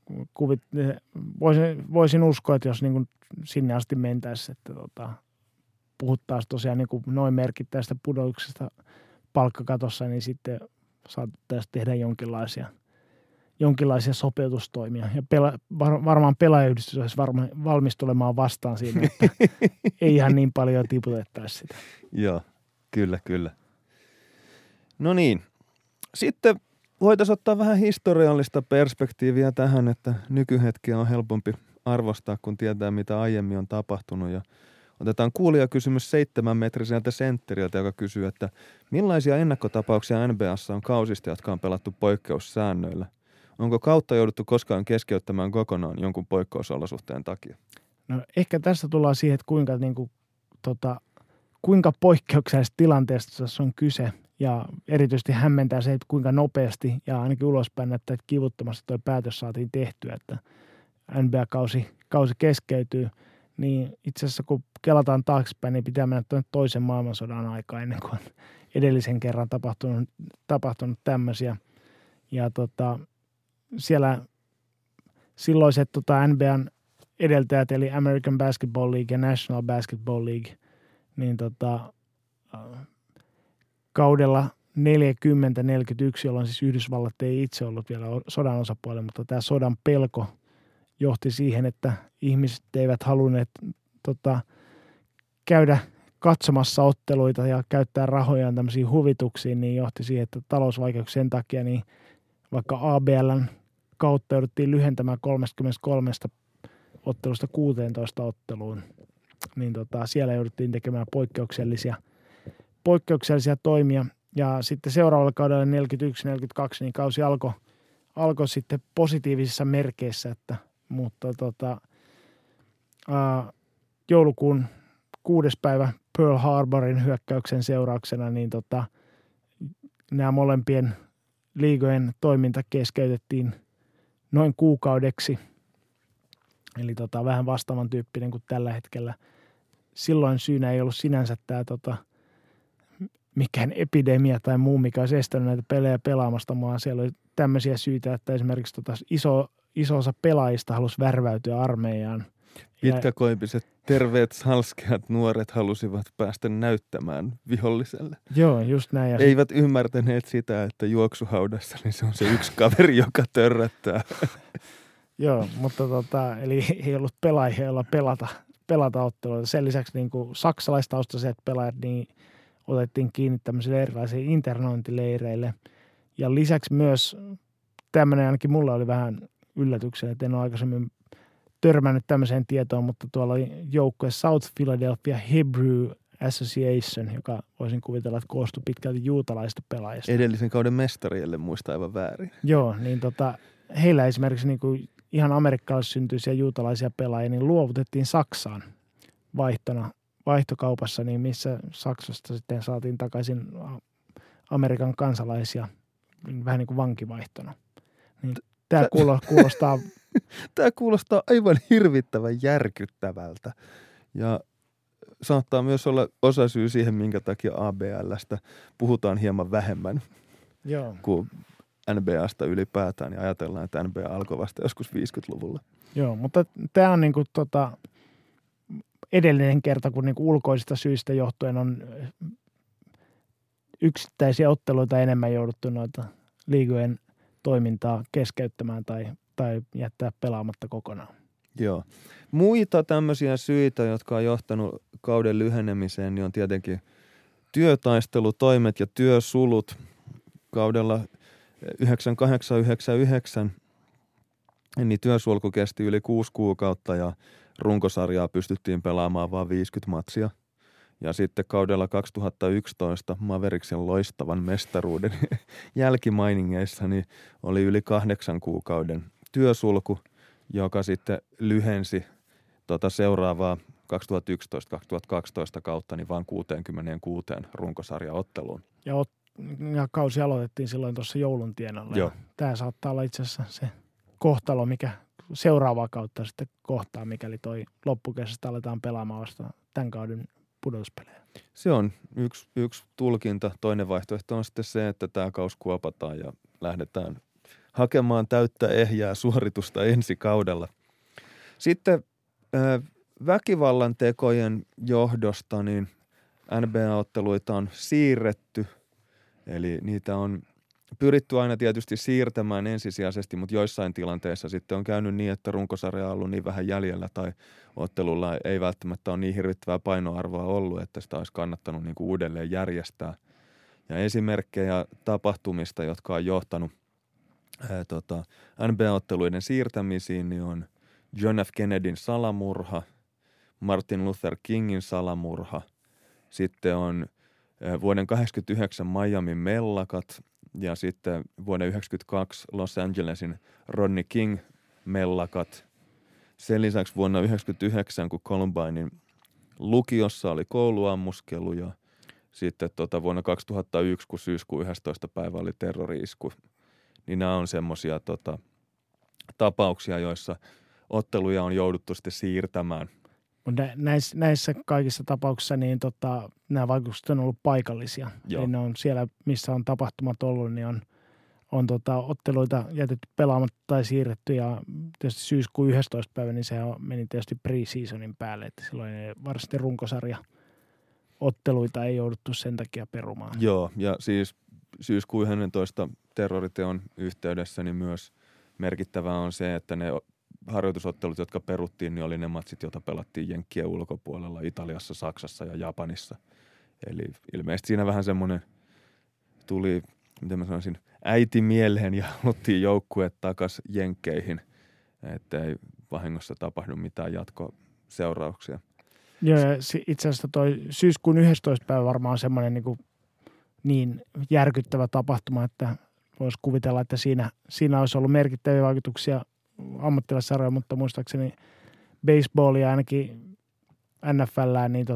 voisin uskoa, että jos niinku sinne asti mentäisiin, että puhuttaisiin tosiaan niinku noin merkittävästä pudotuksesta palkkakatossa, niin sitten saattaisi tehdä jonkinlaisia sopeutustoimia. Ja varmaan pelaajayhdistys olisi valmis tulemaan vastaan siinä, että ei ihan niin paljon tiputettaisi sitä. Joo, kyllä. No niin, sitten voitaisiin ottaa vähän historiallista perspektiiviä tähän, että nykyhetkiä on helpompi arvostaa, kun tietää, mitä aiemmin on tapahtunut. Ja otetaan kuulijakysymys 7-metriseltä sentteriltä, joka kysyy, että millaisia ennakkotapauksia NBA:ssa on kausista, jotka on pelattu poikkeussäännöillä? Onko kautta jouduttu koskaan keskeyttämään kokonaan jonkun poikkeusolosuhteen takia? No ehkä tässä tullaan siihen, että kuinka poikkeuksellisesta tilanteesta tässä on kyse. Ja erityisesti hämmentää se, että kuinka nopeasti ja ainakin ulospäin näyttää, että kivuttomasti tuo päätös saatiin tehtyä, että NBA-kausi keskeytyy. Niin itse asiassa kun kelataan taaksepäin, niin pitää mennä toisen maailmansodan aikaa ennen kuin on edellisen kerran tapahtunut tämmöisiä. Ja siellä silloiset NBAn edeltäjät, eli American Basketball League ja National Basketball League, niin kaudella 40-41, jolloin siis Yhdysvallat ei itse ollut vielä sodan osapuolella, mutta tämä sodan pelko johti siihen, että ihmiset eivät halunneet käydä katsomassa otteluita ja käyttää rahojaan tämmöisiin huvituksiin, niin johti siihen, että talousvaikeuksien takia niin vaikka ABL:n kautta jouduttiin lyhentämään 33 ottelusta 16 otteluun. niin siellä jouduttiin tekemään poikkeuksellisia toimia. Ja sitten seuraavalla kaudella 41-42 niin kausi alkoi sitten positiivisissa merkeissä, mutta joulukuun 6. päivä Pearl Harborin hyökkäyksen seurauksena niin nämä molempien liigojen toiminta keskeytettiin noin kuukaudeksi. Eli vähän vastaavan tyyppinen kuin tällä hetkellä. Silloin syynä ei ollut sinänsä tämä mikään epidemia tai muu, mikä olisi estänyt näitä pelejä pelaamasta, vaan siellä oli tämmöisiä syitä, että esimerkiksi iso osa pelaajista halusi värväytyä armeijaan. Pitkäkoipiset, terveet, salskeat nuoret halusivat päästä näyttämään viholliselle. Joo, just näin. Eivät ymmärtäneet sitä, että juoksuhaudassa niin se on se yksi kaveri, joka törröttää. Joo, mutta eli ei ollut pelaajia, joilla pelata otteluita. Sen lisäksi niin kuin saksalaistaustaiset pelaajat niin otettiin kiinni tämmöisille erilaisille internointileireille. Ja lisäksi myös tämmöinen ainakin mulla oli vähän yllätyksen, että en ole aikaisemmin törmännyt tämmöiseen tietoon, mutta tuolla oli joukkue South Philadelphia Hebrew Association, joka voisin kuvitella, että koostui pitkälti juutalaisista pelaajista. Edellisen kauden mestarille muista aivan väärin. Joo, niin heillä esimerkiksi niin kuin ihan amerikkalaissyntyisiä juutalaisia pelaajia, niin luovutettiin Saksaan vaihtokaupassa, niin missä Saksasta sitten saatiin takaisin Amerikan kansalaisia vähän niin kuin vankivaihtona. Niin tämä kuulostaa... Tämä kuulostaa aivan hirvittävän järkyttävältä ja saattaa myös olla osasyy siihen, minkä takia ABL:stä puhutaan hieman vähemmän kuin NBAsta ylipäätään ja ajatellaan, että NBA alkoi vasta joskus 50-luvulla. Joo, mutta tämä on niinku edellinen kerta, kun niinku ulkoisista syistä johtuen on yksittäisiä otteluita enemmän jouduttu noita liigojen toimintaa keskeyttämään tai jättää pelaamatta kokonaan. Joo. Muita tämmöisiä syitä, jotka on johtanut kauden lyhenemiseen, niin on tietenkin työtaistelutoimet ja työsulut. Kaudella 98-99 niin työsulku kesti yli 6 kuukautta ja runkosarjaa pystyttiin pelaamaan vain 50 matsia. Ja sitten kaudella 2011 Maveriksen loistavan mestaruuden jälkimainingeissa niin oli yli 8 kuukauden työsulku, joka sitten lyhensi seuraavaa 2011-2012 kautta niin vain 66 runkosarjaotteluun. Ja kausi aloitettiin silloin tuossa joulun tienolla. Joo. Tämä saattaa olla itse asiassa se kohtalo, mikä seuraavaa kautta sitten kohtaa, mikäli toi loppukesästä aletaan pelaamaan vasta tämän kauden pudotuspelejä. Se on yksi tulkinta. Toinen vaihtoehto on sitten se, että tämä kausi kuopataan ja lähdetään hakemaan täyttä ehjää suoritusta ensi kaudella. Sitten väkivallan tekojen johdosta niin NBA-otteluita on siirretty, eli niitä on pyritty aina tietysti siirtämään ensisijaisesti, mutta joissain tilanteissa sitten on käynyt niin, että runkosarja on ollut niin vähän jäljellä tai ottelulla ei välttämättä ole niin hirvittävää painoarvoa ollut, että sitä olisi kannattanut niin kuin uudelleen järjestää. Ja esimerkkejä tapahtumista, jotka on johtanut NBA-otteluiden siirtämisiin, niin on John F. Kennedyn salamurha, Martin Luther Kingin salamurha, sitten on vuoden 1989 Miamin mellakat ja sitten vuoden 1992 Los Angelesin Rodney King mellakat. Sen lisäksi vuonna 1999, kun Columbinein lukiossa oli kouluammuskelu ja sitten vuonna 2001, kun syyskuun 11. päivä oli terrori-isku, niin nämä on semmoisia tapauksia, joissa otteluja on jouduttu sitten siirtämään. Näissä kaikissa tapauksissa niin nämä vaikutukset on ollut paikallisia. Eli ne on siellä, missä on tapahtumat ollut, niin on otteluita jätetty pelaamatta tai siirretty. Ja tietysti syyskuun 11. päivä, niin se meni tietysti pre-seasonin päälle, että silloin varsinaisesti runkosarja-otteluita ei jouduttu sen takia perumaan. Joo, ja siis syyskuun 11. terroriteon yhteydessä niin myös merkittävää on se, että ne harjoitusottelut, jotka peruttiin, niin oli ne matsit, joita pelattiin Jenkkien ulkopuolella Italiassa, Saksassa ja Japanissa. Eli ilmeisesti siinä vähän semmoinen tuli, miten mä sanoisin, äiti mieleen ja haluttiin joukkueet takas Jenkkeihin, ettei vahingossa tapahdu mitään jatkoseurauksia. Joo, ja itse asiassa toi syyskuun 11. päivä varmaan on semmoinen niin järkyttävä tapahtuma, että voisi kuvitella, että siinä olisi ollut merkittäviä vaikutuksia ammattilaissarjoja, mutta muistaakseni baseballia ainakin NFL:ään niin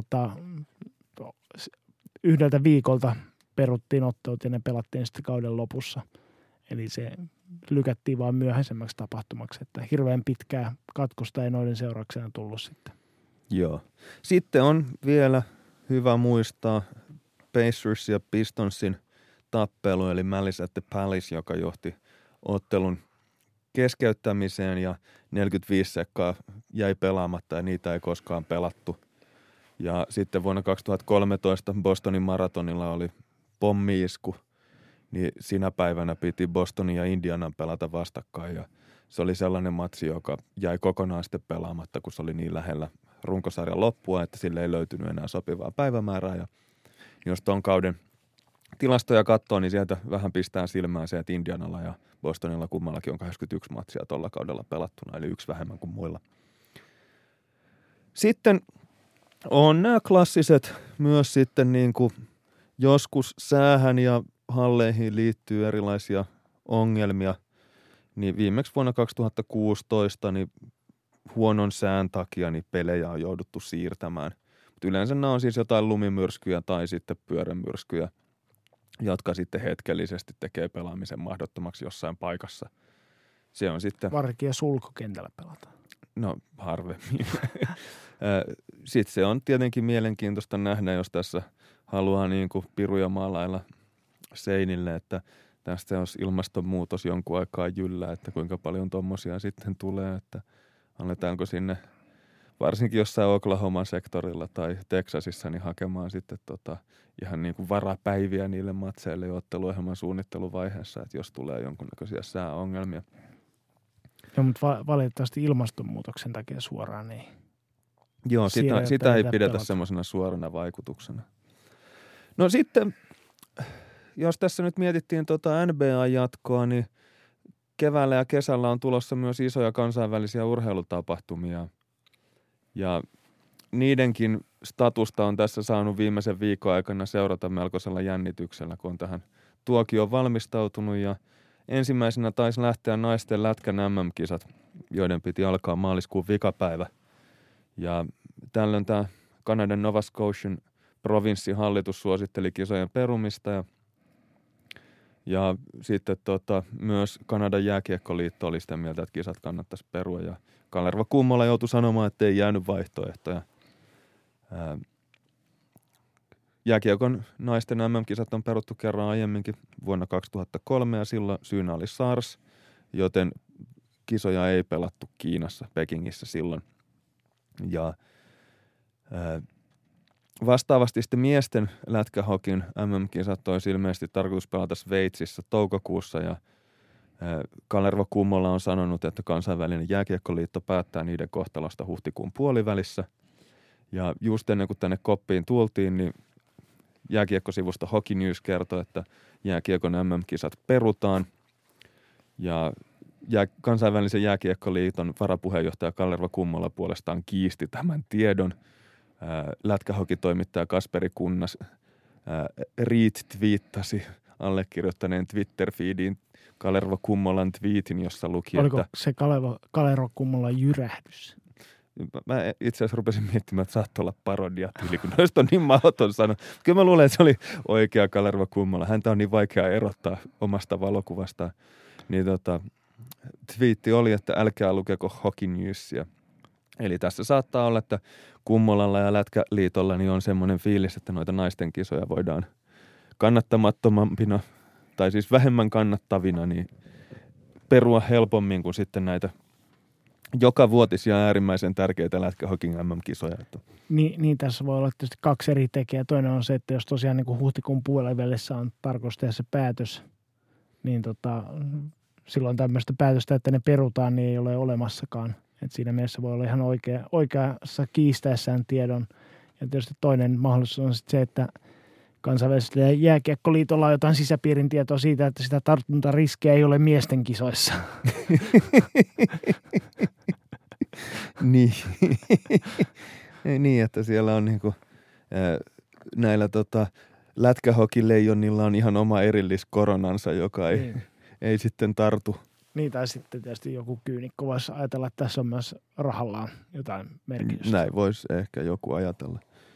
yhdeltä viikolta peruttiin ottelut ja ne pelattiin sitten kauden lopussa. Eli se lykättiin vaan myöhäisemmäksi tapahtumaksi, että hirveän pitkää katkosta ei noiden seurauksena tullut sitten. Joo. Sitten on vielä hyvä muistaa Pacers ja Pistonsin tappelu, eli Malice at the Palace, joka johti ottelun keskeyttämiseen ja 45 sekkaa jäi pelaamatta ja niitä ei koskaan pelattu. Ja sitten vuonna 2013 Bostonin maratonilla oli pommi-isku, niin sinä päivänä piti Bostonin ja Indianan pelata vastakkain ja se oli sellainen matsi, joka jäi kokonaan sitten pelaamatta, kun se oli niin lähellä runkosarjan loppua, että sille ei löytynyt enää sopivaa päivämäärää. Ja jos ton kauden tilastoja katsoo, niin sieltä vähän pistää silmään se, että Indianalla ja Bostonilla kummallakin on 81 matsia tuolla kaudella pelattuna, eli yksi vähemmän kuin muilla. Sitten on nämä klassiset myös sitten niin kuin joskus säähän ja halleihin liittyy erilaisia ongelmia. Niin viimeksi vuonna 2016 niin huonon sään takia niin pelejä on jouduttu siirtämään. Mutta yleensä nämä on siis jotain lumimyrskyjä tai sitten pyörämyrskyjä, jotka sitten hetkellisesti tekee pelaamisen mahdottomaksi jossain paikassa. Se on sitten... Varsinkin ja sulkukentällä pelataan. No harvemmin. Sitten se on tietenkin mielenkiintoista nähdä, jos tässä haluaa niin kuin piruja maalailla seinille, että tästä jos ilmastonmuutos jonkun aikaa jyllää, että kuinka paljon tommosia sitten tulee, että annetaanko sinne varsinkin jossain Oklahoman sektorilla tai Teksasissa niin hakemaan sitten ihan niin kuin varapäiviä niille matseille jo otteluohjelman suunnitteluvaiheessa, että jos tulee jonkunnäköisiä sääongelmia. Joo, mutta valitettavasti ilmastonmuutoksen takia suoraan ei. Joo, sitä ei pidetä semmoisena suorana vaikutuksena. No sitten, jos tässä nyt mietittiin NBA-jatkoa, niin keväällä ja kesällä on tulossa myös isoja kansainvälisiä urheilutapahtumia. Ja niidenkin statusta on tässä saanut viimeisen viikon aikana seurata melkoisella jännityksellä, kun on tähän tuokioon valmistautunut. Ja ensimmäisenä taisi lähteä naisten lätkän MM-kisat, joiden piti alkaa maaliskuun vikapäivä. Ja tällöin tämä Kanadan Nova Scotian provinssihallitus suositteli kisojen perumista ja sitten myös Kanadan jääkiekkoliitto oli sitä mieltä, että kisat kannattaisi perua ja Kalerva Kummola joutui sanomaan, että ei jäänyt vaihtoehtoja. Jääkiekon naisten MM-kisat on peruttu kerran aiemminkin vuonna 2003 ja silloin syynä oli SARS, joten kisoja ei pelattu Kiinassa, Pekingissä silloin. Ja vastaavasti sitten miesten lätkähokin MM-kisat olisi ilmeisesti tarkoitus pelata Sveitsissä toukokuussa ja Kalerva Kummola on sanonut, että kansainvälinen jääkiekkoliitto päättää niiden kohtalosta huhtikuun puolivälissä. Ja just ennen kuin tänne koppiin tultiin, niin jääkiekkosivusto Hockey News kertoi, että jääkiekon MM-kisat perutaan ja kansainvälisen jääkiekkoliiton varapuheenjohtaja Kalerva Kummola puolestaan kiisti tämän tiedon. Lätkähokitoimittaja Kasperi Kunnas retweettasi allekirjoittaneen Twitter-feediin Kalerva Kummolan tweetin, jossa luki, oliko että... se Kalerva Kummolan jyrähdys? Mä itse asiassa rupesin miettimään, että saattoi olla parodiatyyli, kun noista on niin mahdoton sana. Kyllä mä luulen, että se oli oikea Kalerva Kummola. Häntä on niin vaikea erottaa omasta valokuvastaan. Niin twiitti oli, että älkää lukeko Hockey Newsia. Eli tässä saattaa olla, että Kummolalla ja Lätkäliitolla niin on semmoinen fiilis, että noita naisten kisoja voidaan kannattamattomampina tai siis vähemmän kannattavina niin perua helpommin kuin sitten näitä joka vuotisia äärimmäisen tärkeitä lätkähokin MM-kisoja. Niin, tässä voi olla tietysti kaksi eri tekijää. Toinen on se, että jos tosiaan niin kuin huhtikuun puolivälissä on tarkoitus tehdä se päätös, niin silloin tämmöistä päätöstä, että ne perutaan, niin ei ole olemassakaan. Et siinä mielessä voi olla ihan oikeassa kiistäessään tiedon. Ja tietysti toinen mahdollisuus on sitten se, että kansainvälisellä jääkiekkoliitolla on jotain sisäpiirin tietoa siitä, että sitä tartuntariskiä ei ole miesten kisoissa. Niin. Ei niin, että siellä on niinku, näillä lätkähokileijonilla on ihan oma erilliskoronansa, joka ei sitten tartu. Niin, tai sitten tietysti joku kyynikko voisi ajatella, että tässä on myös rahallaan jotain merkitystä. Näin voisi ehkä joku ajatella.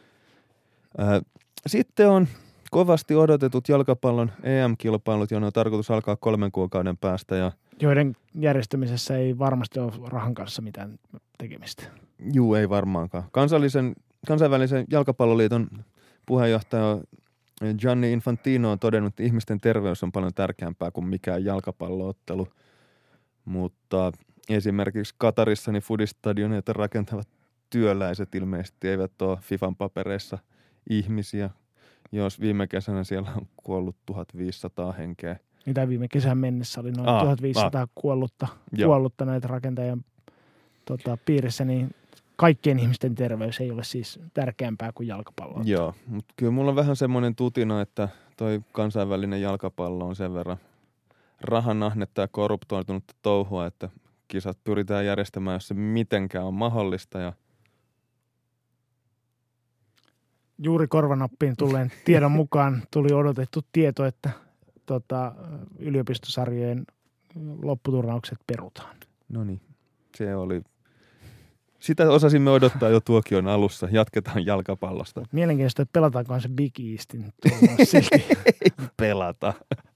Sitten on kovasti odotetut jalkapallon EM-kilpailut, joiden on tarkoitus alkaa 3 kuukauden päästä. Joiden järjestämisessä ei varmasti ole rahan kanssa mitään tekemistä. Juu, ei varmaankaan. Kansainvälisen jalkapalloliiton puheenjohtaja Gianni Infantino on todennut, että ihmisten terveys on paljon tärkeämpää kuin mikään jalkapalloottelu. Mutta esimerkiksi Katarissa niin Fudistadioneita rakentavat työläiset ilmeisesti eivät ole FIFAn papereissa ihmisiä, jos viime kesänä siellä on kuollut 1500 henkeä. Mitä viime kesän mennessä oli noin 1500 kuollutta näitä rakentajien piirissä, niin kaikkien ihmisten terveys ei ole siis tärkeämpää kuin jalkapallo. Joo, mutta kyllä mulla on vähän semmoinen tutina, että toi kansainvälinen jalkapallo on sen verran rahanahnetta ja korruptoitunutta touhua, että kisat pyritään järjestämään, jos se mitenkään on mahdollista. Ja juuri korvanappiin tulleen tiedon mukaan tuli odotettu tieto, että yliopistosarjojen lopputurnaukset perutaan. No niin, se oli. Sitä osasimme odottaa jo tuokion alussa. Jatketaan jalkapallosta. Mielenkiintoista, että pelataankohan se Big Eastin silti. Ei pelata.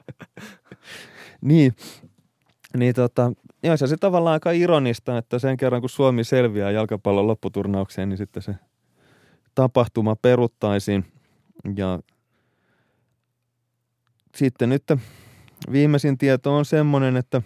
Niin, joo, se tavallaan aika ironista, että sen kerran kun Suomi selviää jalkapallon lopputurnaukseen, niin sitten se tapahtuma peruttaisiin. Ja sitten nyt viimeisin tieto on semmoinen, että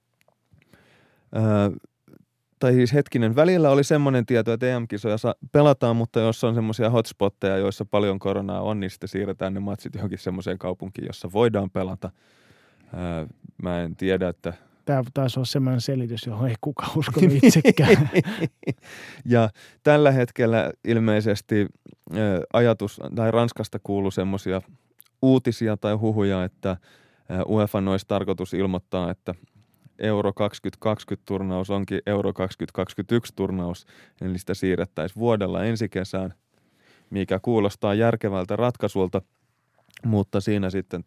välillä oli semmoinen tieto, että EM-kisoja pelataan, mutta jos on semmoisia hotspotteja, joissa paljon koronaa on, niin sitten siirretään ne matsit johonkin semmoiseen kaupunkiin, jossa voidaan pelata. Mä en tiedä, että tämä taisi olla semmoinen selitys, johon ei kukaan uskonut itsekään. Ja tällä hetkellä ilmeisesti ajatus, tai Ranskasta kuului semmoisia uutisia tai huhuja, että UEFA olisi tarkoitus ilmoittaa, että Euro 2020-turnaus onkin Euro 2021-turnaus, eli sitä siirrettäisiin vuodella ensi kesään, mikä kuulostaa järkevältä ratkaisulta, mutta siinä sitten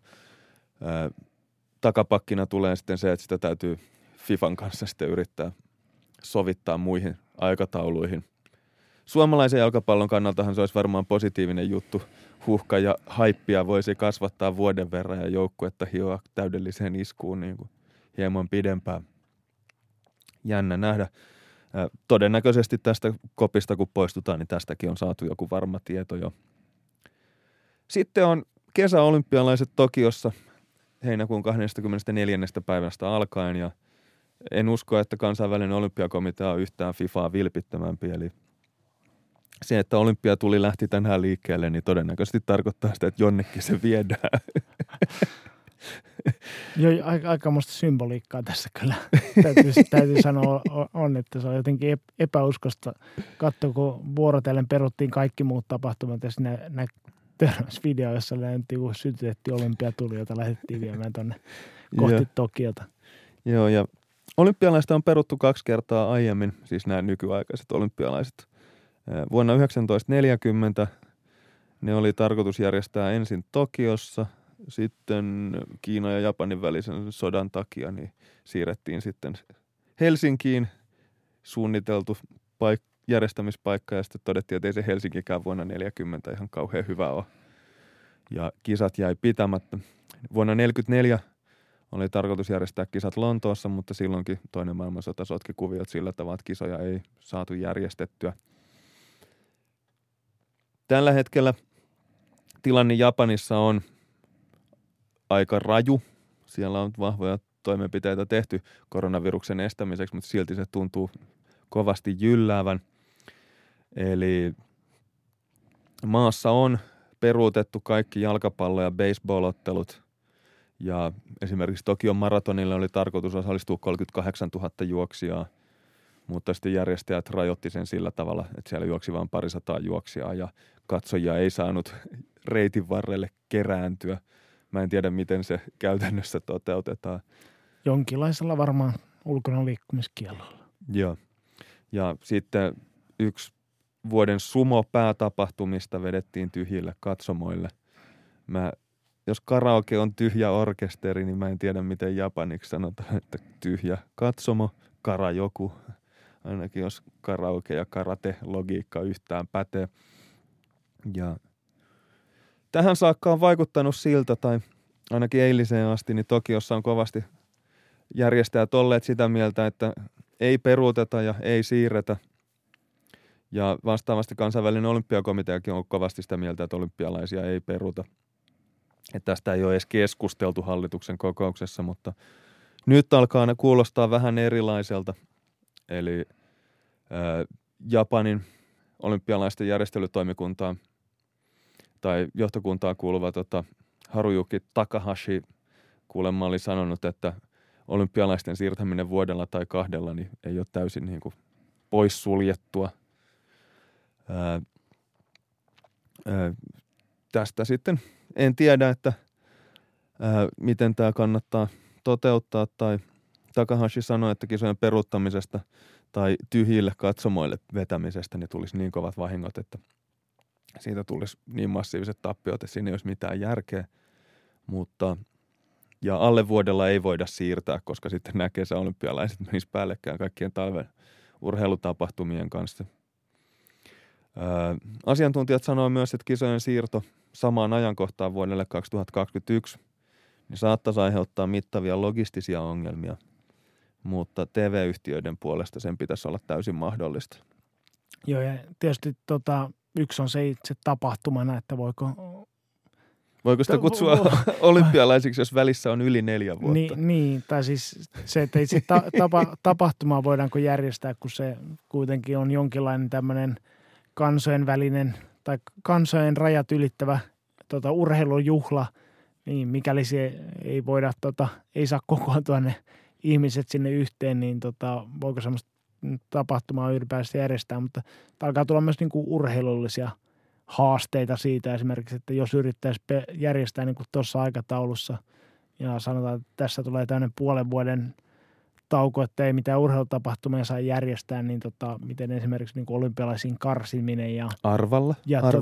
takapakkina tulee sitten se, että sitä täytyy FIFAn kanssa sitten yrittää sovittaa muihin aikatauluihin. Suomalaisen jalkapallon kannaltahan se olisi varmaan positiivinen juttu. Huhka ja haippia voisi kasvattaa vuoden verran ja joukkuetta hioa täydelliseen iskuun niin kuin hieman pidempään. Jännä nähdä. Todennäköisesti tästä kopista kun poistutaan, niin tästäkin on saatu joku varma tieto jo. Sitten on kesäolympialaiset Tokiossa heinäkuun 24. päivästä alkaen ja en usko, että kansainvälinen olympiakomitea on yhtään FIFAa vilpittömämpi. Eli se, että olympiatuli lähti tänään liikkeelle, niin todennäköisesti tarkoittaa sitä, että jonnekin se viedään. Joo, aikamoista symboliikkaa tässä kyllä. Täytyy sanoa on, että se on jotenkin epäuskosta. Katso, kun vuorotellen peruttiin kaikki muut tapahtumat ja siinä törmäysvideo, jossa sytytettiin olympiatuli, jota lähdettiin viemään tuonne kohti Tokiota. Joo, ja olympialaista on peruttu 2 kertaa aiemmin, siis nämä nykyaikaiset olympialaiset. Vuonna 1940 ne oli tarkoitus järjestää ensin Tokiossa, sitten Kiinan ja Japanin välisen sodan takia niin siirrettiin sitten Helsinkiin suunniteltu järjestämispaikka ja sitten todettiin, että ei se Helsinkikään vuonna 1940 ihan kauhean hyvä ole. Ja kisat jäi pitämättä. Vuonna 1944 oli tarkoitus järjestää kisat Lontoossa, mutta silloinkin toinen maailmansota sotki kuviot sillä tavalla, että kisoja ei saatu järjestettyä. Tällä hetkellä tilanne Japanissa on aika raju. Siellä on vahvoja toimenpiteitä tehty koronaviruksen estämiseksi, mutta silti se tuntuu kovasti jylläävän. Eli maassa on peruutettu kaikki jalkapallo- ja baseball-ottelut. Ja esimerkiksi Tokion maratonille oli tarkoitus osallistua 38 000 juoksijaa, mutta sitten järjestäjät rajoitti sen sillä tavalla, että siellä juoksi vain 200 juoksijaa ja katsojia ei saanut reitin varrelle kerääntyä. Mä en tiedä, miten se käytännössä toteutetaan. Jonkinlaisella varmaan ulkona liikkumiskiellolla. Joo. Ja sitten yksi vuoden sumo-päätapahtumista vedettiin tyhjille katsomoille. Jos karaoke on tyhjä orkesteri, niin mä en tiedä, miten japaniksi sanotaan, että tyhjä katsomo, karajoku. Ainakin jos karaoke ja karate-logiikka yhtään pätee. Ja tähän saakka on vaikuttanut siltä, tai ainakin eiliseen asti, niin Tokiossa on kovasti järjestäjät olleet sitä mieltä, että ei peruuteta ja ei siirretä. Ja vastaavasti kansainvälinen olympiakomiteakin on kovasti sitä mieltä, että olympialaisia ei peruuta. Että tästä ei ole edes keskusteltu hallituksen kokouksessa, mutta nyt alkaa ne kuulostaa vähän erilaiselta. Eli Japanin olympialaisten järjestelytoimikuntaan tai johtokuntaan kuuluva Haruyuki Takahashi kuulemma oli sanonut, että olympialaisten siirtäminen vuodella tai 2 niin ei ole täysin niin kuin poissuljettua. Tästä sitten en tiedä, että miten tämä kannattaa toteuttaa, tai Takahashi sanoi, että kisojen peruuttamisesta tai tyhjille katsomoille vetämisestä niin tulisi niin kovat vahingot, että siitä tulisi niin massiiviset tappiot, että siinä ei olisi mitään järkeä, ja alle vuodella ei voida siirtää, koska sitten nämä kesäolympialaiset menisivät päällekkäin kaikkien talven urheilutapahtumien kanssa. Asiantuntijat sanoivat myös, että kisojen siirto samaan ajankohtaan vuodelle 2021 niin saattaisi aiheuttaa mittavia logistisia ongelmia, mutta TV-yhtiöiden puolesta sen pitäisi olla täysin mahdollista. Joo, ja tietysti yksi on se itse tapahtumana, että Voiko sitä kutsua olympialaisiksi, jos välissä on yli 4 vuotta? Niin, tai siis se, että itse tapahtumaa voidaanko järjestää, kun se kuitenkin on jonkinlainen tämmöinen kansojen välinen tai kansojen rajat ylittävä urheilujuhla, niin mikäli se ei voida, ei saa kokoontua ne ihmiset sinne yhteen, niin voiko semmoista tapahtumaa ylipäätään järjestää, mutta alkaa tulla myös niin kuin urheilullisia haasteita siitä esimerkiksi, että jos yrittäisi järjestää niin kuin tuossa aikataulussa ja sanotaan, että tässä tulee tämmöinen 5 vuoden tauko, että ei mitään urheilutapahtumia saa järjestää, niin miten esimerkiksi niin kuin olympialaisiin karsiminen ja Arvalla.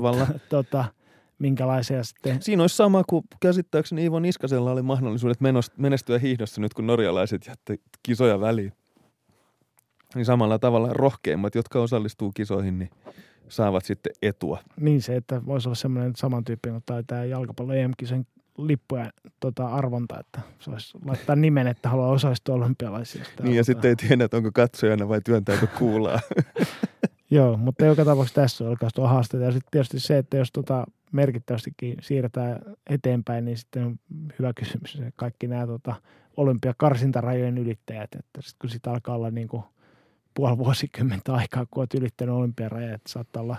minkälaisia sitten. Siinä olisi sama kuin käsittääkseni Iivo Niskasella oli mahdollisuudet menestyä hiihdossa nyt, kun norjalaiset jätti kisoja väliin. Niin samalla tavalla rohkeimmat, jotka osallistuu kisoihin, niin saavat sitten etua. Niin se, että voisi olla semmoinen samantyyppinen, tai tämä jalkapallo EM-kisojen lippuja arvonta, että se olisi laittaa nimen, että haluaa osallistua olympialaisiin. Niin ja sitten ei tiedä, että onko katsojana vai työntääkö kuulaa. Joo, mutta joka tapauksessa tässä on tuo haasteita. Ja sitten tietysti se, että jos merkittävästikin siirretään eteenpäin, niin sitten on hyvä kysymys. Kaikki nämä olympiakarsintarajojen ylittäjät, että sitten kun siitä alkaa olla niin kuin 5 vuosikymmentä aikaa, kun olet ylittänyt olympiarajat, että saattaa olla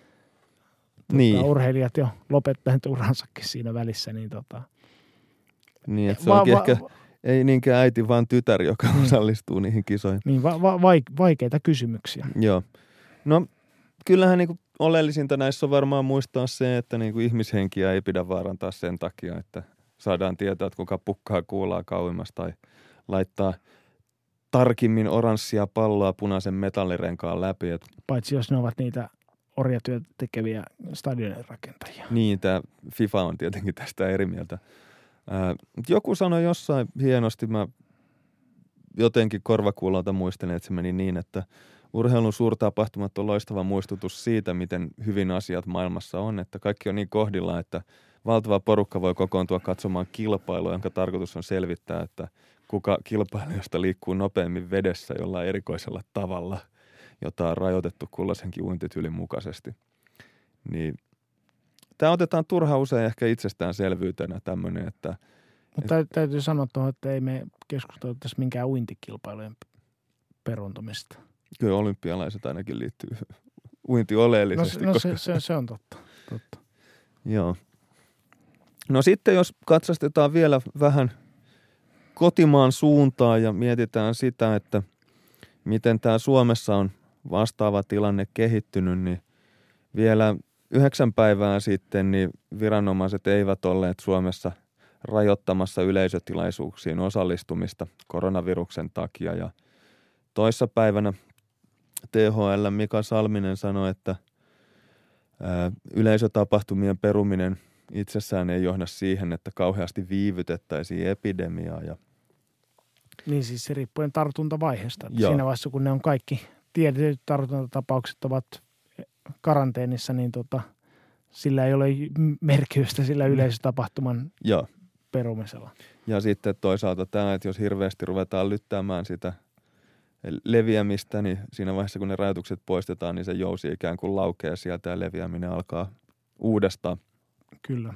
urheilijat jo lopettaneet uransakin siinä välissä. Niin, että se onkin ehkä ei niinkään äiti, vaan tytär, joka osallistuu niihin kisoihin. Niin, vaikeita kysymyksiä. Joo. No kyllähän niin kuin oleellisinta näissä on varmaan muistaa se, että niin kuin ihmishenkiä ei pidä vaarantaa sen takia, että saadaan tietää, että kuka pukkaa kuulaa kauemmas tai laittaa tarkimmin oranssia palloa punaisen metallirenkaan läpi. Paitsi jos ne ovat niitä orjatyötä tekeviä stadionin rakentajia. Niin, tämä FIFA on tietenkin tästä eri mieltä. Joku sanoi jossain hienosti, mä jotenkin korvakuulolta muistelen, että se meni niin, että urheilun suurtapahtumat on loistava muistutus siitä, miten hyvin asiat maailmassa on, että kaikki on niin kohdillaan, että valtava porukka voi kokoontua katsomaan kilpailua, jonka tarkoitus on selvittää, että kuka kilpailijasta liikkuu nopeammin vedessä jollain erikoisella tavalla, jota on rajoitettu kulloisenkin uintityylin mukaisesti. Niin tämä otetaan turha usein ehkä itsestäänselvyytenä tämmöinen, että mutta täytyy sanoa tuohon, että ei me keskustella tässä minkään uintikilpailujen peruntumista. Kyllä olympialaiset ainakin liittyy uinti oleellisesti. No se on totta. Joo. No sitten jos katsastetaan vielä vähän kotimaan suuntaan ja mietitään sitä, että miten tämä Suomessa on vastaava tilanne kehittynyt, niin vielä 9 päivää sitten niin viranomaiset eivät olleet Suomessa rajoittamassa yleisötilaisuuksiin osallistumista koronaviruksen takia. Ja toissa päivänä THL Mika Salminen sanoi, että Yleisötapahtumien peruminen itsessään ei johda siihen, että kauheasti viivytettäisiin epidemiaa. Niin siis se riippuen tartuntavaiheesta. Joo. Siinä vaiheessa, kun ne on kaikki tiedetyt tartuntatapaukset ovat karanteenissa, niin sillä ei ole merkitystä sillä yleisötapahtuman Joo. perumisella. Ja sitten toisaalta tämä, että jos hirveästi ruvetaan lyttäämään sitä leviämistä, niin siinä vaiheessa, kun ne rajoitukset poistetaan, niin se jousi ikään kuin laukeaa sieltä ja leviäminen alkaa uudestaan. Kyllä.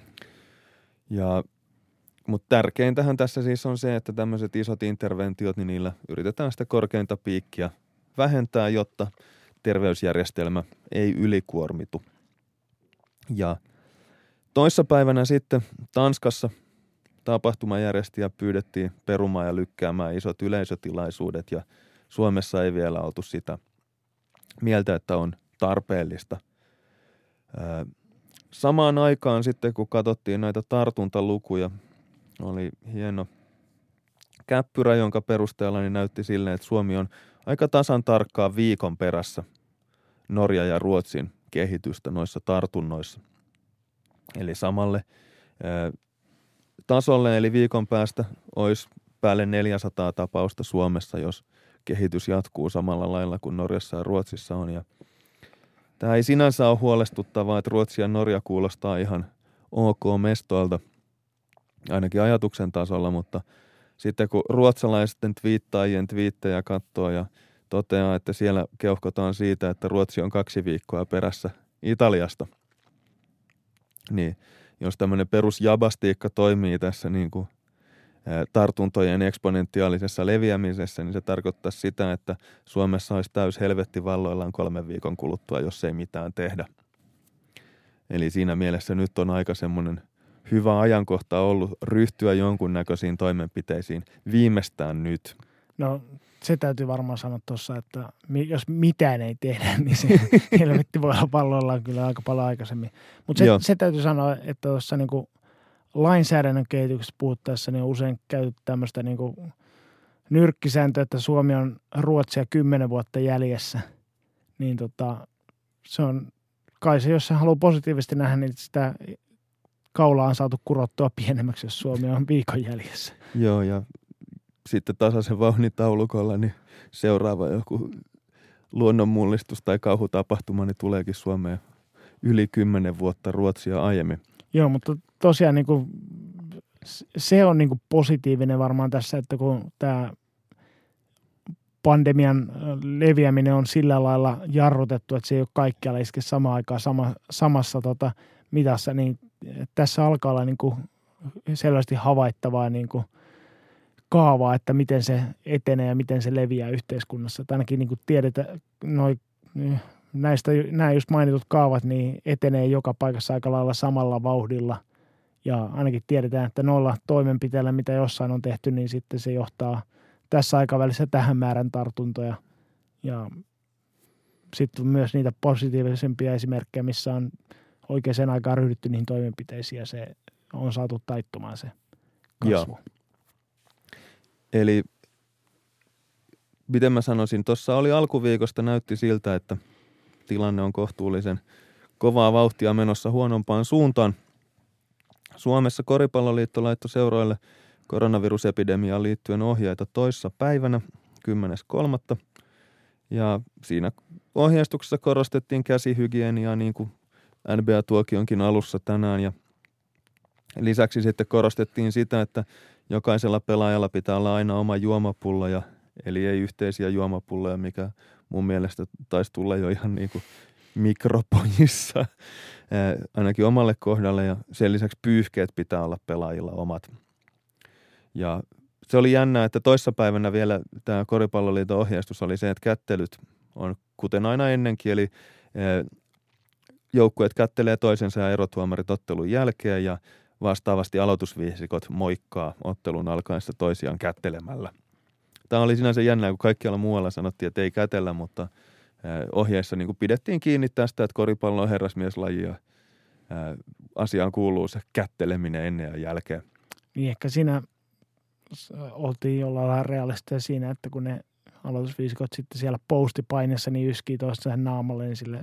Mutta tärkeintähän tässä siis on se, että tämmöiset isot interventiot, niin niillä yritetään sitä korkeinta piikkiä vähentää, jotta terveysjärjestelmä ei ylikuormitu. Ja toissapäivänä sitten Tanskassa tapahtumajärjestäjä pyydettiin perumaan ja lykkäämään isot yleisötilaisuudet ja Suomessa ei vielä oltu sitä mieltä, että on tarpeellista. Samaan aikaan sitten, kun katsottiin näitä tartuntalukuja, oli hieno käppyrä, jonka perusteella niin näytti silleen, että Suomi on aika tasan tarkkaan viikon perässä Norja ja Ruotsin kehitystä noissa tartunnoissa. Eli samalle tasolle, eli viikon päästä olisi päälle 400 tapausta Suomessa, jos kehitys jatkuu samalla lailla kuin Norjassa ja Ruotsissa on. Ja tämä ei sinänsä ole huolestuttavaa, että Ruotsi ja Norja kuulostaa ihan ok mestoilta, ainakin ajatuksen tasolla, mutta sitten kun ruotsalaisten twiittaajien twiittejä katsoo ja toteaa, että siellä keuhkotaan siitä, että Ruotsi on 2 viikkoa perässä Italiasta, niin jos tämmöinen perusjabastiikka toimii tässä niin kuin tartuntojen eksponentiaalisessa leviämisessä, niin se tarkoittaa sitä, että Suomessa olisi täys helvetti valloillaan 3 viikon kuluttua, jos ei mitään tehdä. Eli siinä mielessä nyt on aika semmoinen hyvä ajankohta ollut ryhtyä jonkunnäköisiin toimenpiteisiin viimeistään nyt. No se täytyy varmaan sanoa tuossa, että jos mitään ei tehdä, niin se helvetti voi olla palloillaan kyllä aika paljon aikaisemmin. Mutta se täytyy sanoa, että tuossa niinku lainsäädännön kehityksestä puhuttaessa niin on usein käytetty tämmöistä niinku nyrkkisääntöä, että Suomi on Ruotsia 10 vuotta jäljessä. Niin se on kai se, jos se haluaa positiivisesti nähdä, niin sitä kaulaa on saatu kurottua pienemmäksi, jos Suomi on viikon jäljessä. Joo, ja sitten tasaisen vauhnitaulukolla, niin seuraava joku luonnonmullistus tai kauhutapahtuma, niin tuleekin Suomeen yli 10 vuotta Ruotsia aiemmin. Joo, mutta tosiaan niin kuin, se on niin kuin positiivinen varmaan tässä, että kun tämä pandemian leviäminen on sillä lailla jarrutettu, että se ei ole kaikkialla iske samaan aikaan samassa mitassa, niin tässä alkaa olla niin kuin selvästi havaittavaa niin kuin kaavaa, että miten se etenee ja miten se leviää yhteiskunnassa. Että ainakin niin kuin tiedetään, nämä just mainitut kaavat niin etenee joka paikassa aika lailla samalla vauhdilla. Ja ainakin tiedetään, että noilla toimenpiteillä, mitä jossain on tehty, niin sitten se johtaa tässä aikavälissä tähän määrän tartuntoja. Ja sitten myös niitä positiivisempia esimerkkejä, missä on oikeaan aikaan ryhdytty niihin toimenpiteisiin ja se on saatu taittumaan se kasvu. Joo. Eli miten mä sanoisin, tuossa oli alkuviikosta näytti siltä, että tilanne on kohtuullisen kovaa vauhtia menossa huonompaan suuntaan. Suomessa Koripalloliitto laittoi seuroille koronavirusepidemiaan liittyen ohjeita toissa päivänä 10.3. Ja siinä ohjeistuksessa korostettiin käsihygieniaa niin kuin NBA-tuokionkin alussa tänään ja lisäksi sitten korostettiin sitä, että jokaisella pelaajalla pitää olla aina oma juomapullo, eli ei yhteisiä juomapulloja, mikä mun mielestä taisi tulla jo ihan niin kuin mikropojissa, ainakin omalle kohdalle, ja sen lisäksi pyyhkeet pitää olla pelaajilla omat. Ja se oli jännää, että toissapäivänä vielä tämä Koripalloliiton ohjeistus oli se, että kättelyt on kuten aina ennenkin, eli joukkueet kättelee toisensa ja erotuomarit ottelun jälkeen ja vastaavasti aloitusviisikot moikkaa ottelun alkaessa toisiaan kättelemällä. Tämä oli sinänsä jännää, kun kaikkialla muualla sanottiin, että ei kätellä, mutta ohjeissa niin kuin pidettiin kiinni tästä, että koripallo on herrasmieslaji ja asiaan kuuluu se kätteleminen ennen ja jälkeen. Niin ehkä siinä oltiin jollain lailla realistisia siinä, että kun ne aloitusviisikot sitten siellä postipaineessa niin yskii toistensa naamalle, niin sille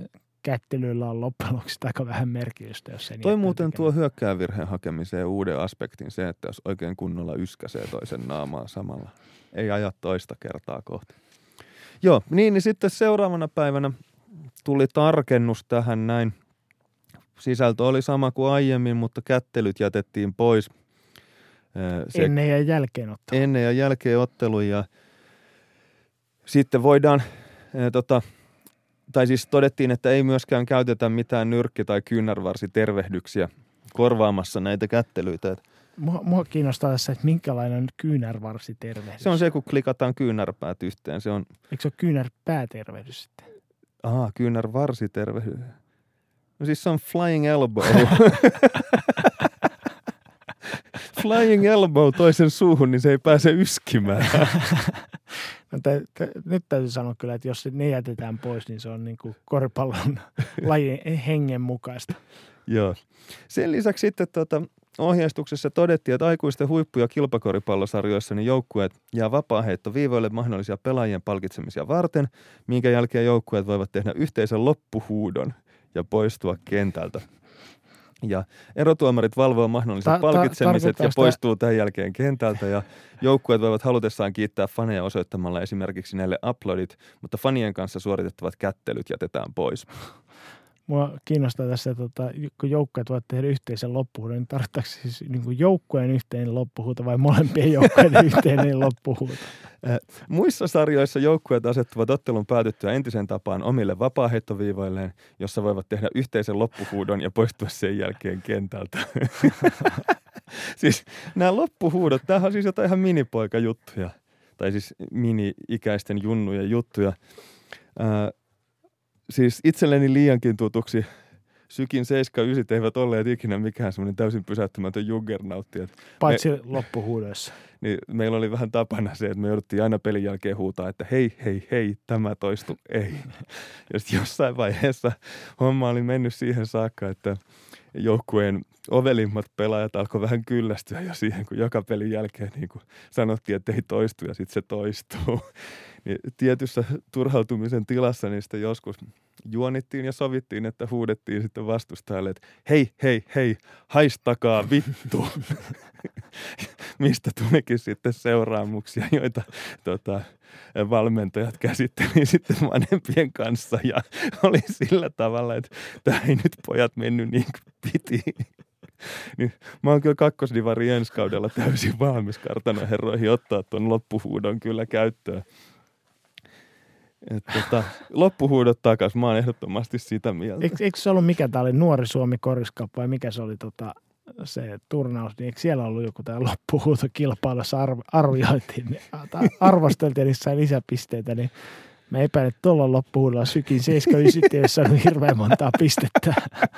kättelyillä on loppujen lopuksi aika vähän merkitystä, jos sen Toi muuten tuo hyökkäävirheen hakemiseen uuden aspektin se, että jos oikein kunnolla yskäsee toisen naamaa samalla. Ei aja toista kertaa kohti. Joo, niin sitten seuraavana päivänä tuli tarkennus tähän näin. Sisältö oli sama kuin aiemmin, mutta kättelyt jätettiin pois. Ennen ja jälkeen ottelu. Ennen ja jälkeen ottelu ja sitten voidaan, tai siis todettiin, että ei myöskään käytetä mitään nyrkki- tai kyynärvarsitervehdyksiä korvaamassa näitä kättelyitä. Mua kiinnostaa tässä, että minkälainen on kyynärvarsitervehdys. Se on se, kun klikataan kyynärpäät yhteen. Se on... Eikö se ole kyynärpäätervehdys sitten? Kyynärvarsitervehdys. No siis se on flying elbow. Flying elbow toisen suuhun, niin se ei pääse yskimään. No nyt täytyy sanoa kyllä, että jos ne jätetään pois, niin se on niin kuin koripallon lajin hengen mukaista. Joo. Sen lisäksi sitten ohjeistuksessa todettiin, että aikuisten huippu- ja kilpakoripallosarjoissa niin joukkueet jää vapaaheittoviivoille mahdollisia pelaajien palkitsemisia varten, minkä jälkeen joukkueet voivat tehdä yhteisen loppuhuudon ja poistua kentältä. Ja erotuomarit valvoo mahdolliset palkitsemiset ja poistuu tämän jälkeen kentältä. Ja joukkueet voivat halutessaan kiittää faneja osoittamalla esimerkiksi näille uploadit, mutta fanien kanssa suoritettavat kättelyt jätetään pois. Mua kiinnostaa tässä, että kun joukkueet voivat tehdä yhteisen loppuhuudon, niin tarvittaako siis niin joukkueen yhteinen loppuhuuto vai molempien joukkueiden yhteinen loppuhuuto? Muissa sarjoissa joukkueet asettuvat ottelun päätyttyä entisen tapaan omille vapaaheittoviivoilleen, jossa voivat tehdä yhteisen loppuhuudon ja poistua sen jälkeen kentältä. Siis nämä loppuhuudot, tämähän on siis jotain ihan minipoikajuttuja, tai siis mini-ikäisten junnujen juttuja. Siis itselleni liiankin tutuksi Sykin 7-9 eivät olleet ikinä mikään semmoinen täysin pysäyttämätön juggernautti. Paitsi loppuhuudoissa. Niin meillä oli vähän tapana se, että me jouduttiin aina pelin jälkeen huutaa, että hei, tämä toistu, ei. Ja sitten jossain vaiheessa homma oli mennyt siihen saakka, että joukkueen ovelimmat pelaajat alkoi vähän kyllästyä jo siihen, kun joka pelin jälkeen niin kun sanottiin, että ei toistu ja sitten se toistuu. Niin tietyssä turhautumisen tilassa niistä joskus juonittiin ja sovittiin, että huudettiin sitten vastustajalle, että hei, haistakaa vittu. Mistä tulikin sitten seuraamuksia, joita valmentajat käsitteli sitten vanhempien kanssa ja oli sillä tavalla, että tämä ei nyt pojat mennyt niin kuin piti. Niin, mä oon kyllä kakkosdivari ensi kaudella täysin valmis kartanoherroihin ottaa tuon loppuhuudon kyllä käyttöön. Loppuhuudot takas, mä oon ehdottomasti sitä mieltä. Eikö se ollut mikä tää oli, Nuori Suomi Koriskappa vai mikä se oli se turnaus, niin eikö siellä ollut joku tämä loppuhuutokilpailussa arvioitiin, arvosteltiin ja niissä sai lisäpisteitä, niin mä epäilen, että tuolla loppuhuudolla Sykin 7-9 ei saanut hirveän montaa pistettä.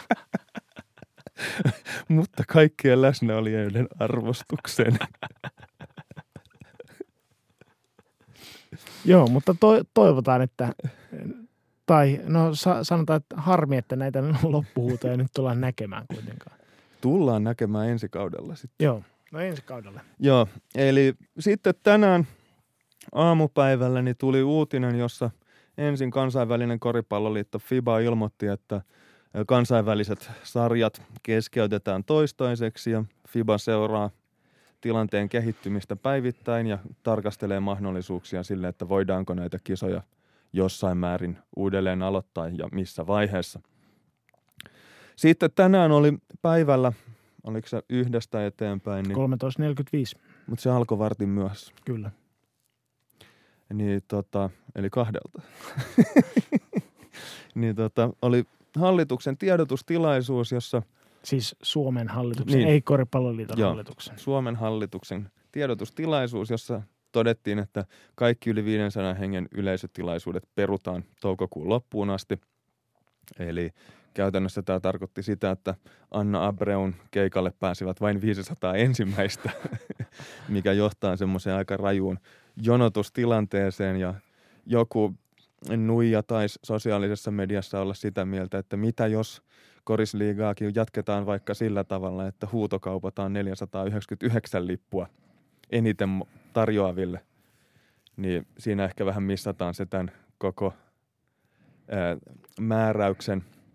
Mutta kaikkien läsnäolijoiden arvostuksen. Joo, mutta toivotaan, että, sanotaan, että harmi, että näitä loppuhuutoja nyt tullaan näkemään kuitenkaan. Tullaan näkemään ensi kaudella sitten. Joo, ensi kaudella. Joo, eli sitten tänään aamupäivällä niin tuli uutinen, jossa ensin kansainvälinen koripalloliitto FIBA ilmoitti, että kansainväliset sarjat keskeytetään toistaiseksi ja FIBA seuraa tilanteen kehittymistä päivittäin ja tarkastelee mahdollisuuksia sille, että voidaanko näitä kisoja jossain määrin uudelleen aloittaa ja missä vaiheessa. Sitten tänään oli päivällä, oliko se 1 eteenpäin? Niin, 13.45. Mutta se alkoi vartin myöhässä. Kyllä. Niin eli 2. niin oli hallituksen tiedotustilaisuus, jossa... Siis Suomen hallituksen, niin, ei Koripalloliiton hallituksen. Suomen hallituksen tiedotustilaisuus, jossa todettiin, että kaikki yli 500 hengen yleisötilaisuudet perutaan toukokuun loppuun asti. Eli käytännössä tämä tarkoitti sitä, että Anna Abreun keikalle pääsivät vain 500 ensimmäistä, mikä johtaa semmoiseen aika rajuun jonotustilanteeseen. Ja joku nuija taisi sosiaalisessa mediassa olla sitä mieltä, että mitä jos korisliigaakin jatketaan vaikka sillä tavalla, että huutokaupataan 499 lippua eniten tarjoaville. Niin siinä ehkä vähän missataan se tämän koko määräyksen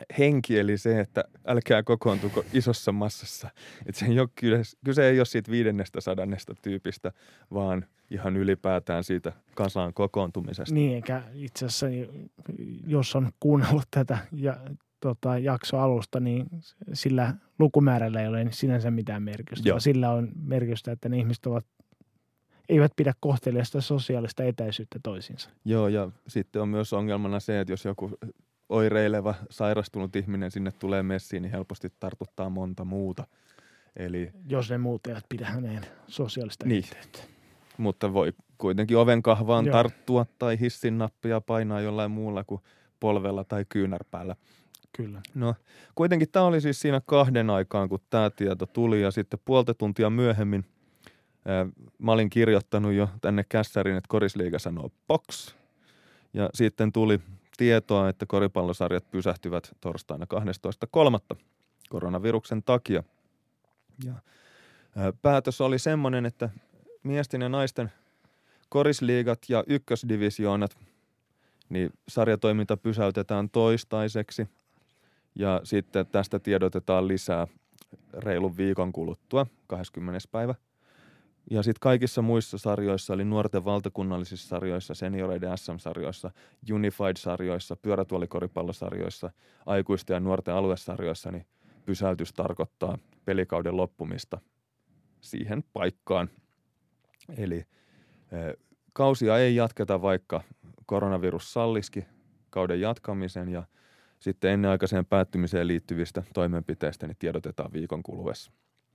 henki, eli se, että älkää kokoontuko isossa massassa. Että se ei ole, kyse ei ole siitä 500 tyypistä, vaan ihan ylipäätään siitä kasaan kokoontumisesta. Niin, eikä itse asiassa, jos on kuunnellut tätä jaksoa alusta, niin sillä lukumäärällä ei ole sinänsä mitään merkitystä. Joo. Sillä on merkitystä, että ne ihmiset eivät pidä kohteliasta sosiaalista etäisyyttä toisiinsa. Joo, ja sitten on myös ongelmana se, että jos joku oireileva, sairastunut ihminen sinne tulee messiin, niin helposti tartuttaa monta muuta. Eli, jos ne muut eivät pidä häneen sosiaalista niin, yhteyttä. Mutta voi kuitenkin ovenkahvaan Joo. tarttua tai hissin nappia painaa jollain muulla kuin polvella tai kyynärpäällä. Kyllä. No kuitenkin tämä oli siis siinä 2 aikaan, kun tämä tieto tuli ja sitten puolta tuntia myöhemmin mä olin kirjoittanut jo tänne kässäriin, että Korisliiga sanoo box. Ja sitten tuli tietoa, että koripallosarjat pysähtyvät torstaina 12.3. koronaviruksen takia. Ja päätös oli semmoinen, että miesten ja naisten korisliigat ja ykkösdivisioonat, niin sarjatoiminta pysäytetään toistaiseksi. Ja sitten tästä tiedotetaan lisää reilun viikon kuluttua, 20. päivä. Ja sitten kaikissa muissa sarjoissa, eli nuorten valtakunnallisissa sarjoissa, senioreiden SM-sarjoissa, Unified-sarjoissa, pyörätuolikoripallosarjoissa, aikuisten ja nuorten aluesarjoissa, niin pysäytys tarkoittaa pelikauden loppumista siihen paikkaan. Eli kausia ei jatketa, vaikka koronavirus sallisikin kauden jatkamisen ja sitten ennenaikaiseen päättymiseen liittyvistä toimenpiteistä niin tiedotetaan viikon kuluessa.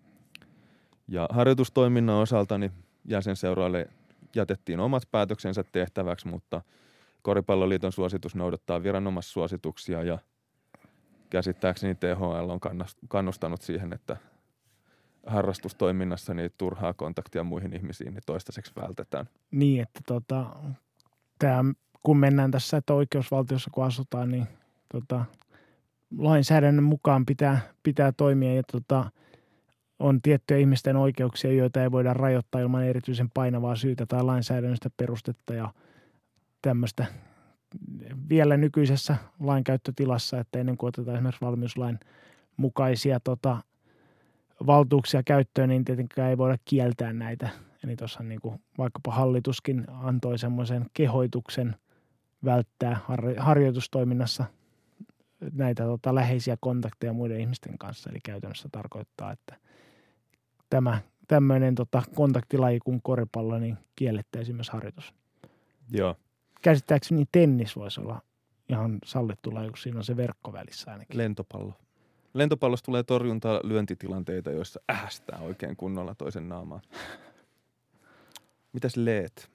Ja harjoitustoiminnan osalta niin jäsenseuroille jätettiin omat päätöksensä tehtäväksi, mutta Koripalloliiton suositus noudattaa viranomaissuosituksia ja käsittääkseni THL on kannustanut siihen, että harrastustoiminnassa niin turhaa kontaktia muihin ihmisiin niin toistaiseksi vältetään. Niin, että kun mennään tässä, että oikeusvaltiossa kun asutaan, niin lainsäädännön mukaan pitää toimia ja on tiettyjä ihmisten oikeuksia, joita ei voida rajoittaa ilman erityisen painavaa syytä tai lainsäädännöstä perustetta ja tämmöistä vielä nykyisessä lainkäyttötilassa, että ennen kuin otetaan esimerkiksi valmiuslain mukaisia valtuuksia käyttöön, niin tietenkään ei voida kieltää näitä. Eli tuossa niin kuin vaikkapa hallituskin antoi semmoisen kehoituksen välttää harjoitustoiminnassa näitä läheisiä kontakteja muiden ihmisten kanssa. Eli käytännössä tarkoittaa, että tämmöinen kontaktilaji kuin koripallo niin kiellettäisiin myös harjoitus. Joo. Käsittääkseni tennis voisi olla ihan sallittu laji, kun siinä on se verkko välissä ainakin. Lentopallo. Lentopallossa tulee torjuntaa lyöntitilanteita, joissa ähästää oikein kunnolla toisen naamaa. Mitäs leet?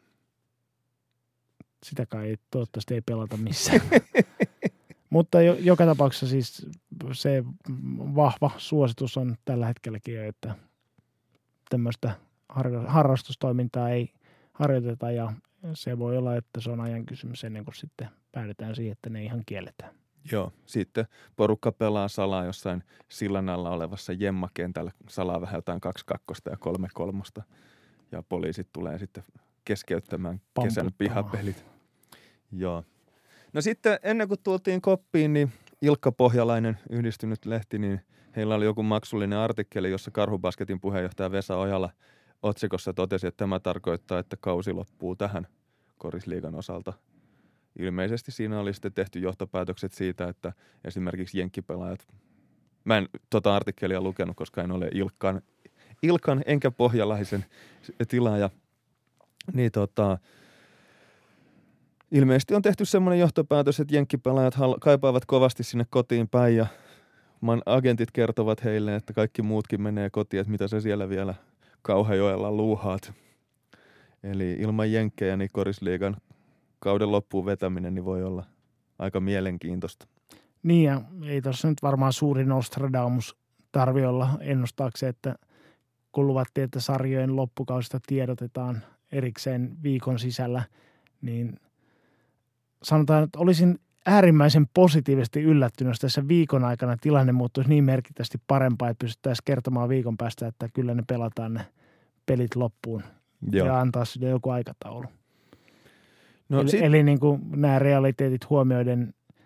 Sitä kai toivottavasti ei pelata missään. Mutta joka tapauksessa siis se vahva suositus on tällä hetkelläkin, että tämmöistä harrastustoimintaa ei harjoiteta ja se voi olla, että se on ajan kysymys ennen kuin sitten päädytään siihen, että ne ihan kielletään. Joo, sitten porukka pelaa salaa jossain sillan alla olevassa jemmakentällä. Salaa vähän jotain 2-2 ja 3-3 ja poliisit tulee sitten keskeyttämään kesän pihapelit. Joo. No sitten ennen kuin tultiin koppiin, niin Ilkka Pohjalainen, Yhdistynyt lehti, niin heillä oli joku maksullinen artikkeli, jossa Karhubasketin puheenjohtaja Vesa Ojala otsikossa totesi, että tämä tarkoittaa, että kausi loppuu tähän Korisliigan osalta. Ilmeisesti siinä oli sitten tehty johtopäätökset siitä, että esimerkiksi jenkkipelaajat, mä en artikkelia lukenut, koska en ole Ilkan enkä Pohjalaisen tilaaja, niin ilmeisesti on tehty semmoinen johtopäätös, että jenkkipelaajat kaipaavat kovasti sinne kotiin päin ja agentit kertovat heille, että kaikki muutkin menee kotiin, että mitä se siellä vielä Kauhajoella luuhaat. Eli ilman jenkkejä niin Korisliigan kauden loppuun vetäminen niin voi olla aika mielenkiintoista. Niin ja ei tuossa nyt varmaan suuri Nostradamus tarvitse olla ennustaakseen, että kun luvattiin, että sarjojen loppukausista tiedotetaan erikseen viikon sisällä, niin sanotaan, että olisin äärimmäisen positiivisesti yllättynyt, jos tässä viikon aikana tilanne muuttuisi niin merkittävästi parempaa, että pystyttäisiin kertomaan viikon päästä, että kyllä ne pelataan ne pelit loppuun. Joo. Ja antaa sille joku aikataulu. No, eli niin kuin nämä realiteetit huomioiden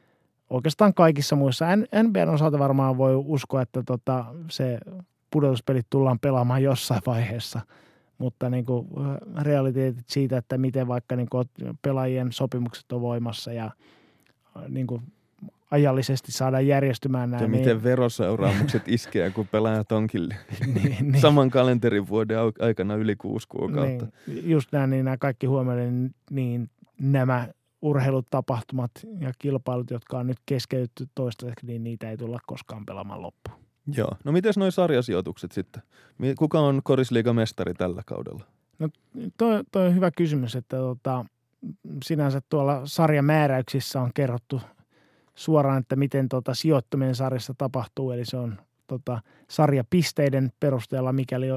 oikeastaan kaikissa muissa. NBA:n osalta varmaan voi uskoa, että se pudotuspelit tullaan pelaamaan jossain vaiheessa, mutta niin kuin realiteetit siitä, että miten vaikka niin kuin pelaajien sopimukset on voimassa ja niin kuin ajallisesti saadaan järjestymään nämä. Ja miten veroseuraamukset iskee, kun pelaajat onkin saman kalenterivuoden aikana yli 6 kuukautta. Niin, just nämä kaikki huomioiden, niin nämä urheilutapahtumat ja kilpailut, jotka on nyt keskeytetty toistaiseksi, niin niitä ei tulla koskaan pelaamaan loppuun. Joo. No mites noi sarjasijoitukset sitten? Kuka on korisliigamestari tällä kaudella? No toi on hyvä kysymys, että sinänsä tuolla sarjamääräyksissä on kerrottu suoraan, että miten sijoittuminen sarjassa tapahtuu, eli se on sarjapisteiden perusteella, mikäli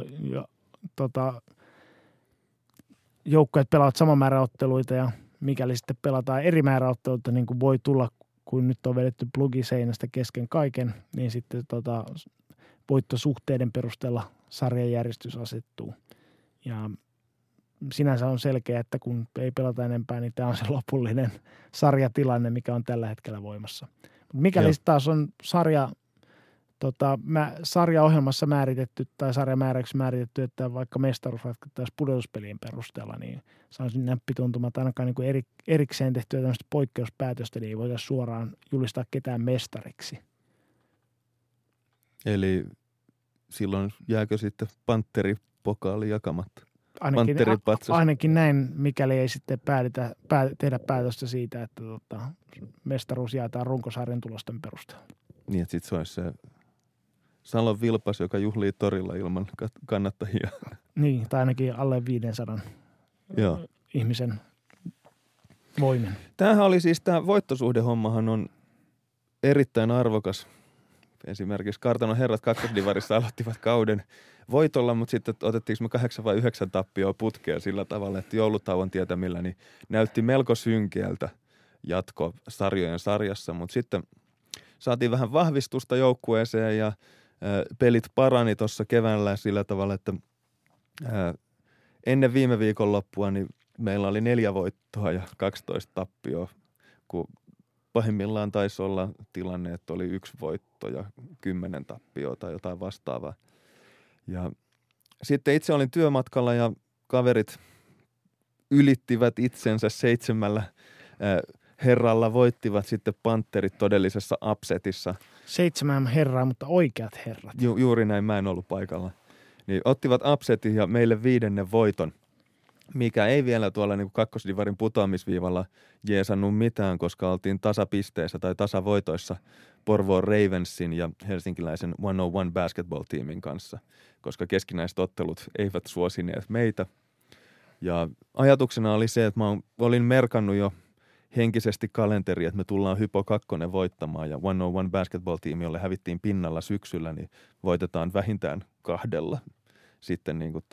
joukkueet pelaavat saman määrän otteluita ja mikäli sitten pelataan eri määrä otteluita, niin kuin voi tulla, kun nyt on vedetty plugi seinästä kesken kaiken, niin sitten voittosuhteiden perusteella sarjajärjestys asettuu. Ja sinänsä on selkeä, että kun ei pelata enempää, niin tämä on se lopullinen sarjatilanne, mikä on tällä hetkellä voimassa. Mikäli taas on sarjaohjelmassa määritetty tai sarjamääräyksessä määritetty, että vaikka mestaruus ratkattaisiin pudotuspelien perusteella, niin sanoisin näppituntuma, että ainakaan niin kuin erikseen tehtyä tämmöistä poikkeuspäätöstä, niin ei voida suoraan julistaa ketään mestariksi. Eli silloin jääkö sitten Pantteri-pokaali jakamatta? Ainakin näin, mikäli ei sitten tehdä päätöstä siitä, että mestaruus jaetaan runkosarjan tulosten perusteella. Niin, että sitten se olisi se Salon Vilpas, joka juhlii torilla ilman kannattajia. Niin, tai ainakin alle 500 ihmisen voimin. Tämähän oli siis, tämä voittosuhdehommahan on erittäin arvokas. Esimerkiksi Kartanon herrat kakkosdivarissa aloittivat kauden voitolla, mutta sitten otettiinko me 8 vai 9 tappioa putkea sillä tavalla, että joulutauon tietämillä niin näytti melko synkeältä jatko sarjojen sarjassa, mutta sitten saatiin vähän vahvistusta joukkueeseen ja pelit parani tuossa keväällä sillä tavalla, että ennen viime viikon loppua niin meillä oli 4 voittoa ja 12 tappioa, kun pahimmillaan taisi olla tilanne, että oli 1 voitto ja 10 tappioa tai jotain vastaavaa. Ja sitten itse olin työmatkalla ja kaverit ylittivät itsensä 7 herralla, voittivat sitten Pantterit todellisessa upsetissa. 7 herraa, mutta oikeat herrat. Juuri näin, mä en ollut paikalla. Niin ottivat upsetin ja meille 5. voiton, mikä ei vielä tuolla niin kuin kakkosdivarin putoamisviivalla jeesannut mitään, koska oltiin tasapisteessä tai tasavoitoissa Porvoon Ravensin ja helsinkiläisen 101 basketball-tiimin kanssa, koska keskinäiset ottelut eivät suosineet meitä. Ja ajatuksena oli se, että mä olin merkannut jo henkisesti kalenteri, että me tullaan Hypo 2 voittamaan ja 101 basketball-tiimi, jolle hävittiin pinnalla syksyllä, niin voitetaan vähintään 2 sitten niin kuin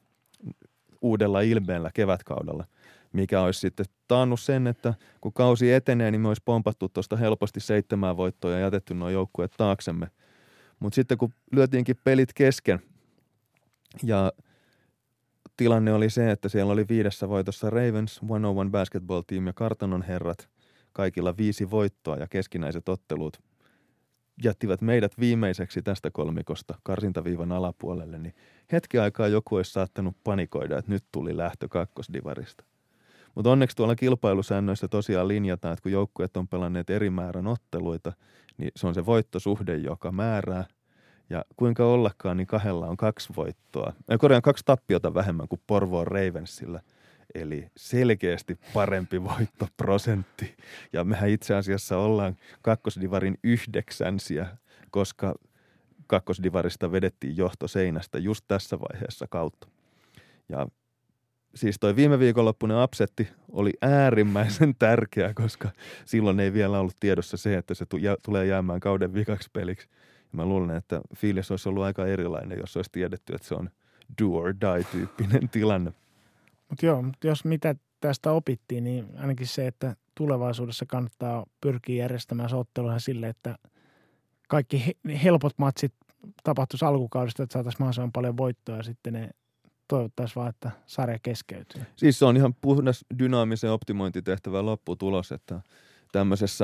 uudella ilmeellä kevätkaudella, mikä olisi sitten taannut sen, että kun kausi etenee, niin me olisi pompattu tuosta helposti 7 voittoa ja jätetty nuo joukkueet taaksemme. Mutta sitten kun lyötiinkin pelit kesken ja tilanne oli se, että siellä oli 5 voitossa Ravens, 101 basketball team ja Kartanon herrat, kaikilla 5 voittoa ja keskinäiset ottelut jättivät meidät viimeiseksi tästä kolmikosta karsintaviivan alapuolelle, niin hetki aikaa joku olisi saattanut panikoida, että nyt tuli lähtö kakkosdivarista. Mutta onneksi tuolla kilpailusäännöissä tosiaan linjataan, että kun joukkueet on pelanneet eri määrän otteluita, niin se on se voittosuhde, joka määrää. Ja kuinka ollakaan, niin 2 on 2 voittoa. 2 tappiota vähemmän kuin Porvoon Ravensillä. Eli selkeästi parempi voittoprosentti. Ja mehän itse asiassa ollaan kakkosdivarin 9, koska kakkosdivarista vedettiin johto seinästä just tässä vaiheessa kautta. Ja siis toi viime viikonloppuinen upsetti oli äärimmäisen tärkeä, koska silloin ei vielä ollut tiedossa se, että se tulee jäämään kauden vikaksi peliksi. Ja mä luulen, että fiilis olisi ollut aika erilainen, jos olisi tiedetty, että se on do or die -tyyppinen tilanne. Mutta joo, jos mitä tästä opittiin, niin ainakin se, että tulevaisuudessa kannattaa pyrkiä järjestämään otteluja sille, että kaikki helpot matsit tapahtuisi alkukaudesta, että saataisiin mahdollisimman paljon voittoa ja sitten ne toivottaisiin vaan, että sarja keskeytyy. Siis se on ihan puhdas dynaamisen optimointitehtävän lopputulos, että tämmöisessä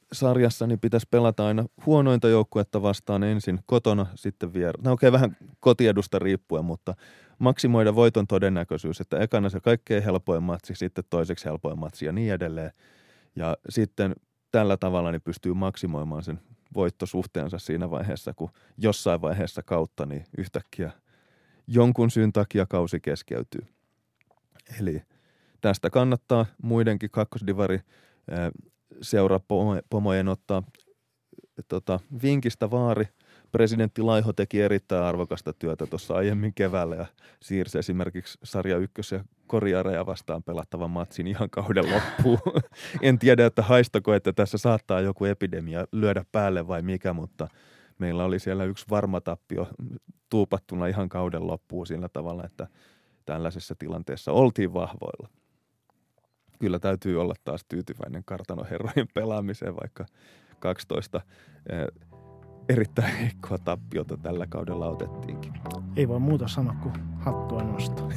sarjassa niin pitäisi pelata aina huonointa joukkuetta vastaan ensin kotona, sitten no okei, vähän kotiedusta riippuen, mutta maksimoida voiton todennäköisyys, että ekana se kaikkein helpoin matsi, sitten toiseksi helpoin matsi ja niin edelleen. Ja sitten tällä tavalla niin pystyy maksimoimaan sen voittosuhteensa siinä vaiheessa, kun jossain vaiheessa kautta niin yhtäkkiä jonkun syyn takia kausi keskeytyy. Eli tästä kannattaa muidenkin kakkosdivari seurapomojen ottaa vinkistä vaari. Presidentti Laiho teki erittäin arvokasta työtä tuossa aiemmin keväällä ja siirsi esimerkiksi sarja 1 ja Koriareja vastaan pelattavan matsin ihan kauden loppuun. En tiedä, että haistako, että tässä saattaa joku epidemia lyödä päälle vai mikä, mutta meillä oli siellä yksi varma tappio tuupattuna ihan kauden loppuun sillä tavalla, että tällaisessa tilanteessa oltiin vahvoilla. Kyllä täytyy olla taas tyytyväinen kartanoherrojen pelaamiseen, vaikka 12 erittäin heikkoa tappiota tällä kaudella otettiinkin. Ei voi muuta sanoa kuin hattua nostaa.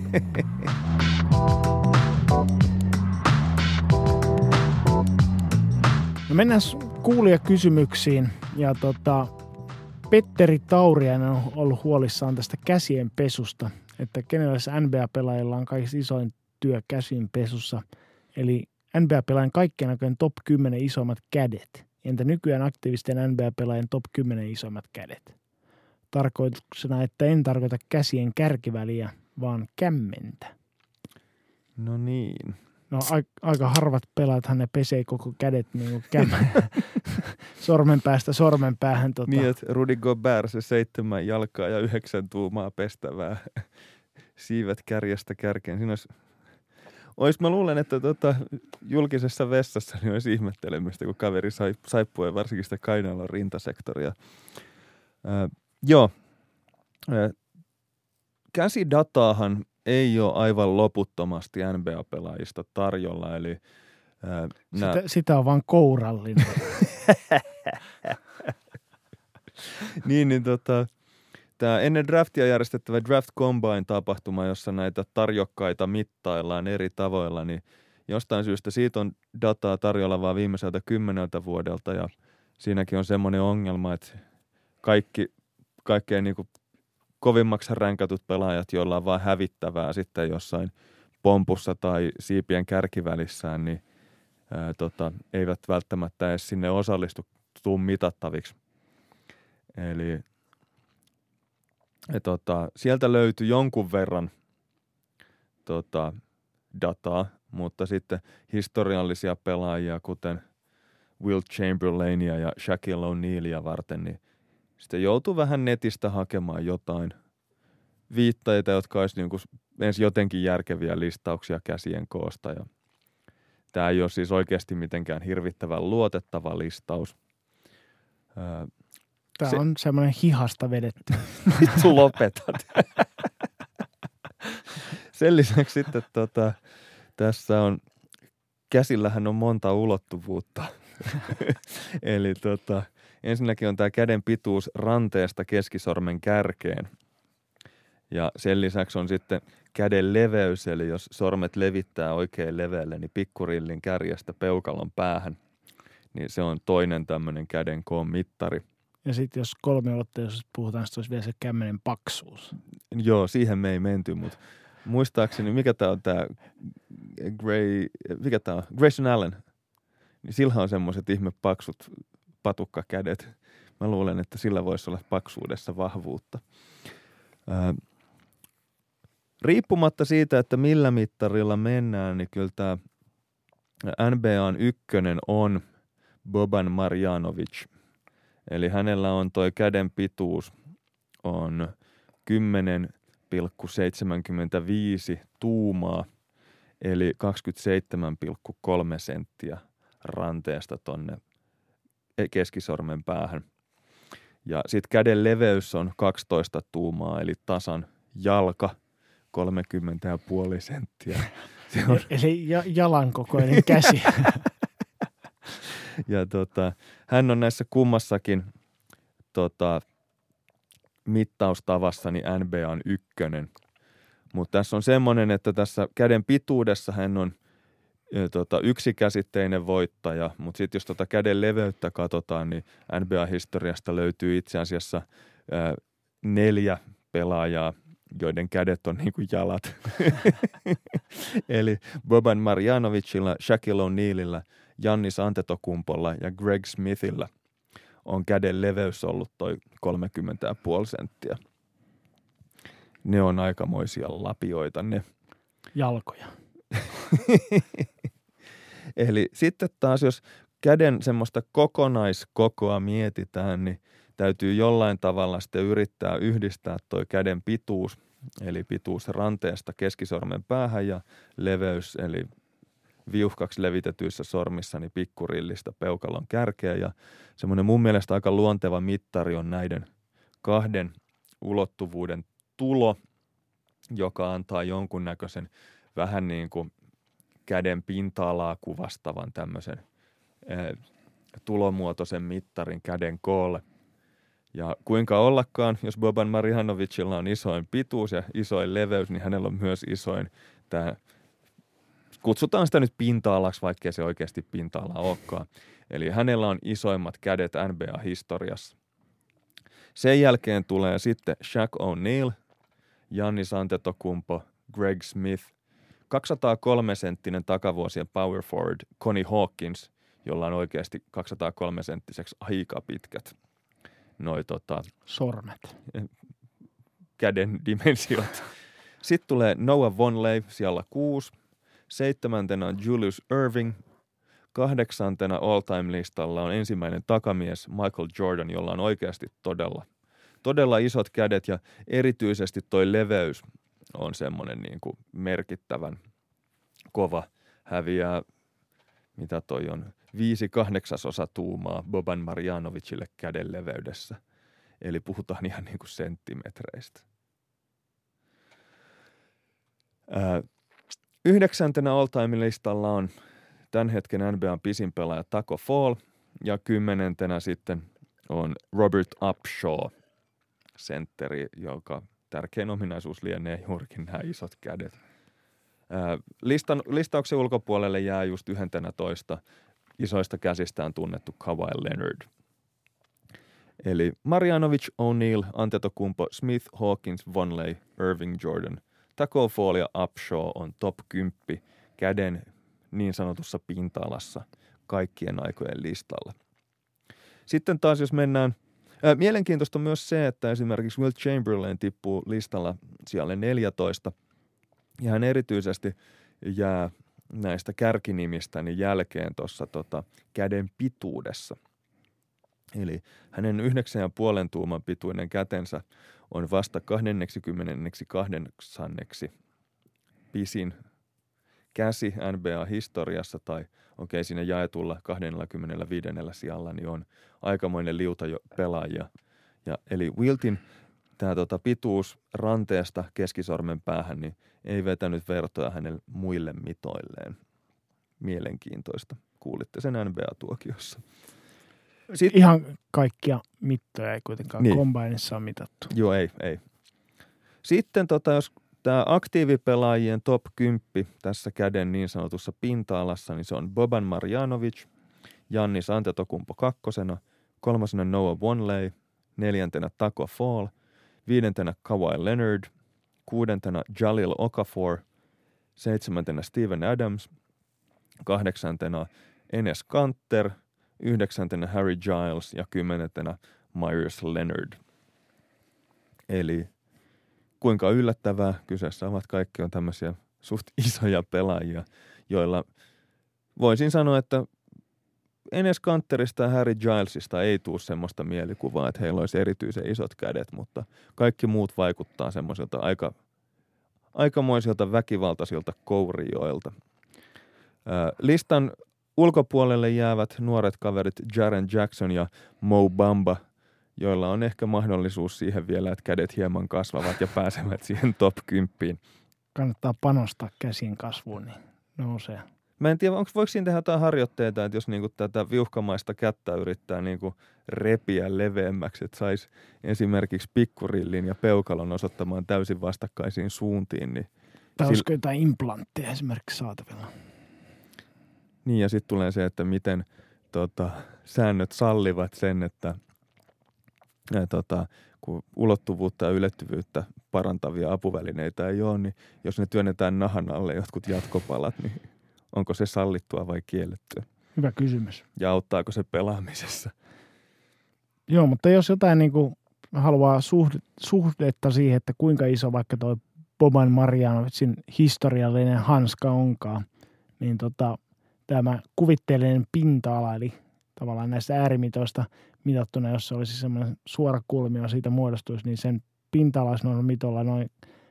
No mennään kuulijakysymyksiin. Ja Petteri Tauriainen on ollut huolissaan tästä käsien pesusta, että kenellä NBA-pelaajilla on kaikista isoin työ käsin pesussa. Eli NBA-pelaajan kaikkien aikojen top 10 isoimmat kädet. Entä nykyään aktiivisten NBA-pelaajien top 10 isoimmat kädet? Tarkoituksena, että en tarkoita käsien kärkiväliä, vaan kämmentä. No niin. No aika harvat pelaajathan ne pesee koko kädet niin kuin sormenpäästä sormenpäähän. Niin, että Rudy Gobert, se 7 jalkaa ja 9 tuumaa pestävää. Siivet kärjestä kärkeen. Siinä mä luulen, että julkisessa vessassa niin olisi ihmettelemistä, kun kaveri saippui varsinkin sitä kainalon rintasektoria. Käsidataahan ei ole aivan loputtomasti NBA-pelaajista tarjolla, eli sitä on vaan kourallinen. Tämä ennen draftia järjestettävä Draft Combine-tapahtuma, jossa näitä tarjokkaita mittaillaan eri tavoilla, niin jostain syystä siitä on dataa tarjolla vaan viimeiseltä 10 vuodelta, ja siinäkin on semmoinen ongelma, että kaikkein niin kuin kovimmaksi ränkätyt pelaajat, joilla on vaan hävittävää sitten jossain pompussa tai siipien kärkivälissään, niin eivät välttämättä edes sinne osallistu mitattaviksi. Eli sieltä löytyi jonkun verran dataa, mutta sitten historiallisia pelaajia, kuten Will Chamberlainia ja Shaquille O'Nealia varten, niin sitten joutui vähän netistä hakemaan jotain viitteitä, jotka olisi niin kuin ensin jotenkin järkeviä listauksia käsien koosta. Ja tämä ei ole siis oikeasti mitenkään hirvittävän luotettava listaus. Tämä on semmoinen hihasta vedetty. Vittu lopetat. Sen lisäksi sitten tässä on, käsillähän on monta ulottuvuutta. Eli ensinnäkin on tämä käden pituus ranteesta keskisormen kärkeen. Ja sen lisäksi on sitten käden leveys, eli jos sormet levittää oikein leveälle, niin pikkurillin kärjestä peukalon päähän. Niin se on toinen tämmöinen käden koon mittari. Ja sitten jos kolmiulotteisuudesta puhutaan, sitten olisi vielä se kämmenen paksuus. Joo, siihen me ei menty, mutta muistaakseni, mikä tämä on tämä Grayson Allen, niin sillä on semmoiset ihme paksut patukkakädet. Mä luulen, että sillä voisi olla paksuudessa vahvuutta. Riippumatta siitä, että millä mittarilla mennään, niin kyllä tämä NBA:n ykkönen on Boban Marjanovic. Eli hänellä on toi käden pituus on 10,75 tuumaa, eli 27,3 senttiä ranteesta tonne keskisormen päähän. Ja sitten käden leveys on 12 tuumaa, eli tasan jalka 30,5 senttiä. Eli jalan kokoinen käsi. Ja hän on näissä kummassakin mittaustavassani NBA:n ykkönen. Mutta tässä on semmoinen, että tässä käden pituudessa hän on yksikäsitteinen voittaja, mutta sitten jos käden leveyttä katsotaan, niin NBA-historiasta löytyy itse asiassa 4 pelaajaa, joiden kädet on niin kuin jalat. Eli Boban Marjanovicilla, Shaquille O'Nealilla, Giannis Antetokounmpolla ja Greg Smithillä on käden leveys ollut toi 30,5 senttiä. Ne on aikamoisia lapioita ne. Jalkoja. Eli sitten taas, jos käden semmoista kokonaiskokoa mietitään, niin täytyy jollain tavalla sitten yrittää yhdistää toi käden pituus, eli pituus ranteesta keskisormen päähän ja leveys, eli viuhkaksi levitetyissä sormissa, niin pikkurillistä peukalon kärkeä. Ja semmoinen mun mielestä aika luonteva mittari on näiden 2 ulottuvuuden tulo, joka antaa jonkunnäköisen vähän niin kuin käden pinta-alaa kuvastavan tämmöisen tulomuotoisen mittarin käden koolle. Ja kuinka ollakaan, jos Boban Marjanovicilla on isoin pituus ja isoin leveys, niin hänellä on myös isoin tämä, kutsutaan sitä nyt pinta-alaksi, vaikkei se oikeasti pinta-ala olekaan. Eli hänellä on isoimmat kädet NBA-historiassa. Sen jälkeen tulee sitten Shaq O'Neal, Giannis Antetokounmpo, Greg Smith, 203-senttinen takavuosien power forward Connie Hawkins, jolla on oikeasti 203-senttiseksi aika pitkät sormet. Käden dimensiot. Sitten tulee Noah Vonleh siellä 6, 7. on Julius Erving, 8. all-time-listalla on ensimmäinen takamies Michael Jordan, jolla on oikeasti todella isot kädet ja erityisesti toi leveys on semmoinen niin kuin merkittävän kova, häviää, mitä toi on, 5/8 tuumaa Boban Marjanovicille käden leveydessä. Eli puhutaan ihan niin kuin senttimetreistä. 9. all-time-listalla on tämän hetken NBA:n pisin pelaaja Taco Fall ja 10. sitten on Robert Upshaw, sentteri, joka tärkein ominaisuus lienee juurikin nämä isot kädet. Listauksen ulkopuolelle jää just 11 isoista käsistään tunnettu Kawhi Leonard. Eli Marjanovic, O'Neal, Antetokounmpo, Smith, Hawkins, Vonleh, Irving, Jordan, Taco Fall ja Upshaw on top 10 käden niin sanotussa pinta-alassa kaikkien aikojen listalla. Sitten taas jos mennään, mielenkiintoista myös se, että esimerkiksi Wilt Chamberlain tippuu listalla siellä 14 ja hän erityisesti jää näistä kärkinimistä niin jälkeen tuossa käden pituudessa. Eli hänen 9,5 tuuman pituinen kätensä on vasta 28. pisin käsi NBA-historiassa, tai okei, siinä jaetulla 25. sijalla, niin on aikamoinen liuta jo pelaajia. Ja, eli Wiltin tämä pituus ranteesta keskisormen päähän, niin ei vetänyt vertoja hänen muille mitoilleen. Mielenkiintoista. Kuulitte sen NBA-tuokiossa. Sitten, ihan kaikkia mittoja ei kuitenkaan niin Combinessa ole mitattu. Joo, ei. Sitten jos tämä aktiivipelaajien top 10 tässä käden niin sanotussa pinta-alassa, niin se on Boban Marjanovic, Giannis Antetokounmpo 2, 3. Noah Vonleh, 4. Taco Fall, 5. Kawhi Leonard, 6. Jahlil Okafor, 7. Steven Adams, 8. Enes Kanter, 9. Harry Giles ja 10. Myers Leonard. Eli kuinka yllättävää, kyseessä ovat kaikki on tämmöisiä suht isoja pelaajia, joilla voisin sanoa, että Enes Kanterista ja Harry Gilesista ei tule semmoista mielikuvaa, että heillä olisi erityisen isot kädet, mutta kaikki muut vaikuttaa semmoisilta aikamoisilta väkivaltaisilta kourijoilta. Listan ulkopuolelle jäävät nuoret kaverit Jaren Jackson ja Mo Bamba, joilla on ehkä mahdollisuus siihen vielä, että kädet hieman kasvavat ja pääsevät siihen top 10. Kannattaa panostaa käsien kasvuun, niin nousee. Mä en tiedä, voiko siinä tehdä jotain harjoitteita, että jos niinku tätä viuhkamaista kättä yrittää niinku repiä leveämmäksi, että saisi esimerkiksi pikkurillin ja peukalon osoittamaan täysin vastakkaisiin suuntiin. Niin tai olisiko jotain implantteja esimerkiksi saatavilla? Niin, ja sitten tulee se, että miten säännöt sallivat sen, että kun ulottuvuutta ja ylettyvyyttä parantavia apuvälineitä ei ole, niin jos ne työnnetään nahan alle jotkut jatkopalat, niin onko se sallittua vai kiellettyä? Hyvä kysymys. Ja auttaako se pelaamisessa? Joo, mutta jos jotain niin kuin haluaa suhdetta siihen, että kuinka iso vaikka toi Boban Marjanovicin historiallinen hanska onkaan, niin tämä kuvitteellinen pinta-ala, eli tavallaan näistä äärimitoista mitattuna, jos se olisi semmoinen suora kulmio siitä muodostuisi, niin sen pinta-ala olisi noin mitolla noin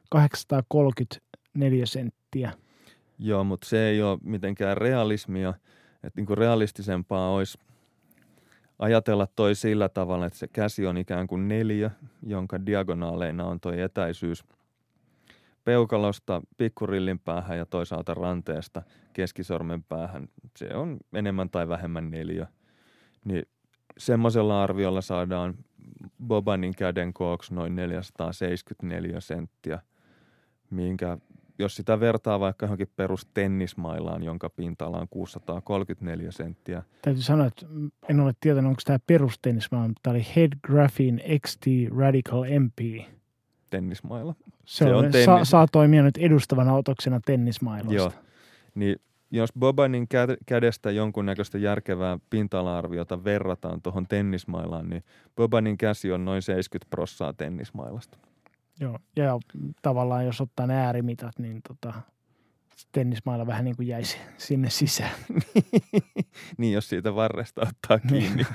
834 senttiä. Joo, mutta se ei ole mitenkään realismia. Että niin kuin realistisempaa olisi ajatella toi sillä tavalla, että se käsi on ikään kuin 4, jonka diagonaaleina on toi etäisyys peukalosta pikkurillin päähän ja toisaalta ranteesta keskisormen päähän. Se on enemmän tai vähemmän 4. Niin semmoisella arviolla saadaan Bobanin käden kooksi noin 474 senttiä, minkä jos sitä vertaa vaikka johonkin perustennismailaan, jonka pinta-ala on 634 senttiä. Täytyy sanoa, että en ole tietoinen, onko tämä perustennismaila, mutta tämä oli Head Graphene XT Radical MP. Tennismaila. Se on saa toimia nyt edustavana otoksena tennismailoista. Joo, niin jos Bobanin kädestä jonkunnäköistä järkevää pinta-ala-arviota verrataan tuohon tennismailaan, niin Bobanin käsi on noin 70% tennismailasta. Joo, ja tavallaan jos ottaa ne äärimitat, niin tennismailla vähän niin kuin jäisi sinne sisään. Niin, jos siitä varresta ottaa kiinni.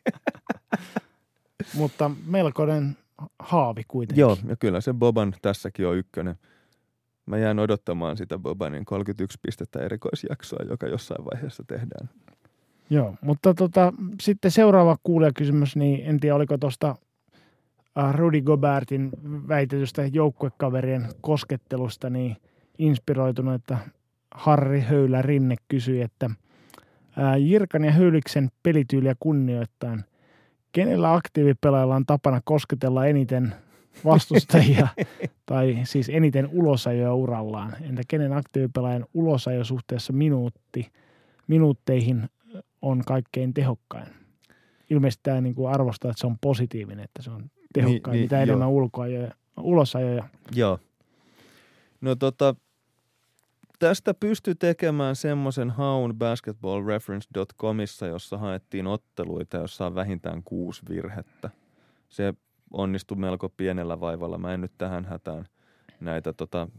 Mutta melkoinen haavi kuitenkin. Joo, ja kyllä se Boban tässäkin on ykkönen. Mä jään odottamaan sitä Bobanin 31 pistettä erikoisjaksoa, joka jossain vaiheessa tehdään. Joo, mutta sitten seuraava kuulijakysymys, niin en tiedä oliko tuosta Rudy Gobertin väitetystä joukkuekaverien koskettelusta niin inspiroitunut, että Harri Höylä Rinne kysyi, että Jirkan ja Höyliksen pelityyliä kunnioittain, kenellä aktiivipelaajalla on tapana kosketella eniten vastustajia tai siis eniten ulosajoja urallaan? Entä kenen aktiivipelaajan ulosajo suhteessa minuutteihin on kaikkein tehokkain? Ilmeisesti tämä niin kuin arvostaa, että se on positiivinen, että se on tehokkain, mitä enemmän ulosajoja. Joo. No tästä pystyi tekemään semmoisen haun basketballreference.comissa, jossa haettiin otteluita, jossa on vähintään 6 virhettä. Se onnistui melko pienellä vaivalla. Mä en nyt tähän hätään näitä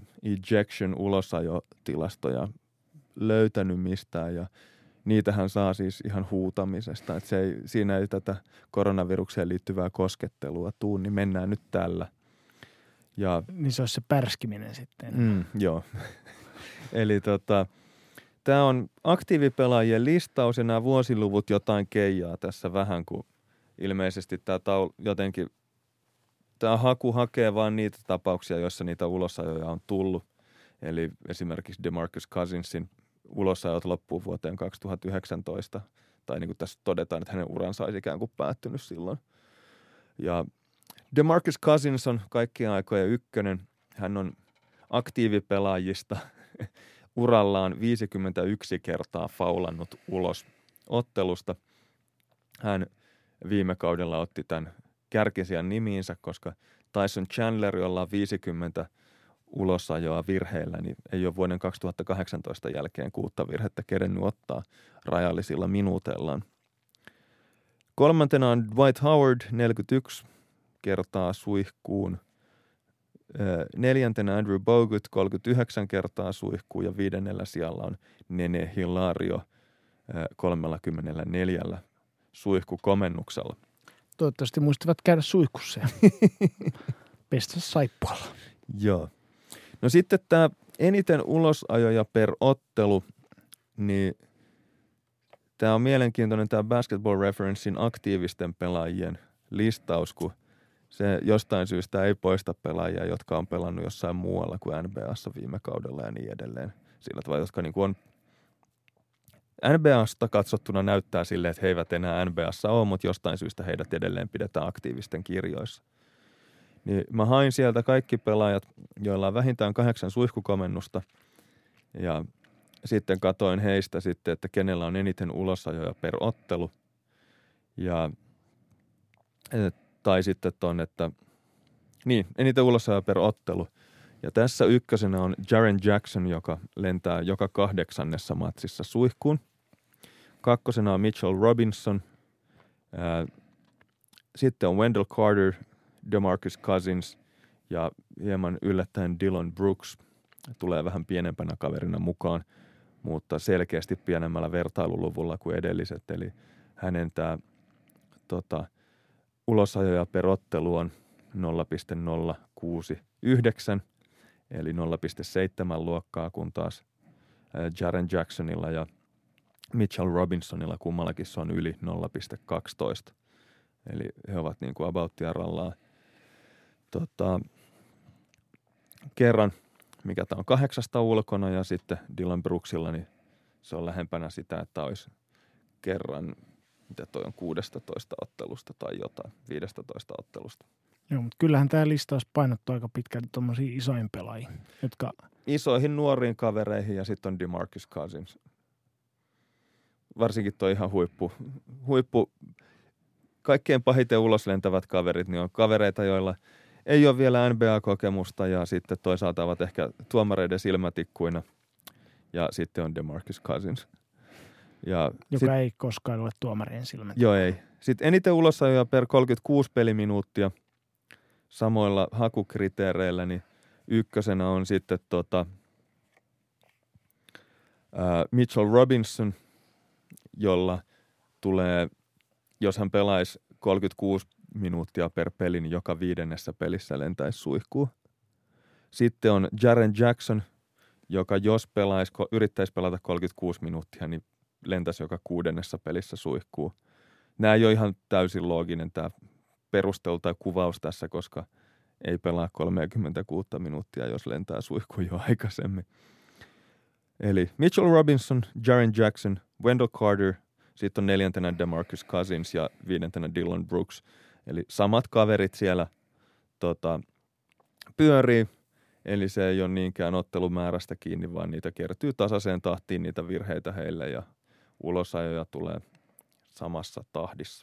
ejection-ulosajotilastoja löytänyt mistään ja niitähän saa siis ihan huutamisesta. Että siinä ei tätä koronavirukseen liittyvää koskettelua tuu, niin mennään nyt tällä. Ja, niin se olisi se pärskiminen sitten. Joo. Eli tämä on aktiivipelaajien listaus ja nämä vuosiluvut jotain keijaa tässä vähän, kun ilmeisesti tämä haku hakee vain niitä tapauksia, joissa niitä ulosajoja on tullut. Eli esimerkiksi DeMarcus Cousinsin ulosajot loppuu vuoteen 2019, tai niin kuin tässä todetaan, että hänen uransa olisi ikään kuin päättynyt silloin. Ja DeMarcus Cousins on kaikkien aikojen ykkönen. Hän on aktiivipelaajista urallaan 51 kertaa faulannut ulos ottelusta. Hän viime kaudella otti tämän kärkisijan nimiinsä, koska Tyson Chandler, jolla on 50 ulosajoa virheillä, niin ei ole vuoden 2018 jälkeen 6 virhettä kerennyt ottaa rajallisilla minuuteillaan. Kolmantena on Dwight Howard, 41 kertaa suihkuun. Neljäntenä Andrew Bogut, 39 kertaa suihkuun ja 5. sijalla on Nene Hilario 34 suihkukomennuksella. Toivottavasti muistavat käydä suihkussa ja pestä saippualla. Joo. No sitten tämä eniten ulosajoja per ottelu, niin tämä on mielenkiintoinen tämä Basketball Referencein aktiivisten pelaajien listaus, kun se jostain syystä ei poista pelaajia, jotka on pelannut jossain muualla kuin NBA:ssa viime kaudella ja niin edelleen. Sillä tavalla, jotka niin kuin on NBA:sta katsottuna näyttää silleen, että he eivät enää NBA:ssa ole, mutta jostain syystä heidät edelleen pidetään aktiivisten kirjoissa. Niin mä hain sieltä kaikki pelaajat, joilla on vähintään 8 suihkukomennusta ja sitten katoin heistä sitten, että kenellä on eniten ulosajoja per ottelu. Ja, tai sitten että eniten ulosajoja per ottelu. Ja tässä ykkösenä on Jaren Jackson, joka lentää joka 8. matsissa suihkuun. Kakkosena on Mitchell Robinson. Sitten on Wendell Carter, DeMarcus Cousins ja hieman yllättäen Dillon Brooks tulee vähän pienempänä kaverina mukaan, mutta selkeästi pienemmällä vertailuluvulla kuin edelliset. Eli hänen tämä ulosajoja per ottelu on 0,069, eli 0,7 luokkaa, kun taas Jaren Jacksonilla ja Mitchell Robinsonilla kummallakin se on yli 0,12. Eli he ovat niin kuin about tiarallaan. Kerran, mikä tämä on 8 ulkona, ja sitten Dillon Brooksilla, niin se on lähempänä sitä, että olisi kerran, mitä toi on, 16 ottelusta tai jotain, 15 ottelusta. Joo, mutta kyllähän tämä listaus painottuu aika pitkälti tuommoisiin isoihin pelaajiin, jotka... Isoihin nuoriin kavereihin, ja sitten on DeMarcus Cousins. Varsinkin toi ihan huippu kaikkein pahiten uloslentävät kaverit, niin on kavereita, joilla ei ole vielä NBA-kokemusta, ja sitten toisaalta ovat ehkä tuomareiden silmätikkuina, ja sitten on DeMarcus Cousins. Joka ei koskaan ole tuomarien silmätikkuina. Joo, ei. Sitten eniten ulosajoja per 36 peliminuuttia samoilla hakukriteereillä, niin ykkösenä on sitten Mitchell Robinson, jolla tulee, jos hän pelaisi 36 minuuttia per peli, niin joka 5. pelissä lentäisi suihkuun. Sitten on Jaren Jackson, joka jos yrittäisi pelata 36 minuuttia, niin lentäisi joka 6. pelissä suihkuun. Nämä ei ole ihan täysin looginen tämä perustelu tai kuvaus tässä, koska ei pelaa 36 minuuttia, jos lentää suihkuun jo aikaisemmin. Eli Mitchell Robinson, Jaren Jackson, Wendell Carter, sitten on 4. DeMarcus Cousins ja 5. Dillon Brooks. Eli samat kaverit siellä pyörii, eli se ei ole niinkään ottelumäärästä kiinni, vaan niitä kertyy tasaiseen tahtiin niitä virheitä heille ja ulosajoja tulee samassa tahdissa.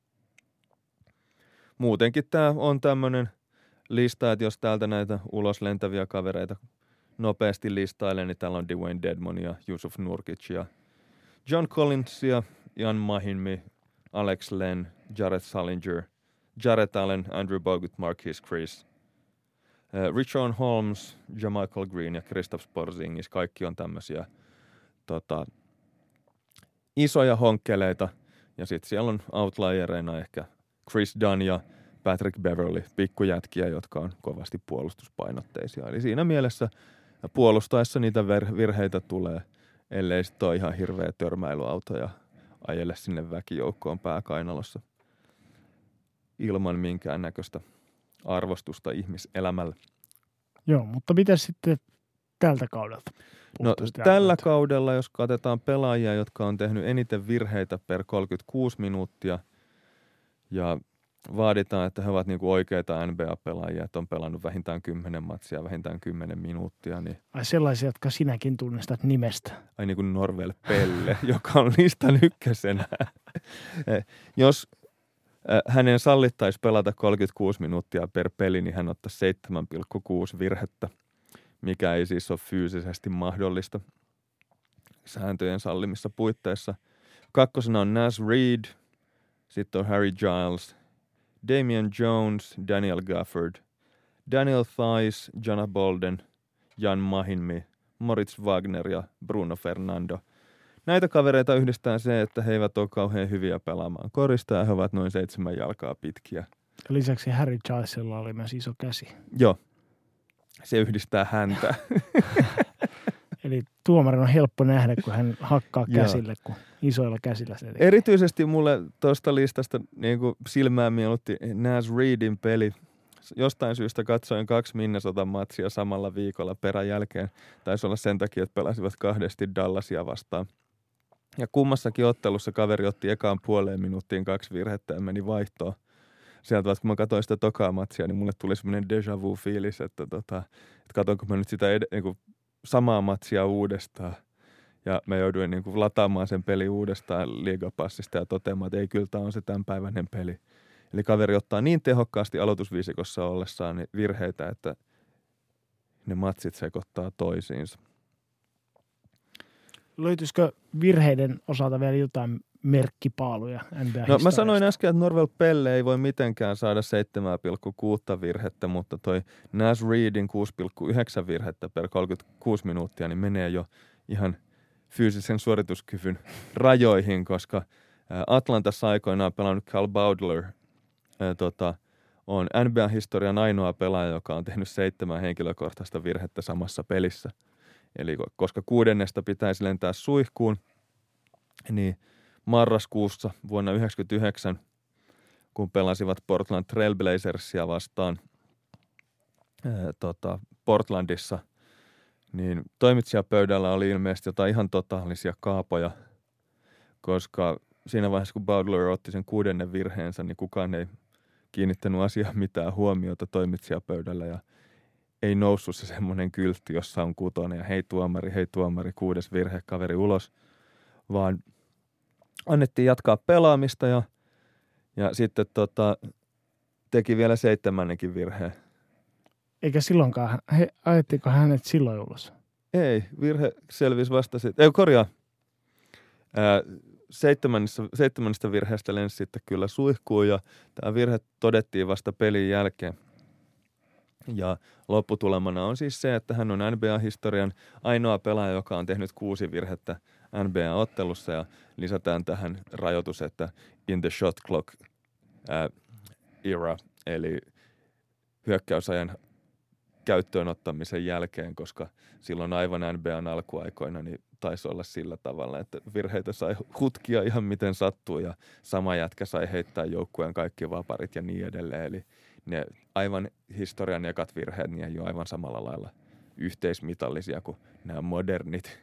Muutenkin tämä on tämmöinen lista, että jos täältä näitä ulos lentäviä kavereita nopeasti listailee, niin täällä on Dwayne Dedmon ja Jusuf Nurkic ja John Collins ja Jan Mahinmi, Alex Len, Jared Sullinger, Jarrett Allen, Andrew Bogut, Marquise Chris, Richaun Holmes, Jamichael Green ja Kristaps Porzingis. Kaikki on tämmöisiä isoja honkkeleita. Ja sitten siellä on outliereina ehkä Chris Dunn ja Patrick Beverley, pikkujätkiä, jotka on kovasti puolustuspainotteisia. Eli siinä mielessä puolustaessa niitä virheitä tulee, ellei sitten ole ihan hirveä törmäilyauto ja ajele sinne väkijoukkoon pääkainalossa ilman minkäännäköistä arvostusta ihmiselämälle. Joo, mutta mitä sitten tältä kaudelta? No, tällä kaudella, jos katsotaan pelaajia, jotka on tehnyt eniten virheitä per 36 minuuttia ja vaaditaan, että he ovat niinku oikeita NBA-pelaajia, että on pelannut vähintään 10 matsia, vähintään 10 minuuttia. Niin... Ai sellaisia, jotka sinäkin tunnistat nimestä. Ai niin kuin Norvel Pelle, joka on listan ykkösenä. Jos hänen sallittaisi pelata 36 minuuttia per peli, niin hän ottaisi 7,6 virhettä, mikä ei siis ole fyysisesti mahdollista sääntöjen sallimissa puitteissa. Kakkosena on Naz Reid, sitten on Harry Giles, Damian Jones, Daniel Gafford, Daniel Theis, Jonah Bolden, Jan Mahinmi, Moritz Wagner ja Bruno Fernando. Näitä kavereita yhdistää se, että he eivät ole kauhean hyviä pelaamaan korista ja he ovat noin 7 jalkaa pitkiä. Lisäksi Harry Gilesilla oli myös iso käsi. Joo, se yhdistää häntä. Eli tuomarin on helppo nähdä, kun hän hakkaa käsille, kun isoilla käsillä se tekee. Erityisesti mulle tuosta listasta niin kuin silmään mielutti Naz Reidin peli. Jostain syystä katsoin 2 Minnesota-matsia samalla viikolla peräjälkeen. Taisi olla sen takia, että pelasivat kahdesti Dallasia vastaan. Ja kummassakin ottelussa kaveri otti ekaan puoleen minuuttiin 2 virhettä ja meni vaihtoon. Sieltä kun mä katsoin sitä tokaa matsia, niin mulle tuli semmoinen déjà vu-fiilis, että katsonko mä nyt sitä niin kuin samaa matsia uudestaan. Ja mä jouduin niin kuin lataamaan sen peli uudestaan liigapassista ja toteamaan, että ei, kyllä tämä on se tämänpäiväinen peli. Eli kaveri ottaa niin tehokkaasti aloitusviisikossa ollessaan niin virheitä, että ne matsit sekoittaa toisiinsa. Löytyisikö virheiden osalta vielä jotain merkkipaaluja NBA-historiasta? No mä sanoin äsken, että Norvel Pelle ei voi mitenkään saada 7,6 virhettä, mutta toi Naz Reidin 6,9 virhettä per 36 minuuttia niin menee jo ihan fyysisen suorituskyvyn rajoihin, koska Atlantassa aikoinaan pelannut Cal Bowdler on NBA-historian ainoa pelaaja, joka on tehnyt 7 henkilökohtaista virhettä samassa pelissä. Eli koska 6. pitäisi lentää suihkuun, niin marraskuussa vuonna 1999, kun pelasivat Portland Trail Blazersia vastaan Portlandissa, niin toimitsijapöydällä oli ilmeisesti jotain ihan totaalisia kaapoja, koska siinä vaiheessa, kun Bowdler otti sen 6. virheensä, niin kukaan ei kiinnittänyt asiaan mitään huomiota toimitsijapöydällä ja ei noussut se semmoinen kyltti, jossa on 6 ja hei tuomari, 6. virhe, kaveri ulos, vaan annettiin jatkaa pelaamista ja sitten teki vielä 7. virheen. Eikä silloinkaan, ajettiinko hänet silloin ulos? Ei, virhe selvisi vasta sitten. Ei, korjaa. 7. virheestä lensi sitten kyllä suihkuun ja tämä virhe todettiin vasta pelin jälkeen. Ja lopputulemana on siis se, että hän on NBA-historian ainoa pelaaja, joka on tehnyt 6 virhettä NBA-ottelussa ja lisätään tähän rajoitus, että in the shot clock era, eli hyökkäysajan käyttöön ottamisen jälkeen, koska silloin aivan NBAn alkuaikoina niin taisi olla sillä tavalla, että virheitä sai hutkia ihan miten sattuu ja sama jätkä sai heittää joukkueen kaikki vaparit ja niin edelleen. Eli ne aivan historian ekat virheet niin ei ole aivan samalla lailla yhteismitallisia kuin nämä modernit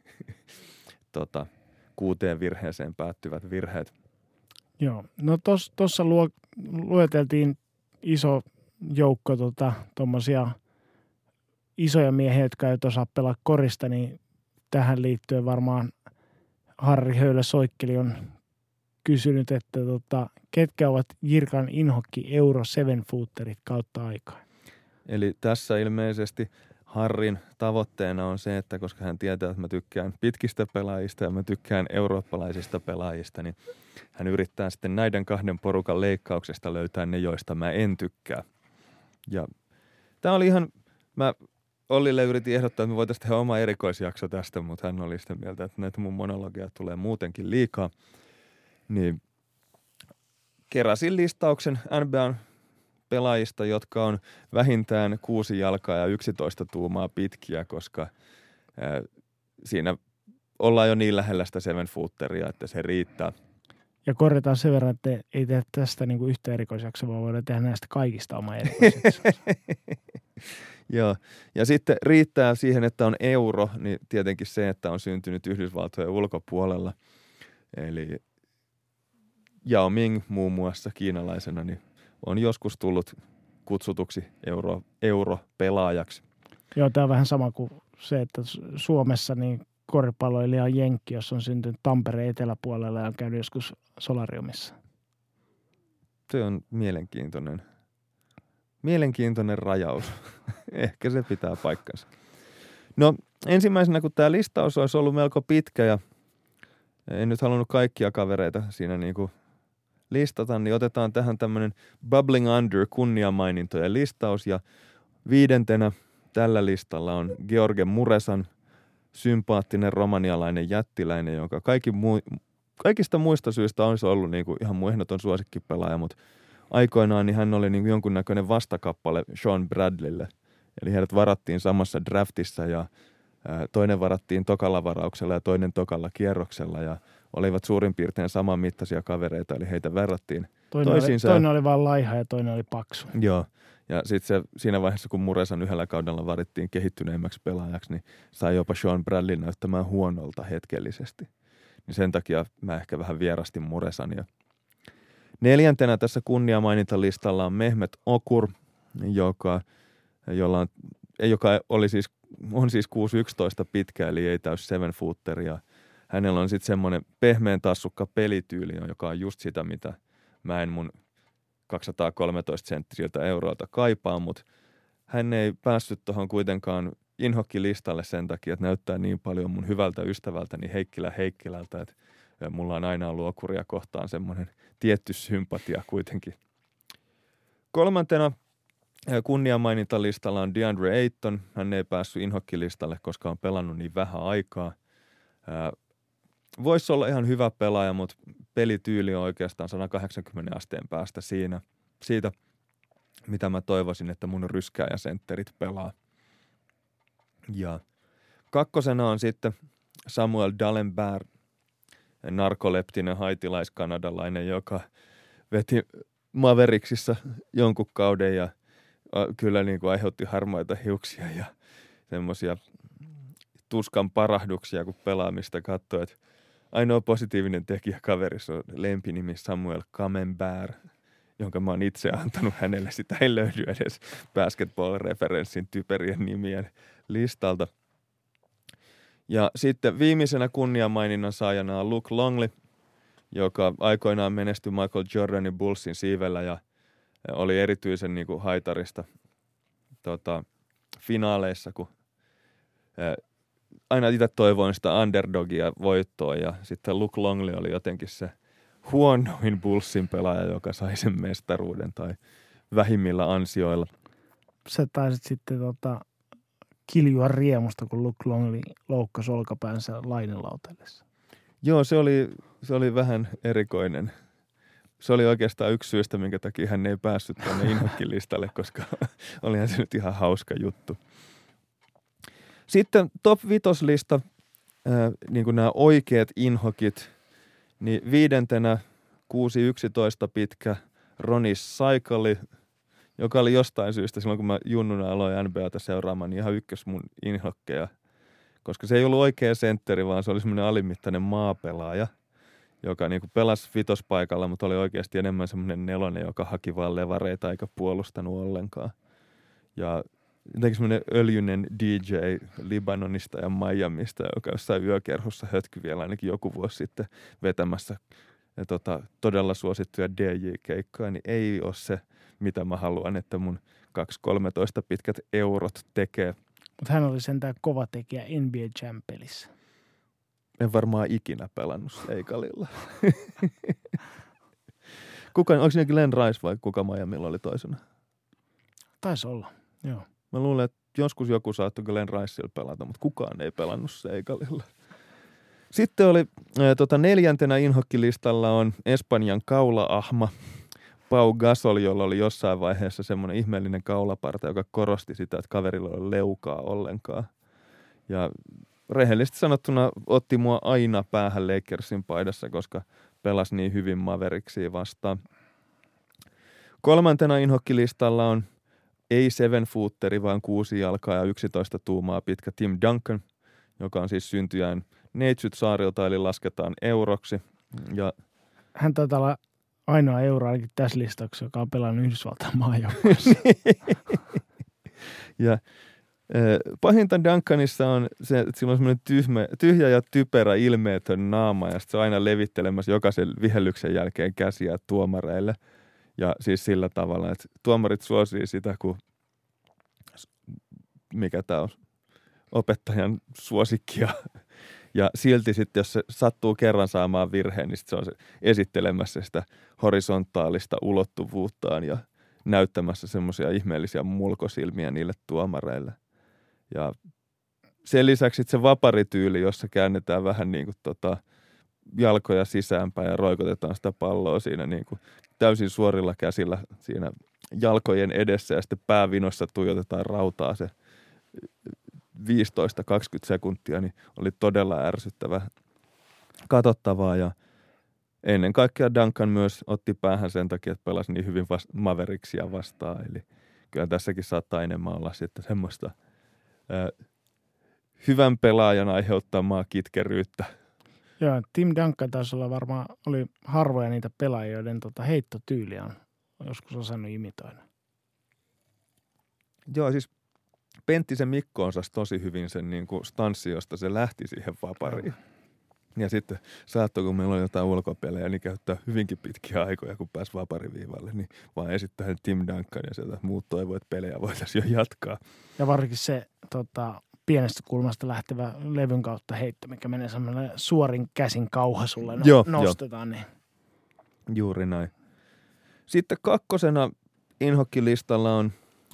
6 virheeseen päättyvät virheet. Joo, no tuossa lueteltiin iso joukko tuommoisia isoja miehiä, jotka ei osaa pelaa korista, niin tähän liittyen varmaan Harri Höylä-Soikkeli on kysynyt, että ketkä ovat Jirkan inhokki Euro 7-footerit kautta aikaa. Eli tässä ilmeisesti Harrin tavoitteena on se, että koska hän tietää, että mä tykkään pitkistä pelaajista ja mä tykkään eurooppalaisista pelaajista, niin hän yrittää sitten näiden 2 porukan leikkauksesta löytää ne, joista mä en tykkää. Ja tää oli ihan, mä Ollille yritin ehdottaa, että me voitaisiin tehdä oma erikoisjakso tästä, mutta hän oli sitä mieltä, että näitä mun monologia tulee muutenkin liikaa. Niin keräsin listauksen NBAn pelaajista, jotka on vähintään 6 jalkaa ja 11 tuumaa pitkiä, koska siinä ollaan jo niin lähellä sitä 7-footeria, että se riittää. Ja korjataan sen verran, että ei tehdä tästä niin kuin yhtä erikoisjaksoa, vaan voidaan tehdä näistä kaikista oma erikoisjaksoa. Joo, ja sitten riittää siihen, että on euro, niin tietenkin se, että on syntynyt Yhdysvaltojen ulkopuolella. Eli Yao Ming muun muassa kiinalaisena, niin on joskus tullut kutsutuksi europelaajaksi. Joo, tämä on vähän sama kuin se, että Suomessa niin koripalloilija jenkki, jos on syntynyt Tampereen eteläpuolella ja on käynyt joskus solariumissa. Se on mielenkiintoinen rajaus. Ehkä se pitää paikkansa. No ensimmäisenä, kun tämä listaus olisi ollut melko pitkä ja en nyt halunnut kaikkia kavereita siinä niinku listata, niin otetaan tähän tämmöinen Bubbling Under kunniamainintojen listaus ja 5. tällä listalla on George Muresan sympaattinen romanialainen jättiläinen, jonka kaikista muista syistä olisi ollut niinku ihan mun ehdoton suosikkipelaaja, mutta aikoinaan niin hän oli niinku jonkunnäköinen vastakappale Sean Bradleylle. Eli heidät varattiin samassa draftissa ja toinen varattiin tokalla varauksella ja toinen tokalla kierroksella ja olivat suurin piirtein saman mittaisia kavereita, eli heitä verrattiin toisiinsa. Toinen oli vaan laiha ja toinen oli paksu. Joo, ja sitten siinä vaiheessa, kun Muresan yhdellä kaudella varittiin kehittyneemmäksi pelaajaksi, niin sai jopa Sean Bradley näyttämään huonolta hetkellisesti. Niin sen takia mä ehkä vähän vierastin Muresan. Ja 4. tässä kunniamainintalistalla on Mehmet Okur, joka on siis 6'11 pitkä, eli ei täys 7-footer ja hänellä on sitten semmoinen pehmeän tassukka pelityyli, joka on just sitä, mitä mä en mun 213 senttisiltä euroilta kaipaa, mutta hän ei päässyt tuohon kuitenkaan inhokkilistalle sen takia, että näyttää niin paljon mun hyvältä ystävältäni Heikkilältä, että mulla on aina ollut Okuria kohtaan semmoinen tietty sympatia kuitenkin. 3. kunniamainitalistalla on DeAndre Ayton. Hän ei päässyt inhokkilistalle, koska on pelannut niin vähän aikaa. Voisi olla ihan hyvä pelaaja, mutta pelityyli on oikeastaan 180 asteen päästä siitä, mitä mä toivoisin, että mun ryskääjäsentterit pelaa. Ja 2. on sitten Samuel Dalembert, narkoleptinen haitilais-kanadalainen, joka veti Mavericksissa jonkun kauden ja kyllä niin kuin aiheutti harmaita hiuksia ja semmoisia tuskan parahduksia, kun pelaamista katsoi, että ainoa positiivinen tekijä kaverissa on lempinimi Samuel Camembert, jonka mä oon itse antanut hänelle. Sitä ei löydy edes basketball-referenssin typerien nimien listalta. Ja sitten viimeisenä kunniamaininnan saajana on Luke Longley, joka aikoinaan menestyi Michael Jordanin Bullsin siivellä ja oli erityisen niin kuin haitarista finaaleissa, kun aina itse toivoin sitä underdogia voittoa ja sitten Luke Longley oli jotenkin se huonoin Bullsin pelaaja, joka sai sen mestaruuden tai vähimmillä ansioilla. Sä taisit sitten kiljua riemusta, kun Luke Longley loukkasi olkapäänsä lainelautellessa. Joo, se oli vähän erikoinen. Se oli oikeastaan yksi syystä, minkä takia hän ei päässyt tuonne inhokkilistalle, koska olihan se nyt ihan hauska juttu. Sitten top 5-lista, niin kuin nämä oikeat inhokit, niin 5. 6'11" pitkä Ronnie Saikali, joka oli jostain syystä silloin, kun mä junnuna aloin NBA:ta seuraamaan, niin ihan ykkös mun inhokkeja. Koska se ei ollut oikea sentteri, vaan se oli semmoinen alimittainen maapelaaja, joka niin kuin pelasi vitospaikalla, mutta oli oikeasti enemmän semmoinen nelonen, joka haki vaan levareita eikä puolustanut ollenkaan. Ja jotenkin semmoinen öljyinen DJ Libanonista ja Miamista, joka jossain yökerhossa hötky vielä ainakin joku vuosi sitten vetämässä todella suosittuja DJ-keikkoja, niin ei ole se, mitä mä haluan, että mun 2.13 pitkät eurot tekee. Mutta hän oli sentään kova tekijä NBA Jam-pelissä. En varmaan ikinä pelannut Seikalilla. Onko siinä Glenn Rice vai kuka Miamilla oli toisena? Taisi olla, joo. Mä luulen, että joskus joku saattoi Glenn Ricella pelata, mutta kukaan ei pelannut Seikalilla. Sitten oli 4. inhokkilistalla on Espanjan kaula-ahma Pau Gasol, jolla oli jossain vaiheessa semmoinen ihmeellinen kaulaparta, joka korosti sitä, että kaverilla ei ole leukaa ollenkaan. Ja rehellisesti sanottuna otti mua aina päähän Lakersin paidassa, koska pelasi niin hyvin Mavericksia vastaan. 3. inhokkilistalla on ei 7-footeri, vaan 6 jalkaa ja 11 tuumaa pitkä Tim Duncan, joka on siis syntyjään Neitsyt-saarilta, eli lasketaan euroksi. Ja hän taitaa olla ainoa euro ainakin tässä listauksessa, joka on pelannut Yhdysvaltain maajoukkueessa. Ja pahinta Duncanissa on se, että sillä on semmoinen tyhjä ja typerä ilmeetön naama, ja sitten se on aina levittelemässä jokaisen vihellyksen jälkeen käsiä tuomareille. Ja siis sillä tavalla, että tuomarit suosii sitä, kun mikä tämä on, opettajan suosikkia. Ja silti sitten, jos se sattuu kerran saamaan virheen, niin se on se esittelemässä sitä horisontaalista ulottuvuuttaan ja näyttämässä semmoisia ihmeellisiä mulkosilmiä niille tuomareille. Ja sen lisäksi se vaparityyli, jossa käännetään vähän niin kuin jalkoja sisäänpäin ja roikotetaan sitä palloa siinä niin kuin täysin suorilla käsillä siinä jalkojen edessä ja sitten päävinossa tuijotetaan rautaa se 15-20 sekuntia, niin oli todella ärsyttävä katsottavaa ja ennen kaikkea Duncan myös otti päähän sen takia, että pelasi niin hyvin Mavericksia vastaan, eli kyllä tässäkin saattaa enemmän olla sitten semmoista hyvän pelaajan aiheuttamaa kitkeryyttä. Joo, Tim Duncan taisi olla varmaan, oli harvoja niitä pelaajia, joiden heittotyyliä on joskus osannut imitoida. Joo, siis Penttisen Mikko osasi tosi hyvin sen niin kuin stanssi, josta se lähti siihen vapariin. Ja sitten saattoi, kun meillä on jotain ulkopelejä, niin käyttää hyvinkin pitkiä aikoja, kun pääsi vapariviivalle, niin vaan esittää Tim Duncan ja sieltä muut toivoo, että pelejä voitaisiin jo jatkaa. Ja varsinkin se pienestä kulmasta lähtevä levyn kautta heitto, mikä menee semmoinen suorin käsin kauhasulle nostetaan. Niin. Juuri näin. Sitten kakkosena inhokkilistalla on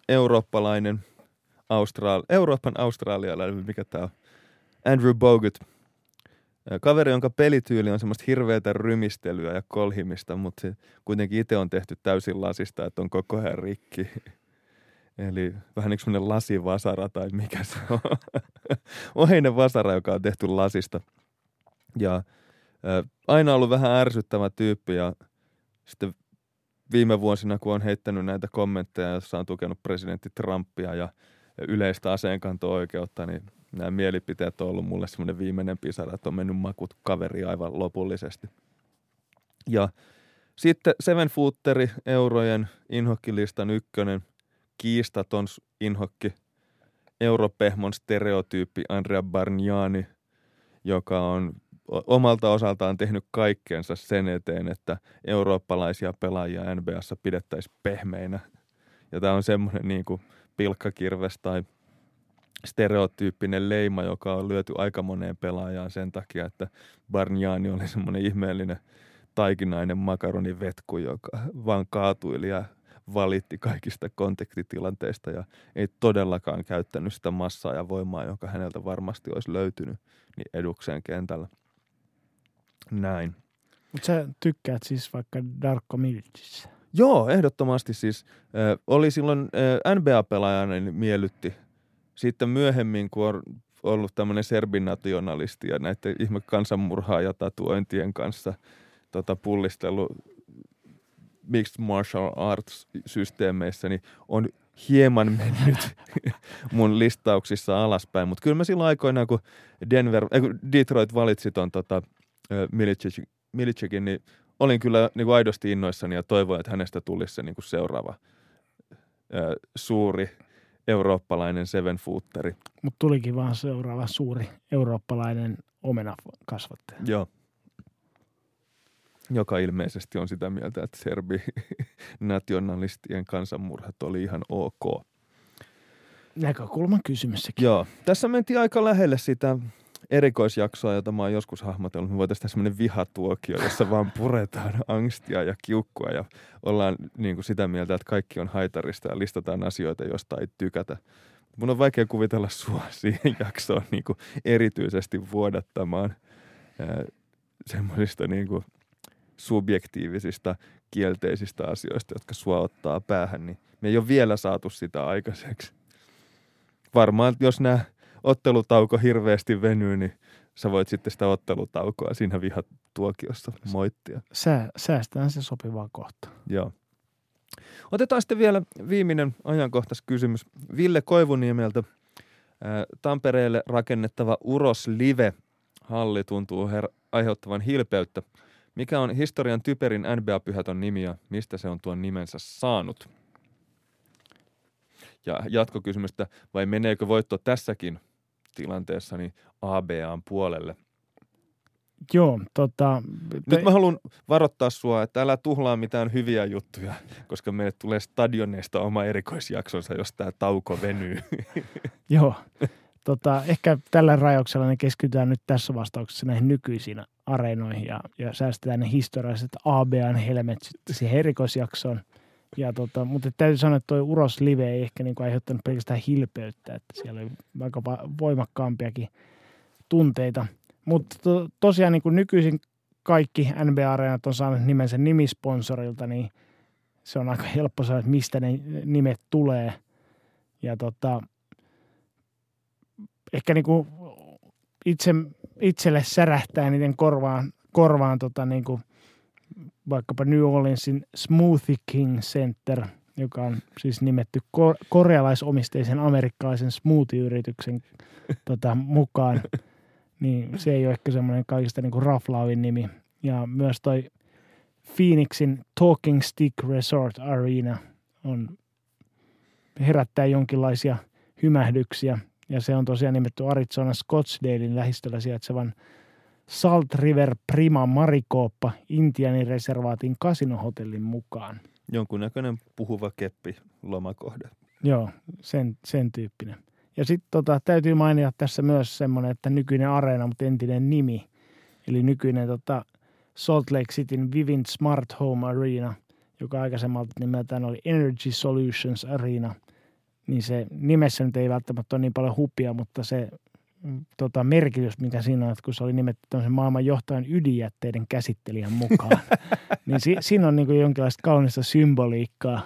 Euroopan australialainen, mikä tää on, Andrew Bogut. Kaveri, jonka pelityyli on semmoista hirveätä rymistelyä ja kolhimista, mutta se kuitenkin itse on tehty täysin lasista, että on koko ajan rikki. Eli vähän niin kuin semmoinen lasivasara tai mikä se on. Oheinen vasara, joka on tehty lasista. Ja aina ollut vähän ärsyttävä tyyppi ja sitten viime vuosina, kun on heittänyt näitä kommentteja, joissa on tukenut presidentti Trumpia ja yleistä aseenkanto-oikeutta, niin nämä mielipiteet on ollut mulle semmoinen viimeinen pisara, että on mennyt makut kaveri aivan lopullisesti. Ja sitten Seven Footeri, eurojen inhokkilistan ykkönen, kiistaton inhokki, europehmon stereotyyppi Andrea Bargnani, joka on omalta osaltaan tehnyt kaikkensa sen eteen, että eurooppalaisia pelaajia NBA:ssa pidettäisiin pehmeinä. Ja tämä on semmoinen niin kuin pilkkakirves tai stereotyyppinen leima, joka on lyöty aika moneen pelaajaan sen takia, että Bargnani oli semmoinen ihmeellinen taikinainen makaronivetku, joka vaan kaatuili ja valitti kaikista kontaktitilanteista ja ei todellakaan käyttänyt sitä massaa ja voimaa, joka häneltä varmasti olisi löytynyt, niin edukseen kentällä. Näin. Mutta sä tykkäät siis vaikka Darko Milicissä? Joo, ehdottomasti siis. Oli silloin NBA-pelaajana, niin miellytti. Sitten myöhemmin, kun on ollut tämmöinen serbinationalisti ja näiden ihme kansanmurhaa ja tatuointien kanssa pullistellut mixed martial arts-systeemeissä, niin on hieman mennyt mun listauksissa alaspäin. Mutta kyllä mä silloin aikoinaan, kun Detroit valitsi ton Milicicin, niin olin kyllä niin kuin aidosti innoissani ja toivoin, että hänestä tulisi se niin kuin seuraava suuri eurooppalainen seven footeri. Mutta tulikin vaan seuraava suuri eurooppalainen omenakasvattaja. Joo. Joka ilmeisesti on sitä mieltä, että serbi-nationalistien kansanmurhat oli ihan ok. Näkökulman kysymys sekin. Joo. Tässä mentiin aika lähelle sitä erikoisjaksoa, jota mä oon joskus hahmotellut. Me voitaisiin tehdä semmoinen vihatuokio, jossa vaan puretaan angstia ja kiukkua ja ollaan niin kuin sitä mieltä, että kaikki on haitarista ja listataan asioita, joista ei tykätä. Mun on vaikea kuvitella sua siihen jaksoon niin kuin erityisesti vuodattamaan semmoisista niin kuin subjektiivisista, kielteisistä asioista, jotka sua ottaa päähän, niin me ei ole vielä saatu sitä aikaiseksi. Varmaan, jos nämä ottelutauko hirveästi venyy, niin sä voit sitten sitä ottelutaukoa siinä vihatuokiossa moittia. Säästään se sopivaa kohtaa. Joo. Otetaan sitten vielä viimeinen ajankohtaiskysymys. Ville Koivuniemeltä Tampereelle rakennettava Uros Live-halli tuntuu aiheuttavan hilpeyttä. Mikä on historian typerin NBA-pyhätön nimi ja mistä se on tuon nimensä saanut? Ja jatkokysymystä, vai meneekö voitto tässäkin tilanteessa niin ABAn puolelle? Joo, Nyt mä haluan varoittaa sua, että älä tuhlaa mitään hyviä juttuja, koska meille tulee stadioneista oma erikoisjaksonsa, jos tää tauko venyy. Joo, ehkä tällä rajauksella ne keskitytään nyt tässä vastauksessa näihin nykyisiin areenoihin ja säästetään ne historialliset ABAn helmet sitten siihen erikoisjaksoon. Mutta täytyy sanoa, että tuo Uros Live ei ehkä niinku aiheuttanut pelkästään hilpeyttä, että siellä oli aika voimakkaampiakin tunteita. Mutta tosiaan niin kuin nykyisin kaikki NBA-areenat on saanut nimensä nimisponsorilta, niin se on aika helppo sanoa, että mistä ne nimet tulee. Ja ehkä niin kuin itselle särähtää niiden korvaan niin kuin vaikkapa New Orleansin Smoothie King Center, joka on siis nimetty korealaisomisteisen amerikkalaisen smoothie-yrityksen mukaan. Niin se ei ole ehkä semmoinen kaikista niin kuin raflaavin nimi. Ja myös toi Phoenixin Talking Stick Resort Arena herättää jonkinlaisia hymähdyksiä. Ja se on tosiaan nimetty Arizona Scottsdalein lähistöllä sijaitsevan Salt River Prima Maricopa Intianin reservaatin kasinohotellin mukaan. Jonkunnäköinen puhuva keppi lomakohde. Joo, sen tyyppinen. Ja sitten täytyy mainita tässä myös semmoinen, että nykyinen areena, mutta entinen nimi. Eli nykyinen Salt Lake Cityn Vivint Smart Home Arena, joka aikaisemmalta nimeltään oli Energy Solutions Arena. Niin se nimessä nyt ei välttämättä ole niin paljon hupia, mutta se merkitys, mikä siinä on, että kun se oli nimetty tämmöisen maailman johtajan ydinjätteiden käsittelijän mukaan, niin siinä on niin kuin jonkinlaista kaunista symboliikkaa.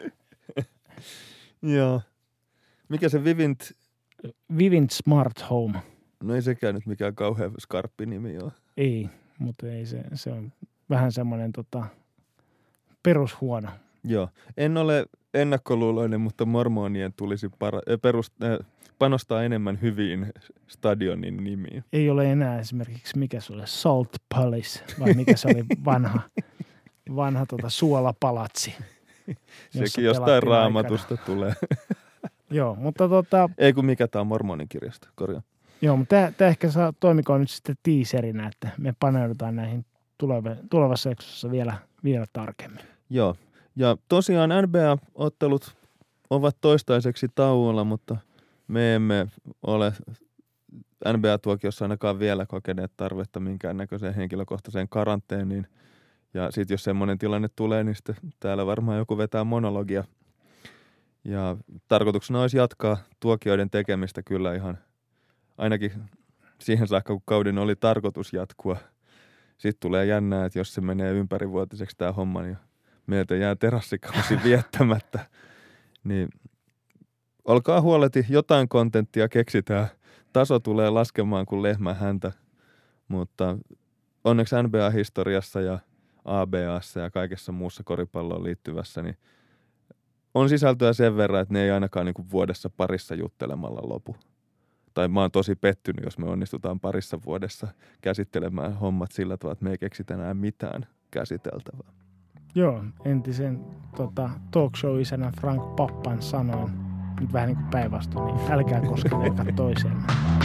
Joo. Mikä se Vivint? Vivint Smart Home. No ei sekään nyt mikään kauhean skarppi nimi ole. Ei, mutta ei se on vähän semmoinen perushuono. Joo. En ole ennakkoluuloinen, mutta mormonien tulisi panostaa enemmän hyviin stadionin nimiin. Ei ole enää esimerkiksi, mikä se oli, Salt Palace, vai mikä se oli vanha suolapalatsi. Sekin jostain Raamatusta aikana tulee. Joo, mutta ei kun mikä tämä on mormonin kirjasta, korjaan. Joo, mutta tämä ehkä toimikoon nyt sitten teaserinä, että me paneudutaan näihin tulevassa jaksossa vielä tarkemmin. Joo, ja tosiaan NBA-ottelut ovat toistaiseksi tauolla, mutta me emme ole NBA-tuokiossa ainakaan vielä kokeneet tarvetta minkäännäköiseen henkilökohtaiseen karanteeniin. Ja sitten jos semmoinen tilanne tulee, niin sitten täällä varmaan joku vetää monologia. Ja tarkoituksena olisi jatkaa tuokioiden tekemistä kyllä ihan ainakin siihen saakka, kun kauden oli tarkoitus jatkua. Sitten tulee jännää, että jos se menee ympärivuotiseksi tämä homma, niin meiltä jää terassikausi viettämättä. Niin olkaa huoleti, jotain kontenttia keksitään. Taso tulee laskemaan kuin lehmän häntä, mutta onneksi NBA-historiassa ja ABAssa ja kaikessa muussa koripalloon liittyvässä, niin on sisältöä sen verran, että ne ei ainakaan niin kuin vuodessa parissa juttelemalla lopu. Tai mä oon tosi pettynyt, jos me onnistutaan parissa vuodessa käsittelemään hommat sillä tavalla, että me ei keksitä enää mitään käsiteltävää. Joo, entisen talk show-isänä Frank Pappan sanoin, nyt vähän niin kuin päinvastoin, niin älkää kosketelko toiseen.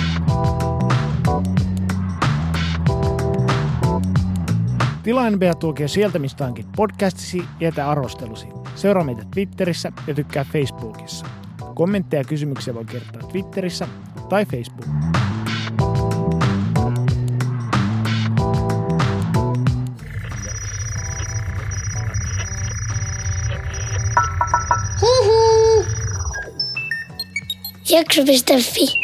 Tilaa NBA-tuokio sieltä, mistä hankit podcastisi, jätä arvostelusi. Seuraa meitä Twitterissä ja tykkää Facebookissa. Kommentteja ja kysymyksiä voi kertoa Twitterissä tai Facebook. Jakso.fi